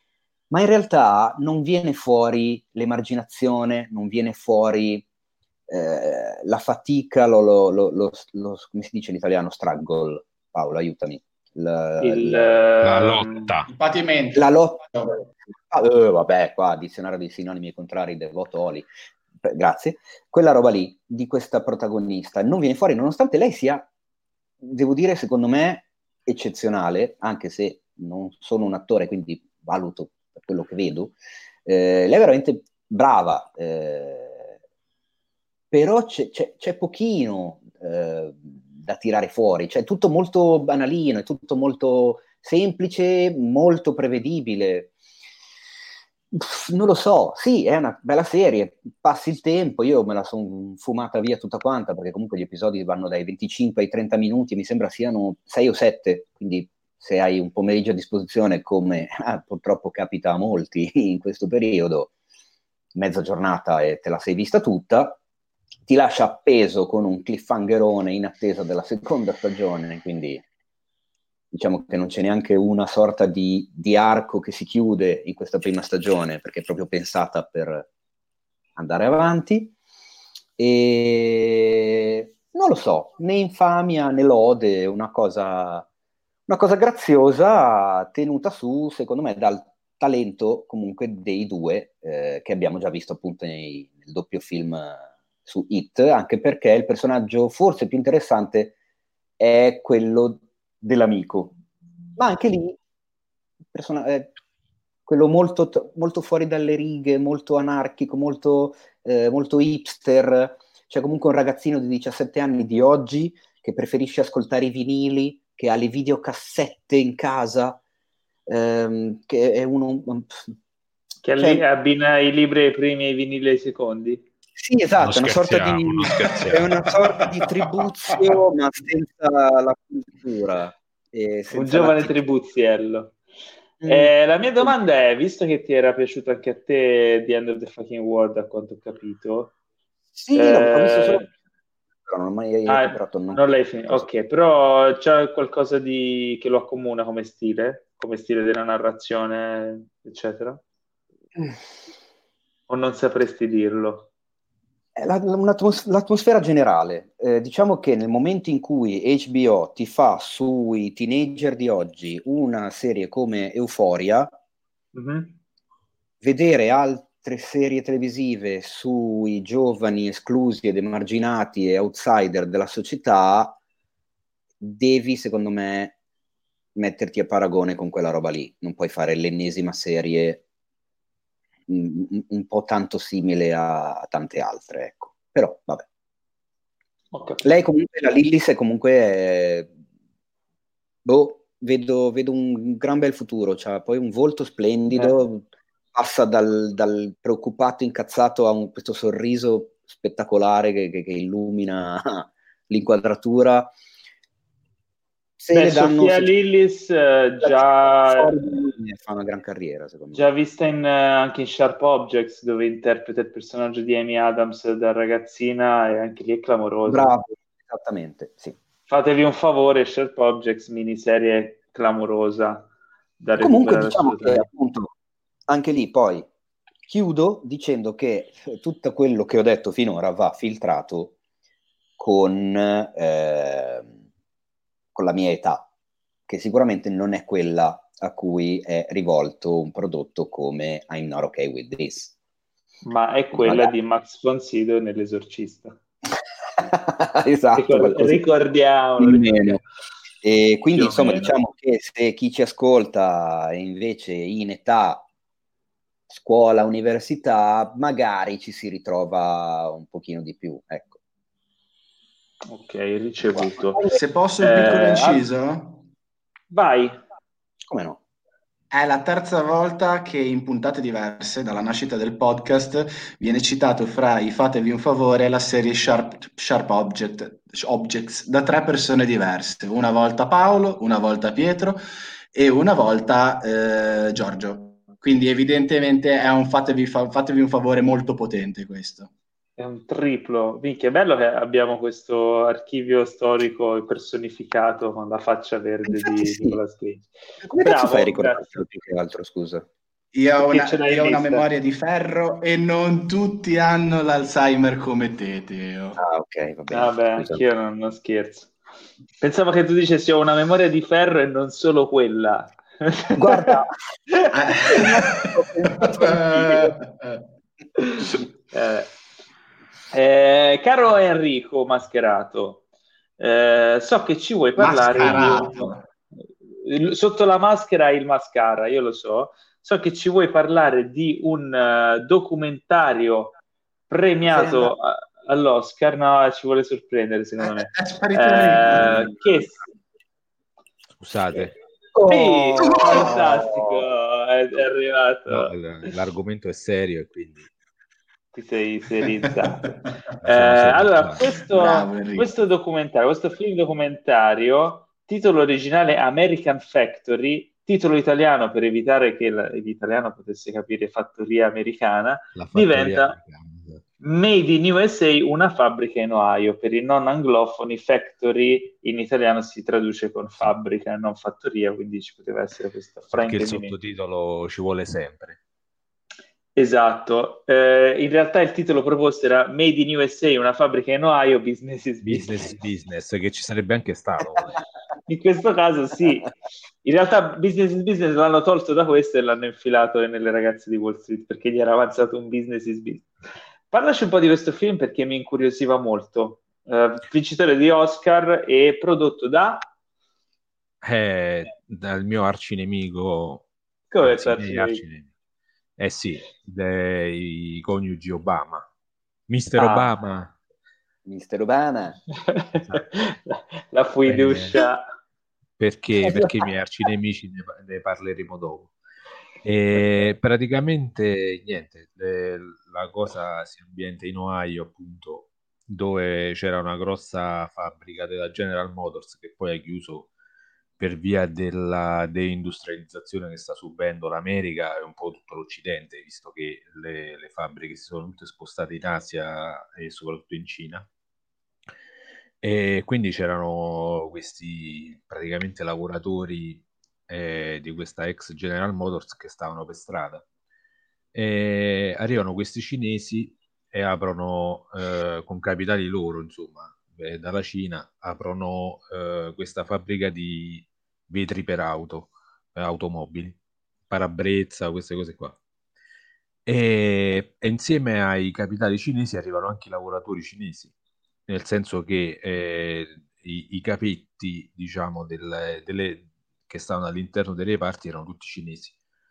ma in realtà non viene fuori l'emarginazione, non viene fuori eh, la fatica, lo, lo, lo, lo, lo, come si dice in italiano, struggle, Paolo, aiutami. La, il, la uh, lotta. Il patimento. La lotta. Ah, eh, vabbè, qua, dizionario dei sinonimi contrari, devotoli. Grazie. Quella roba lì, di questa protagonista, non viene fuori, nonostante lei sia, devo dire, secondo me, eccezionale, anche se non sono un attore, quindi valuto per quello che vedo. Eh, lei è veramente brava, eh, però c'è, c'è, c'è pochino eh, da tirare fuori, cioè tutto molto banalino, è tutto molto semplice, molto prevedibile. Pff, non lo so, sì, è una bella serie, passi il tempo, io me la sono fumata via tutta quanta, perché comunque gli episodi vanno dai venticinque ai trenta minuti, mi sembra siano sei o sette, quindi se hai un pomeriggio a disposizione, come ah, purtroppo capita a molti in questo periodo, mezza giornata e te la sei vista tutta, ti lascia appeso con un cliffhangerone in attesa della seconda stagione, quindi diciamo che non c'è neanche una sorta di, di arco che si chiude in questa prima stagione, perché è proprio pensata per andare avanti. E non lo so, né infamia né lode, una cosa, una cosa graziosa tenuta su, secondo me, dal talento comunque dei due eh, che abbiamo già visto appunto nei, nel doppio film su It, anche perché il personaggio forse più interessante è quello dell'amico, ma anche lì persona- eh, quello molto, molto fuori dalle righe, molto anarchico, molto, eh, molto hipster, c'è comunque un ragazzino di diciassette anni di oggi che preferisce ascoltare i vinili, che ha le videocassette in casa, ehm, che è uno... Che cioè, abbina i libri ai primi e i vinili ai secondi. Sì, esatto, è una sorta di, è una sorta di tribuzio, ma senza la cultura. E senza un giovane la... tribuziello. Mm. Eh, la mia domanda è, visto che ti era piaciuto anche a te The End of the Fucking World, a quanto ho capito. Sì, eh... l'ho visto solo... però non ho mai ah, recuperato. Non, non l'hai finito, ok, però c'è qualcosa di... che lo accomuna come stile, come stile della narrazione, eccetera? Mm. O non sapresti dirlo? La, l'atmosfera generale, eh, diciamo che nel momento in cui H B O ti fa sui teenager di oggi una serie come Euphoria, mm-hmm. vedere altre serie televisive sui giovani esclusi ed emarginati e outsider della società, devi, secondo me, metterti a paragone con quella roba lì. Non puoi fare l'ennesima serie un, un po' tanto simile a, a tante altre, ecco. Però, vabbè. Okay. Lei comunque, la Lillis è comunque... È... Boh, vedo, vedo un gran bel futuro. C'ha poi un volto splendido, eh. passa dal, dal preoccupato, incazzato a un, questo sorriso spettacolare che, che, che illumina l'inquadratura. Se Beh, danno, Sofia se Lillis uh, già fa una gran carriera, secondo già me. vista in, uh, anche in Sharp Objects, dove interpreta il personaggio di Amy Adams da ragazzina, e anche lì è clamoroso. Bravo, esattamente, sì. Fatevi un favore, Sharp Objects, miniserie clamorosa da comunque diciamo che appunto anche lì poi chiudo dicendo che tutto quello che ho detto finora va filtrato con eh, con la mia età, che sicuramente non è quella a cui è rivolto un prodotto come I'm Not Okay With This. Ma è quella Magari. di Max von Sydow nell'Esorcista. Esatto. Ricor- ricordiamolo. ricordiamo. E quindi Più insomma diciamo che se chi ci ascolta è invece in età scuola, università, magari ci si ritrova un pochino di più, ecco. Ok, ricevuto. Se posso un piccolo eh, inciso? Vai. Come no? È la terza volta che in puntate diverse, dalla nascita del podcast, viene citato fra i Fatevi un favore la serie Sharp, Sharp Object, Objects da tre persone diverse. Una volta Paolo, una volta Pietro e una volta eh, Giorgio. Quindi evidentemente è un fatevi, fa, fatevi un favore molto potente questo. È un triplo. Minchia, è bello che abbiamo questo archivio storico personificato con la faccia verde di sì. Nicolas Cage. Come cazzo fai a ricordartelo più che altro, scusa? Io ho, una, io ho una memoria di ferro e non tutti hanno l'Alzheimer come te, Teo. Ah, ok, va bene. Vabbè, anch'io non, non scherzo. Pensavo che tu dicessi ho una memoria di ferro e non solo quella. Guarda, eh, eh, caro Enrico Mascherato, eh, so che ci vuoi parlare di un, sotto la maschera il mascara, io lo so. So che ci vuoi parlare di un uh, documentario premiato a, all'Oscar. No, ci vuole sorprendere, secondo me. È sparito eh, che... Scusate. Oh, sì, oh, fantastico, è, è arrivato. No, l'argomento è serio e quindi ti sei serizzato. eh, allora, questo, Bravo, questo documentario, questo film documentario, titolo originale American Factory, titolo italiano per evitare che l'italiano potesse capire fattoria americana, diventa americana. Made in U S A, una fabbrica in Ohio. Per i non anglofoni, factory in italiano si traduce con fabbrica e non fattoria, quindi ci poteva essere questo fraintendimento. Perché il sottotitolo ci vuole sempre. Esatto, eh, in realtà il titolo proposto era Made in U S A, una fabbrica in Ohio, business is business. Business business, che ci sarebbe anche stato. In questo caso sì, in realtà business is business l'hanno tolto da questo e l'hanno infilato nelle ragazze di Wall Street perché gli era avanzato un business is business. Parlaci un po' di questo film perché mi incuriosiva molto. Uh, vincitore di Oscar e prodotto da? Eh, dal mio arcinemico. Come anzi, arcinemico? arcinemico? Eh sì, dei coniugi Obama. Mister ah. Obama. Mister Obama. La fiducia. Eh, perché, perché i miei arcinemici ne, ne parleremo dopo. E praticamente niente, le, la cosa si ambienta in Ohio, appunto, dove c'era una grossa fabbrica della General Motors che poi ha chiuso per via della deindustrializzazione che sta subendo l'America e un po' tutto l'Occidente, visto che le, le fabbriche si sono tutte spostate in Asia e soprattutto in Cina. E quindi c'erano questi praticamente lavoratori eh, di questa ex General Motors che stavano per strada. E arrivano questi cinesi e aprono eh, con capitali loro, insomma, eh, dalla Cina, aprono eh, questa fabbrica di vetri per auto, eh, automobili, parabrezza, queste cose qua. E, e insieme ai capitali cinesi arrivano anche i lavoratori cinesi, nel senso che eh, i, i capetti, diciamo, delle, delle, che stavano all'interno dei reparti erano tutti cinesi.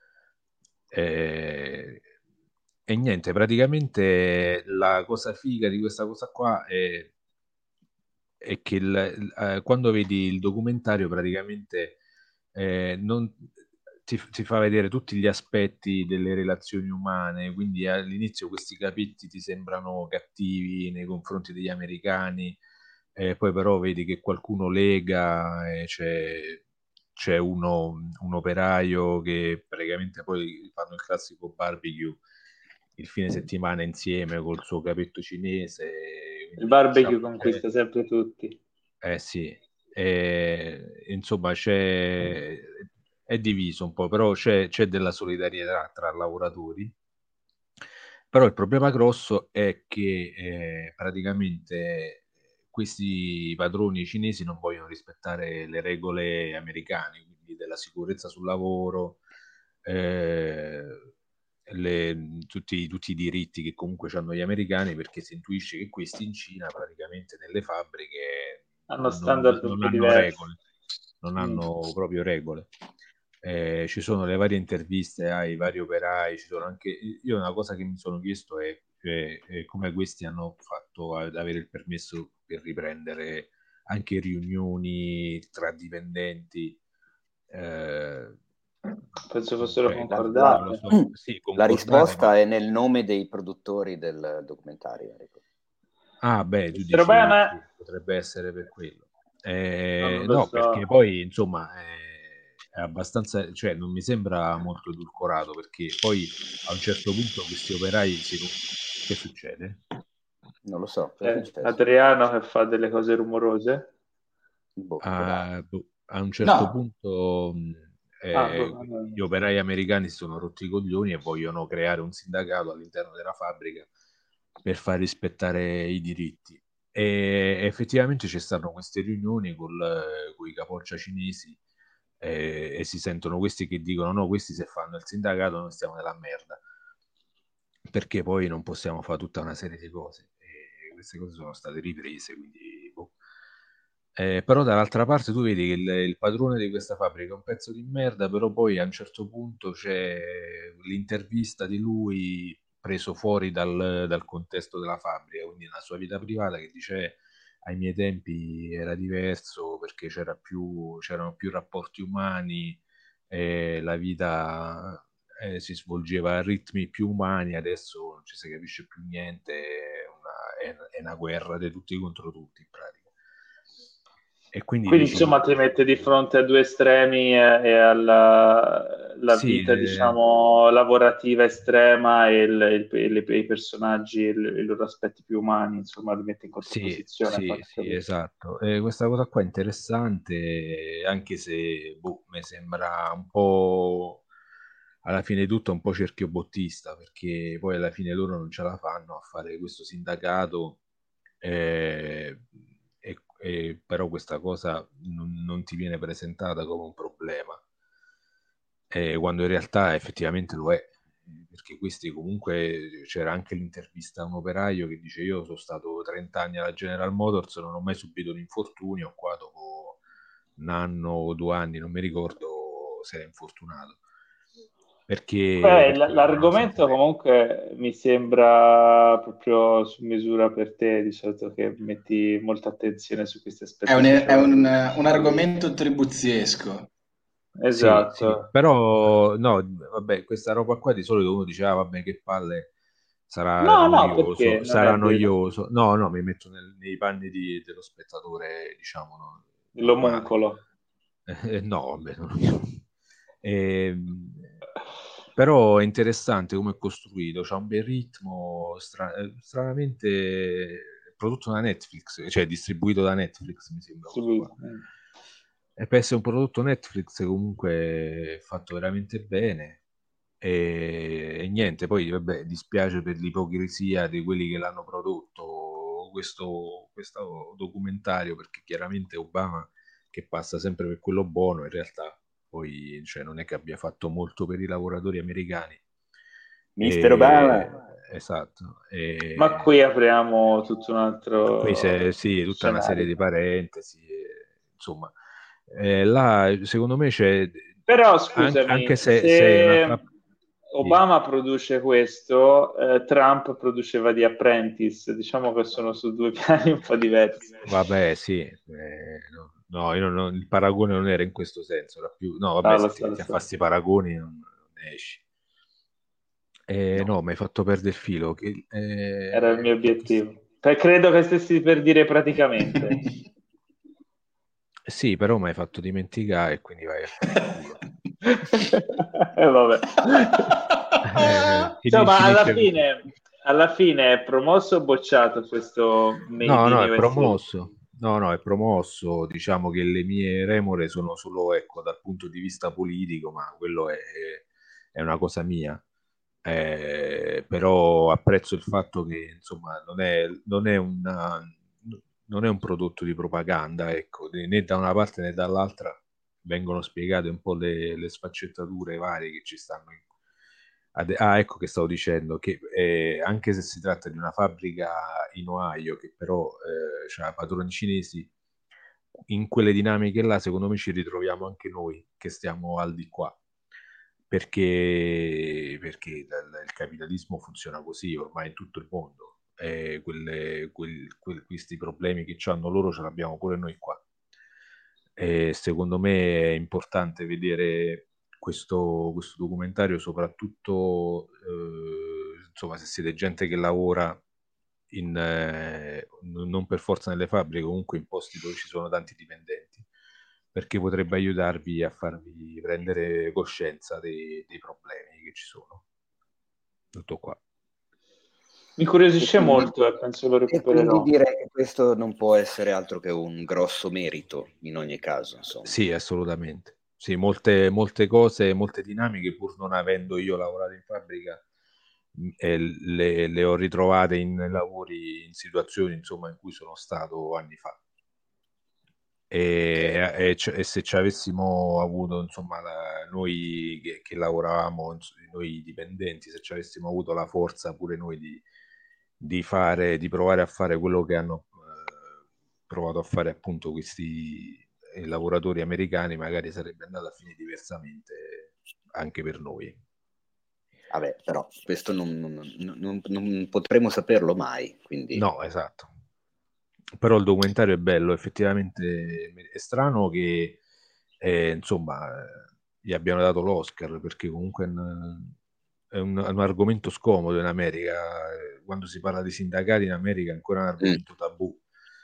E, e niente, praticamente la cosa figa di questa cosa qua è, è che il, eh, quando vedi il documentario praticamente eh, non, ti, ti fa vedere tutti gli aspetti delle relazioni umane, quindi all'inizio questi capetti ti sembrano cattivi nei confronti degli americani, eh, poi però vedi che qualcuno lega e c'è, c'è uno, un operaio che praticamente poi fanno il classico barbecue il fine settimana insieme col suo capetto cinese. Il barbecue conquista sempre tutti. Eh sì, e, insomma c'è, è diviso un po', però c'è, c'è della solidarietà tra lavoratori. Però il problema grosso è che eh, praticamente questi padroni cinesi non vogliono rispettare le regole americane, quindi della sicurezza sul lavoro, eh, le, tutti, tutti i diritti che comunque hanno gli americani, perché si intuisce che questi in Cina praticamente nelle fabbriche hanno standard non, non hanno diversi. regole, non hanno mm. proprio regole. Eh, ci sono le varie interviste ai vari operai, ci sono anche, io una cosa che mi sono chiesto è, è, è come questi hanno fatto ad avere il permesso per riprendere anche riunioni tra dipendenti. Eh, penso fossero cioè, concordate. La, so. sì, la risposta ma... è nel nome dei produttori del documentario. Ah beh, tu dici, ma... potrebbe essere per quello. Eh, no, so. Perché poi insomma è abbastanza, cioè non mi sembra molto edulcorato, perché poi a un certo punto questi operai si... che succede? Non lo so. Eh, Adriano che fa delle cose rumorose? Boh, a, a un certo no. punto eh, ah, gli operai americani si sono rotti i coglioni e vogliono creare un sindacato all'interno della fabbrica per far rispettare i diritti. E effettivamente ci stanno queste riunioni con i capoccia cinesi e, e si sentono questi che dicono no, questi se fanno il sindacato noi stiamo nella merda, perché poi non possiamo fare tutta una serie di cose, e queste cose sono state riprese, quindi boh. Eh, però dall'altra parte tu vedi che il, il padrone di questa fabbrica è un pezzo di merda, però poi a un certo punto c'è l'intervista di lui preso fuori dal, dal contesto della fabbrica, quindi nella sua vita privata, che dice ai miei tempi era diverso perché c'era più, c'erano più rapporti umani, eh, la vita eh, si svolgeva a ritmi più umani, adesso non ci si capisce più niente, è una, è, è una guerra di tutti contro tutti in pratica. E quindi, quindi dici, insomma ti mette di fronte a due estremi e, e alla la sì, vita eh, diciamo lavorativa estrema e il, il, il, i personaggi e i loro aspetti più umani, insomma li mette in contrapposizione. Sì, sì, sì, esatto. E questa cosa qua è interessante, anche se boh, mi sembra un po' alla fine di tutto un po' cerchiobottista, perché poi alla fine loro non ce la fanno a fare questo sindacato, eh, e, e però questa cosa non, non ti viene presentata come un problema, eh, quando in realtà effettivamente lo è, perché questi comunque, c'era anche l'intervista a un operaio che dice io sono stato trenta anni alla General Motors, non ho mai subito un infortunio, qua dopo un anno o due anni, non mi ricordo, si è infortunato. Perché, Beh, perché l'argomento comunque mi sembra proprio su misura per te, di solito che metti molta attenzione su questi aspetti. È un, è un, un argomento tribuziesco. Esatto. Sì, sì. Però no, vabbè, questa roba qua di solito uno dice ah vabbè che palle, sarà no, noioso, no, sarà noioso. No, no, mi metto nel, nei panni di, dello spettatore, diciamo, no, l'omuncolo. Eh, no, vabbè, non eh, però è interessante come è costruito, c'ha un bel ritmo, stra- stranamente prodotto da Netflix, cioè distribuito da Netflix, mi sembra. E per essere un prodotto Netflix comunque fatto veramente bene, e, e niente, poi vabbè, dispiace per l'ipocrisia di quelli che l'hanno prodotto questo, questo documentario, perché chiaramente Obama, che passa sempre per quello buono, in realtà poi cioè, non è che abbia fatto molto per i lavoratori americani. Mister Obama. Esatto. E... ma qui apriamo tutto un altro qui se, sì, tutta scenario. Una serie di parentesi, insomma. Eh, là secondo me c'è, però scusami, anche, anche se, se, se una... Obama sì. produce questo, eh, Trump produceva The Apprentice, diciamo che sono su due piani un po' diversi. Vabbè sì, eh, no, no, io non, non, il paragone non era in questo senso, era più, no vabbè, no, se so, ti so. fai i paragoni non, non esci. Eh, no, no mi hai fatto perdere il filo. Che, eh, era il mio obiettivo. Sì. Credo che stessi per dire praticamente. Sì, però mi hai fatto dimenticare e quindi vai a fare eh, vabbè. eh, Insomma, alla fine, alla fine è promosso o bocciato questo Made no, no, in è promosso. No, no, è promosso. Diciamo che le mie remore sono solo, ecco, dal punto di vista politico, ma quello è, è una cosa mia. Eh, però apprezzo il fatto che, insomma, non è, non è una... non è un prodotto di propaganda, ecco, né da una parte né dall'altra vengono spiegate un po' le, le sfaccettature varie che ci stanno. In... Ah, ecco che stavo dicendo, che eh, anche se si tratta di una fabbrica in Ohio, che però eh, ha padroni cinesi, in quelle dinamiche là, secondo me ci ritroviamo anche noi, che stiamo al di qua. Perché, perché il, il capitalismo funziona così ormai in tutto il mondo. Eh, quelle, quel, quel, questi problemi che hanno loro ce l'abbiamo pure noi qua. E secondo me è importante vedere questo, questo documentario, soprattutto eh, insomma, se siete gente che lavora in, eh, non per forza nelle fabbriche, comunque in posti dove ci sono tanti dipendenti, perché potrebbe aiutarvi a farvi prendere coscienza dei, dei problemi che ci sono. Tutto qua. Mi incuriosisce molto e penso lo recupererò. E quindi direi che questo non può essere altro che un grosso merito in ogni caso, insomma. Sì, assolutamente. sì, molte, molte cose, molte dinamiche, pur non avendo io lavorato in fabbrica, eh, le, le ho ritrovate in lavori, in situazioni insomma in cui sono stato anni fa. E, okay. e, e se ci avessimo avuto insomma la, noi che, che lavoravamo, noi dipendenti, se ci avessimo avuto la forza pure noi di, di fare, di provare a fare quello che hanno eh, provato a fare appunto questi eh, lavoratori americani, magari sarebbe andato a finire diversamente anche per noi. Vabbè, però questo non, non, non, non potremo saperlo mai, quindi... No, esatto. Però il documentario è bello, effettivamente è strano che eh, insomma gli abbiano dato l'Oscar, perché comunque è un, è un, è un argomento scomodo in America. Quando si parla di sindacati in America è ancora un argomento mm. tabù.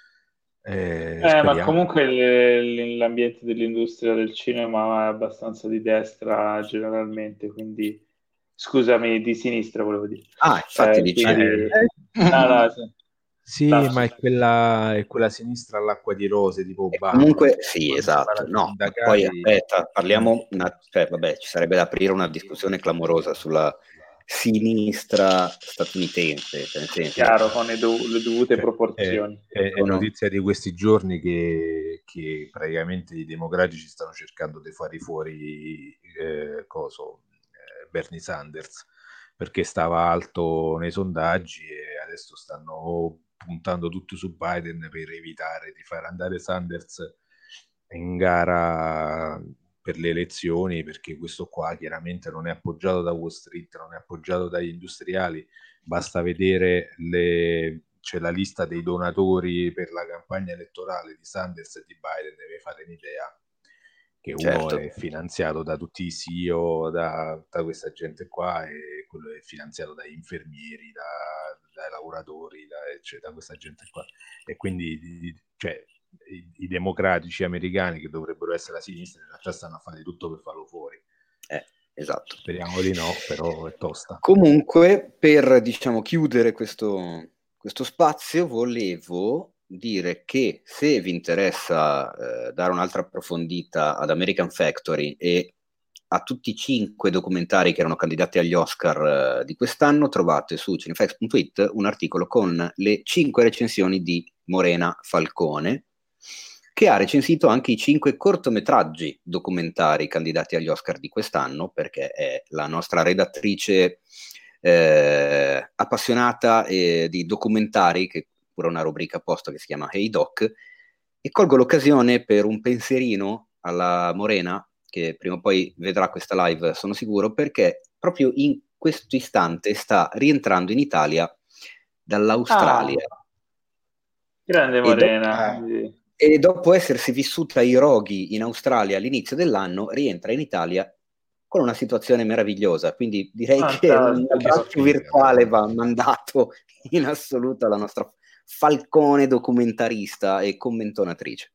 Eh, eh, ma comunque l- l'ambiente dell'industria del cinema è abbastanza di destra generalmente, quindi scusami, di sinistra volevo dire. Ah, infatti eh, dici... quindi... Eh. No, no, sì. Sì, Lapsus. Ma è quella, è quella sinistra all'acqua di rose, tipo Obama. Comunque, sì, esatto. No, poi aspetta, parliamo, una, cioè, vabbè, ci sarebbe da aprire una discussione clamorosa sulla sinistra statunitense. Nel senso, chiaro, con le, dov- le dovute cioè, proporzioni. È, è, è notizia di questi giorni che, che praticamente i democratici stanno cercando di fare fuori eh, coso, eh, Bernie Sanders, perché stava alto nei sondaggi e adesso stanno puntando tutto su Biden per evitare di far andare Sanders in gara per le elezioni, perché questo qua chiaramente non è appoggiato da Wall Street, non è appoggiato dagli industriali. Basta vedere le, c'è la lista dei donatori per la campagna elettorale di Sanders e di Biden, deve fare un'idea che uno certo. è finanziato da tutti i C E O, da, da questa gente qua, e quello è finanziato dagli infermieri, da, dai lavoratori, da, cioè, da questa gente qua. E quindi cioè, i, i democratici americani, che dovrebbero essere la sinistra, in realtà stanno a fare di tutto per farlo fuori. Eh, esatto. Speriamo di no, però è tosta. Comunque, per diciamo chiudere questo, questo spazio, volevo dire che se vi interessa eh, dare un'altra approfondita ad American Factory e a tutti i cinque documentari che erano candidati agli Oscar eh, di quest'anno, trovate su cinefax punto it un articolo con le cinque recensioni di Morena Falcone, che ha recensito anche i cinque cortometraggi documentari candidati agli Oscar di quest'anno, perché è la nostra redattrice eh, appassionata eh, di documentari, che pure una rubrica apposta che si chiama Hey Doc, e colgo l'occasione per un pensierino alla Morena, che prima o poi vedrà questa live, sono sicuro, perché proprio in questo istante sta rientrando in Italia dall'Australia. Ah, grande Morena. E, do- e dopo essersi vissuta i roghi in Australia all'inizio dell'anno, rientra in Italia con una situazione meravigliosa, quindi direi ah, che un abbraccio virtuale va mandato in assoluto alla nostra Falcone documentarista e commentonatrice.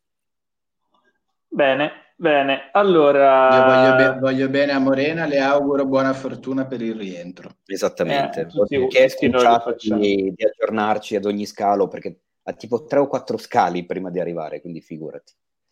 Bene, bene, allora... Io voglio, be- voglio bene a Morena, le auguro buona fortuna per il rientro. Esattamente, eh, tutti, ho chiesto di, di aggiornarci ad ogni scalo, perché ha tipo tre o quattro scali prima di arrivare, quindi figurati.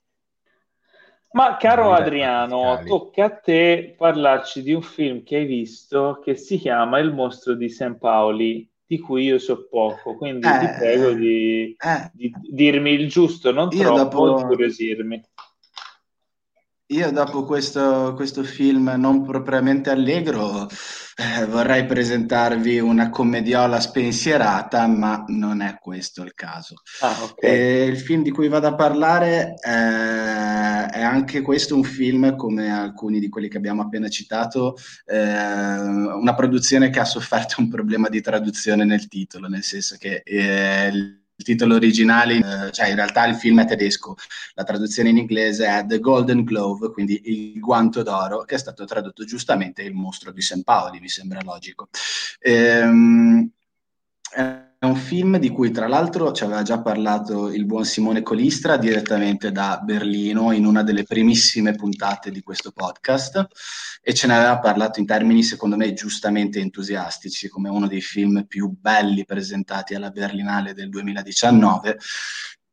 Ma caro Adriano, tocca a te parlarci di un film che hai visto che si chiama Il mostro di Saint Pauli, di cui io so poco, quindi eh, ti prego di, eh, di dirmi il giusto, non troppo, dopo... incuriosirmi. Io dopo questo, questo film non propriamente allegro eh, vorrei presentarvi una commediola spensierata, ma non è questo il caso. Ah, okay. E il film di cui vado a parlare eh, è anche questo un film, come alcuni di quelli che abbiamo appena citato, eh, una produzione che ha sofferto un problema di traduzione nel titolo, nel senso che eh, il titolo originale, eh, cioè in realtà il film è tedesco, la traduzione in inglese è The Golden Glove, quindi il guanto d'oro, che è stato tradotto giustamente Il mostro di Saint Pauli, mi sembra logico. Ehm, è un film di cui tra l'altro ci aveva già parlato il buon Simone Colistra direttamente da Berlino in una delle primissime puntate di questo podcast, e ce ne aveva parlato in termini secondo me giustamente entusiastici, come uno dei film più belli presentati alla Berlinale del duemiladiciannove,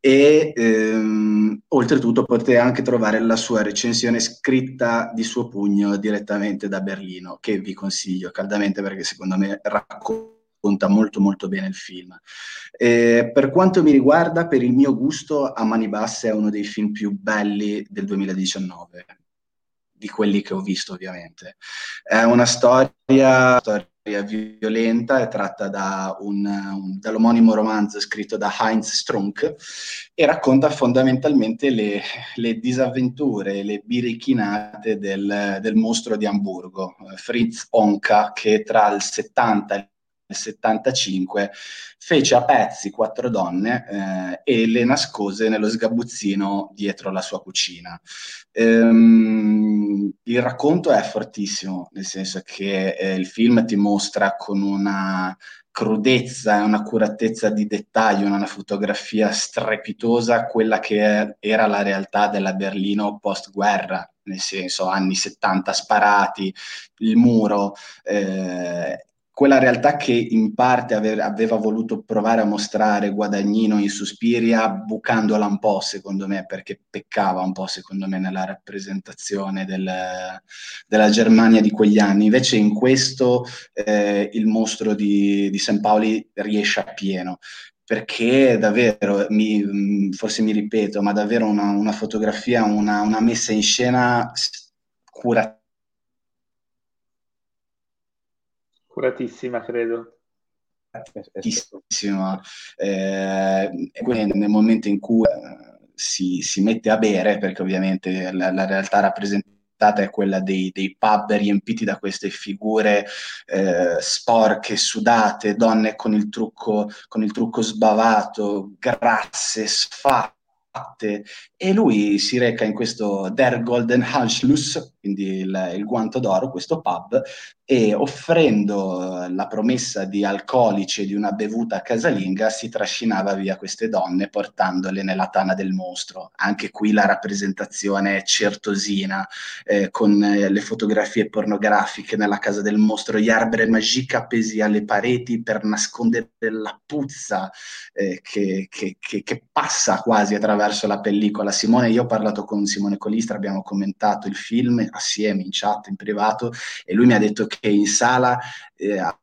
e ehm, oltretutto potete anche trovare la sua recensione scritta di suo pugno direttamente da Berlino, che vi consiglio caldamente perché secondo me racconta molto molto bene il film. Eh, per quanto mi riguarda, per il mio gusto, A mani basse è uno dei film più belli del duemiladiciannove, di quelli che ho visto ovviamente. È una storia, storia violenta, è tratta da un, un, dall'omonimo romanzo scritto da Heinz Strunk e racconta fondamentalmente le, le disavventure, le birichinate del, del mostro di Amburgo, Fritz Onka, che tra il settanta e il settantacinque fece a pezzi quattro donne eh, e le nascose nello sgabuzzino dietro la sua cucina. Ehm, il racconto è fortissimo, nel senso che eh, il film ti mostra con una crudezza e un'accuratezza di dettaglio, una fotografia strepitosa, quella che era la realtà della Berlino post-guerra, nel senso anni settanta sparati, il muro, eh, quella realtà che in parte ave- aveva voluto provare a mostrare Guadagnino in Suspiria, bucandola un po', secondo me, perché peccava un po', secondo me, nella rappresentazione del- della Germania di quegli anni. Invece in questo eh, il mostro di, di San Paoli riesce appieno. Perché davvero, mi- forse mi ripeto, ma davvero una, una fotografia, una, una messa in scena curativa. Curatissima, credo. Eh, e quindi nel momento in cui eh, si, si mette a bere, perché ovviamente la, la realtà rappresentata è quella dei, dei pub riempiti da queste figure eh, sporche, sudate, donne con il trucco, con il trucco sbavato, grasse, sfatte, e lui si reca in questo Der Golden Anschluss, quindi il, il guanto d'oro, questo pub, e offrendo la promessa di alcolici e di una bevuta casalinga si trascinava via queste donne portandole nella tana del mostro. Anche qui la rappresentazione è certosina, eh, con eh, le fotografie pornografiche nella casa del mostro, gli arbre magique appesi alle pareti per nascondere la puzza eh, che, che, che, che passa quasi attraverso la pellicola. Simone, io ho parlato con Simone Colistra, abbiamo commentato il film assieme in chat, in privato, e lui mi ha detto che in sala eh, ha,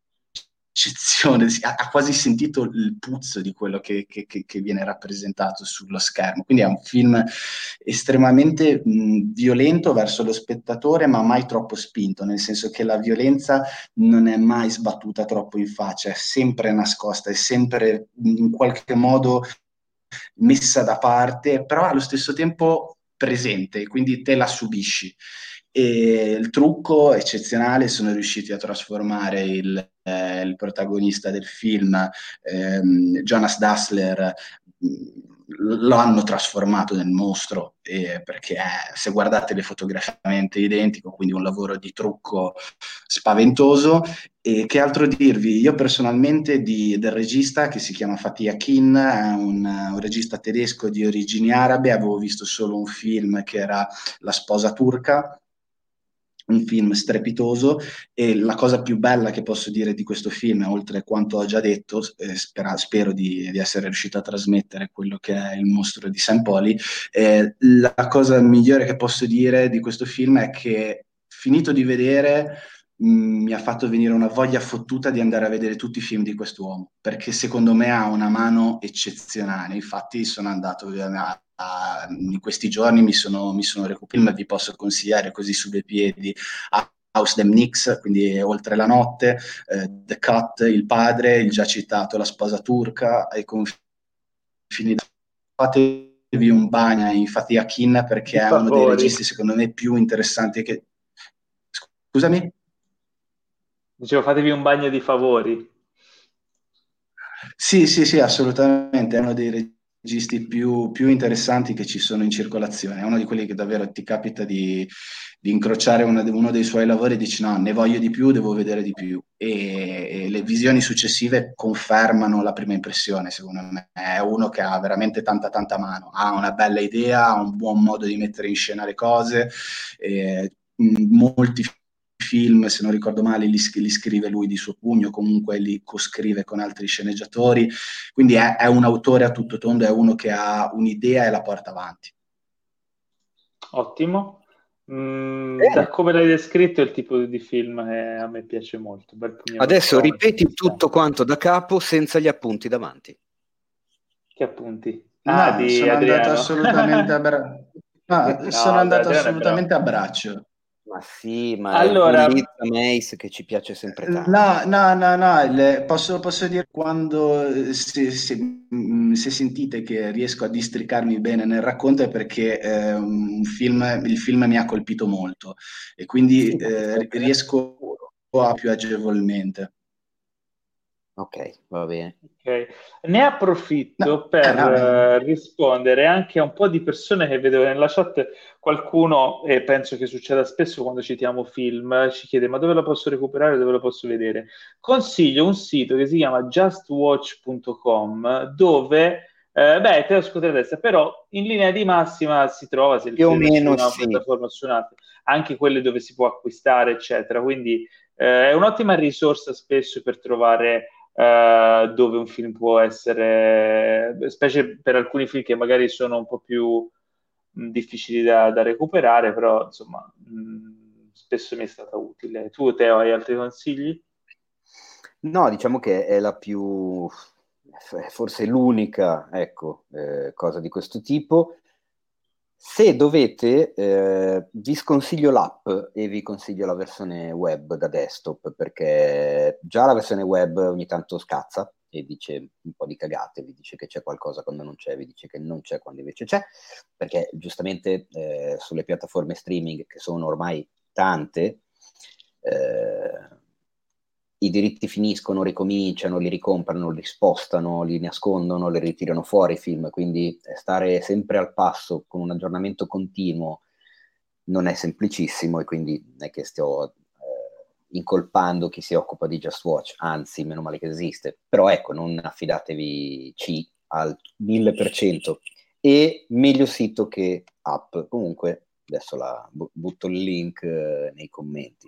ha quasi sentito il puzzo di quello che, che, che viene rappresentato sullo schermo. Quindi è un film estremamente mh, violento verso lo spettatore, ma mai troppo spinto, nel senso che la violenza non è mai sbattuta troppo in faccia, è sempre nascosta, è sempre in qualche modo messa da parte, però allo stesso tempo presente, quindi te la subisci. E il trucco eccezionale, sono riusciti a trasformare il, eh, il protagonista del film, ehm, Jonas Dassler, lo hanno trasformato nel mostro, eh, perché eh, se guardate le fotografie è veramente identico, quindi un lavoro di trucco spaventoso. E che altro dirvi? Io personalmente di, del regista che si chiama Fatih Akin, è un, un regista tedesco di origini arabe, avevo visto solo un film che era La sposa turca, un film strepitoso, e la cosa più bella che posso dire di questo film, oltre a quanto ho già detto, eh, spera, spero di, di essere riuscito a trasmettere quello che è il mostro di Saint Pauli, eh, la cosa migliore che posso dire di questo film è che, finito di vedere, mh, mi ha fatto venire una voglia fottuta di andare a vedere tutti i film di quest'uomo, perché secondo me ha una mano eccezionale. Infatti sono andato a in questi giorni mi sono, mi sono recuperato, vi posso consigliare così su due piedi House dem Nix, quindi Oltre la notte, eh, The Cut, Il padre, il già citato La sposa turca, ai confini. Fatevi un bagno in Fatih Akin perché è uno dei registi secondo me più interessanti che... Scusami? Dicevo, fatevi un bagno di favori. Sì, sì, sì, assolutamente, è uno dei registi più, più interessanti che ci sono in circolazione, è uno di quelli che davvero ti capita di, di incrociare una, uno dei suoi lavori e dici no, ne voglio di più, devo vedere di più, e, e le visioni successive confermano la prima impressione. Secondo me è uno che ha veramente tanta tanta mano, ha una bella idea, ha un buon modo di mettere in scena le cose, e, mh, molti film, se non ricordo male, li, li scrive lui di suo pugno, comunque li coscrive con altri sceneggiatori, quindi è, è un autore a tutto tondo, è uno che ha un'idea e la porta avanti. Ottimo. Mm, da come l'hai descritto è il tipo di film che a me piace molto. Bel Adesso ripeti tutto quanto da capo senza gli appunti davanti. Che appunti? Ah, no, di sono Adriano. andato assolutamente a, bra... no, no, sono andato Adriano assolutamente a braccio. Ma sì, ma allora, è Mace che ci piace sempre tanto. No, no, no, no, le, posso, posso dire quando se, se, se sentite che riesco a districarmi bene nel racconto è perché eh, un film, il film mi ha colpito molto e quindi Sì, eh, riesco a più agevolmente. Ok, va bene. Okay. Ne approfitto No, per eh, no, eh. rispondere anche a un po' di persone che vedo nella chat. Qualcuno, e penso che succeda spesso quando citiamo film, ci chiede: ma dove lo posso recuperare, dove lo posso vedere? Consiglio un sito che si chiama just watch punto com, dove eh, beh, te lo scusi adesso, però in linea di massima si trova se il Più o film è su meno una sì. piattaforma o su un'altra, anche quelle dove si può acquistare, eccetera. Quindi eh, è un'ottima risorsa spesso per trovare Uh, dove un film può essere, specie per alcuni film che magari sono un po' più mh, difficili da, da recuperare, però insomma mh, spesso mi è stata utile. Tu, Teo, hai altri consigli? No, diciamo che è la più, forse l'unica, ecco, eh, cosa di questo tipo. Se dovete, eh, vi sconsiglio l'app e vi consiglio la versione web da desktop, perché già la versione web ogni tanto scazza e dice un po' di cagate, vi dice che c'è qualcosa quando non c'è, vi dice che non c'è quando invece c'è, perché giustamente eh, sulle piattaforme streaming, che sono ormai tante, eh, i diritti finiscono, ricominciano, li ricomprano, li spostano, li nascondono, li ritirano fuori i film, quindi stare sempre al passo con un aggiornamento continuo non è semplicissimo e quindi non è che sto eh, incolpando chi si occupa di Just Watch, anzi, meno male che esiste, però ecco, non affidatevi C al mille per cento e meglio sito che app. Comunque adesso la butto il link eh, nei commenti.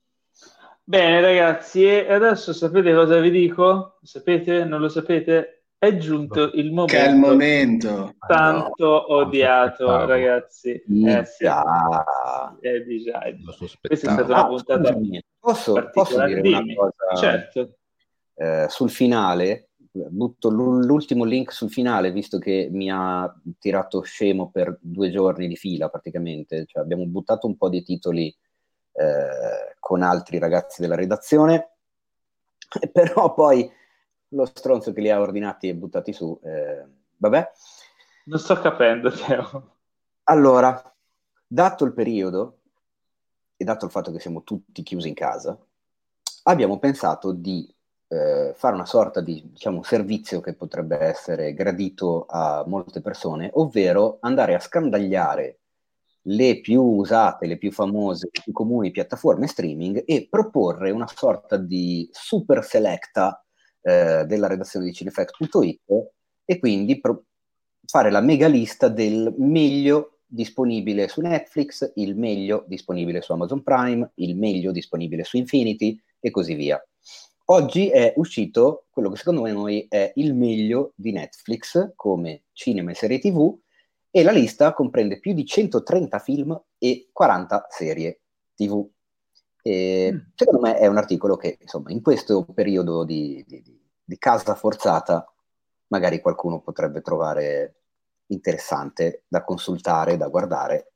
Bene ragazzi, e adesso sapete cosa vi dico? Sapete? Non lo sapete? È giunto il momento, che è il momento tanto no, odiato, ragazzi. Eh sì, già. Eh, di già, eh, di già. Questa è stata ah, una puntata scusami, posso, posso dire Dimmi. una cosa? Certo. Eh, sul finale, butto l'ultimo link sul finale, visto che mi ha tirato scemo per due giorni di fila praticamente. Cioè, abbiamo buttato un po' di titoli eh, con altri ragazzi della redazione, però poi lo stronzo che li ha ordinati e buttati su, eh, vabbè. Non sto capendo, Teo. Allora, dato il periodo e dato il fatto che siamo tutti chiusi in casa, abbiamo pensato di eh, fare una sorta di, diciamo, servizio che potrebbe essere gradito a molte persone, ovvero andare a scandagliare le più usate, le più famose, le più comuni piattaforme streaming e proporre una sorta di super selecta eh, della redazione di Cinefx punto it e quindi pro- fare la mega lista del meglio disponibile su Netflix, il meglio disponibile su Amazon Prime, il meglio disponibile su Infinity e così via. Oggi è uscito quello che secondo noi è il meglio di Netflix come cinema e serie tivù, e la lista comprende più di centotrenta film e quaranta serie tivù. E mm. Secondo me è un articolo che, insomma, in questo periodo di, di, di casa forzata, magari qualcuno potrebbe trovare interessante da consultare, da guardare.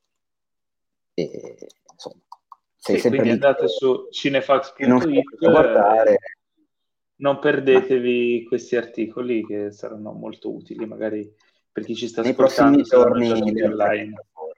E, insomma, sei sì, sempre quindi lì andate che, su cinefax punto it guardare. Non perdetevi Ma... questi articoli che saranno molto utili, magari per chi ci sta nei ascoltando prossimi giorni già tutti online.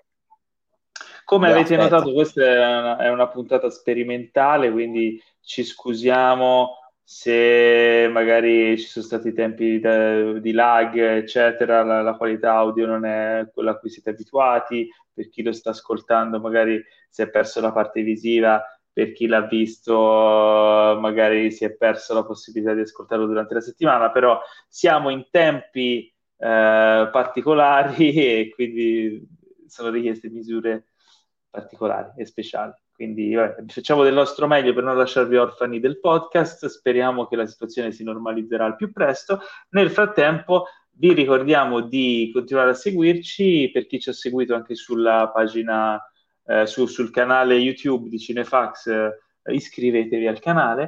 Come Beh, avete aspetta. notato, questa è una, è una puntata sperimentale, quindi ci scusiamo se magari ci sono stati tempi di, di lag, eccetera, la, la qualità audio non è quella a cui siete abituati, per chi lo sta ascoltando magari si è perso la parte visiva, per chi l'ha visto magari si è perso la possibilità di ascoltarlo durante la settimana, però siamo in tempi eh, particolari e quindi sono richieste misure particolari e speciali. quindi vabbè, facciamo del nostro meglio per non lasciarvi orfani del podcast, speriamo che la situazione si normalizzerà al più presto. Nel frattempo vi ricordiamo di continuare a seguirci, per chi ci ha seguito anche sulla pagina, eh, su, sul canale YouTube di Cinefax, eh, iscrivetevi al canale,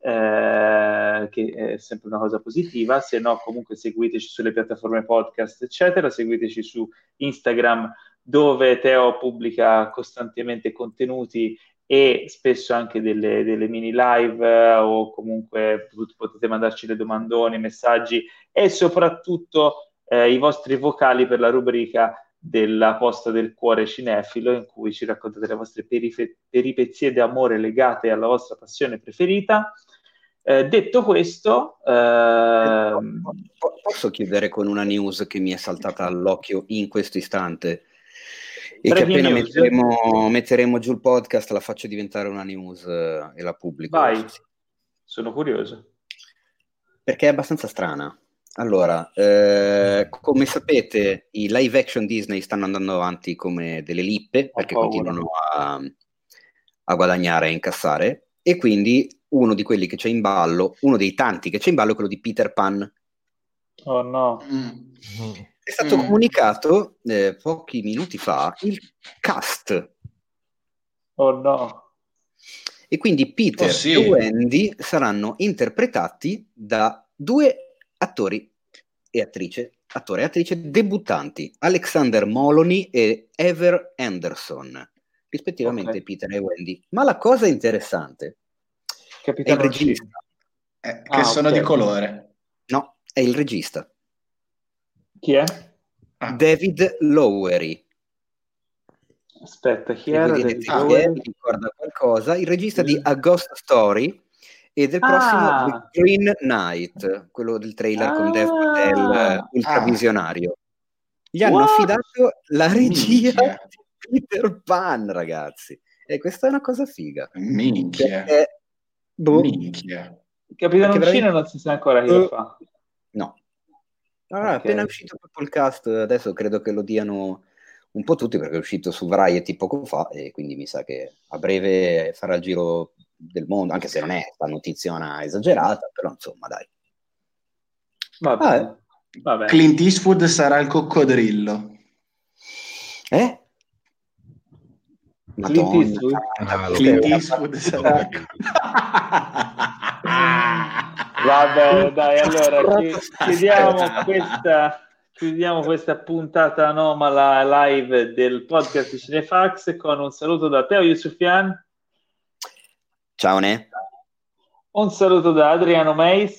eh, che è sempre una cosa positiva, se no comunque seguiteci sulle piattaforme podcast, eccetera, seguiteci su Instagram, dove Teo pubblica costantemente contenuti e spesso anche delle, delle mini live, eh, o comunque potete mandarci le domandone, messaggi e soprattutto eh, i vostri vocali per la rubrica della posta del cuore cinefilo, in cui ci raccontate le vostre perife- peripezie d'amore legate alla vostra passione preferita. Eh, detto questo, eh... posso chiudere con una news che mi è saltata all'occhio in questo istante e che appena metteremo, metteremo giù il podcast la faccio diventare una news uh, e la pubblico. Vai, sono curioso. Perché è abbastanza strana. Allora, eh, come sapete, i live action Disney stanno andando avanti come delle lippe, perché continuano a, a guadagnare e incassare, e quindi uno di quelli che c'è in ballo, uno dei tanti che c'è in ballo è quello di Peter Pan. Oh no. Mm. È stato mm. comunicato eh, pochi minuti fa il cast. Oh no. E quindi Peter oh, sì. e Wendy saranno interpretati da due attori e attrice, attore e attrice debuttanti, Alexander Molony e Ever Anderson, rispettivamente okay. Peter e Wendy. Ma la cosa interessante Capitano è il regista. Eh, che ah, sono okay. di colore. No, è il regista. Chi è? Ah. David Lowery. Aspetta, chi era? David Lowery? Mi ricorda qualcosa. Il regista mm. di A Ghost Story e del prossimo ah. The Green Knight, quello del trailer ah. con Dev Patel, ultravisionario. Gli hanno What? affidato la regia Minchia. di Peter Pan, ragazzi. E questa è una cosa figa. Minchia. Perché, boh, Minchia. Capitano Uncino veramente... non si sa ancora chi uh, lo fa. No. Allora, okay. appena è uscito tutto il cast, adesso credo che lo diano un po' tutti, perché è uscito su Variety poco fa, e quindi mi sa che a breve farà il giro del mondo, anche se non è una notiziona esagerata, però insomma dai. Vabbè. Ah, eh. Vabbè. Clint Eastwood sarà il coccodrillo. Eh? Clint Eastwood, ah, Clint Eastwood sarà il Vabbè, dai, allora chi- chiudiamo questa chiudiamo questa puntata anomala live del podcast di Cinefax con un saluto da Teo Yusufian. Ciao Ne. Un saluto da Adriano Meis.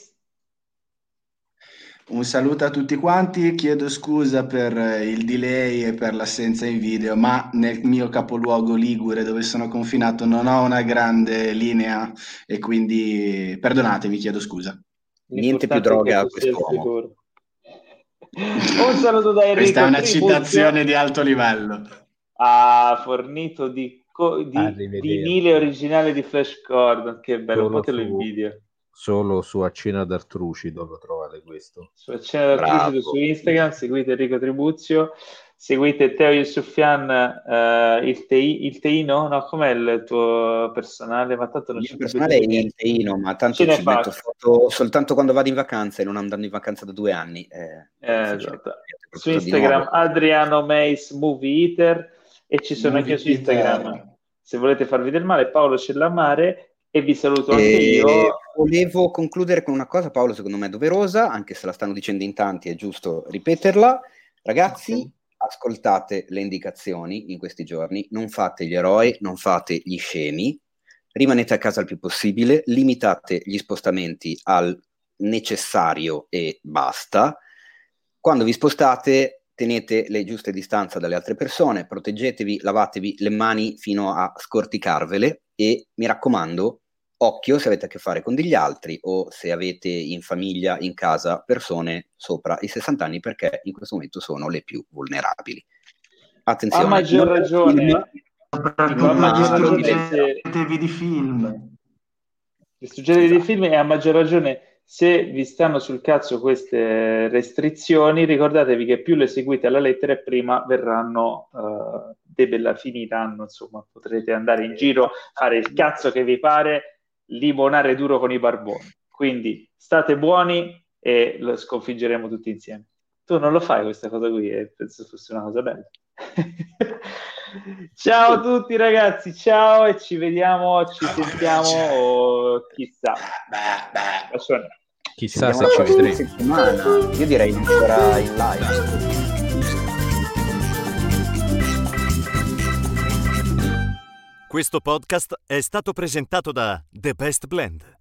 Un saluto a tutti quanti, chiedo scusa per il delay e per l'assenza in video, ma nel mio capoluogo ligure dove sono confinato non ho una grande linea e quindi perdonatemi, chiedo scusa. Niente più droga a quest'uomo. Un saluto da Enrico Questa è una Tribuzio. citazione di alto livello. Ha fornito di, co- di vinile originale di Flash Gordon, che bello, un po' te lo invidio. Solo su Accena d'Artrucido lo trovate questo. Su Accena d'Artrucido su Instagram, seguite Enrico Tribuzio, seguite Teo Yusufian, uh, il, tei, il Teino, no, com'è il tuo personale? Ma tanto non il personale è il Teino, ma tanto ci metto foto soltanto quando vado in vacanza e non andando in vacanza da due anni. Eh, eh, esatto. Su Instagram Adriano Meis Movie Eater, e ci sono Movie anche su Instagram, Eater. Se volete farvi del male, Paolo Cellamare. E vi saluto anche e io. Volevo concludere con una cosa, Paolo, secondo me doverosa, anche se la stanno dicendo in tanti, è giusto ripeterla. Ragazzi, okay. ascoltate le indicazioni in questi giorni, non fate gli eroi, non fate gli scemi, rimanete a casa il più possibile, limitate gli spostamenti al necessario e basta. Quando vi spostate, tenete le giuste distanze dalle altre persone, proteggetevi, lavatevi le mani fino a scorticarvele e mi raccomando, occhio se avete a che fare con degli altri o se avete in famiglia, in casa, persone sopra i sessanta anni, perché in questo momento sono le più vulnerabili. Attenzione. A maggior ragione. A maggior ragione di film. Suggerite di film, e a maggior ragione se vi stanno sul cazzo queste restrizioni, ricordatevi che più le seguite alla lettera e prima verranno uh, debella finiranno, insomma, potrete andare in giro, fare il cazzo che vi pare, limonare duro con i barboni. Quindi state buoni e lo sconfiggeremo tutti insieme. Tu non lo fai questa cosa qui e penso fosse una cosa bella. Ciao a tutti ragazzi, ciao e ci vediamo, ci sentiamo o chissà. Chissà se ci vedremo. Settimana. Io direi ancora in live. Questo podcast è stato presentato da The Best Blend.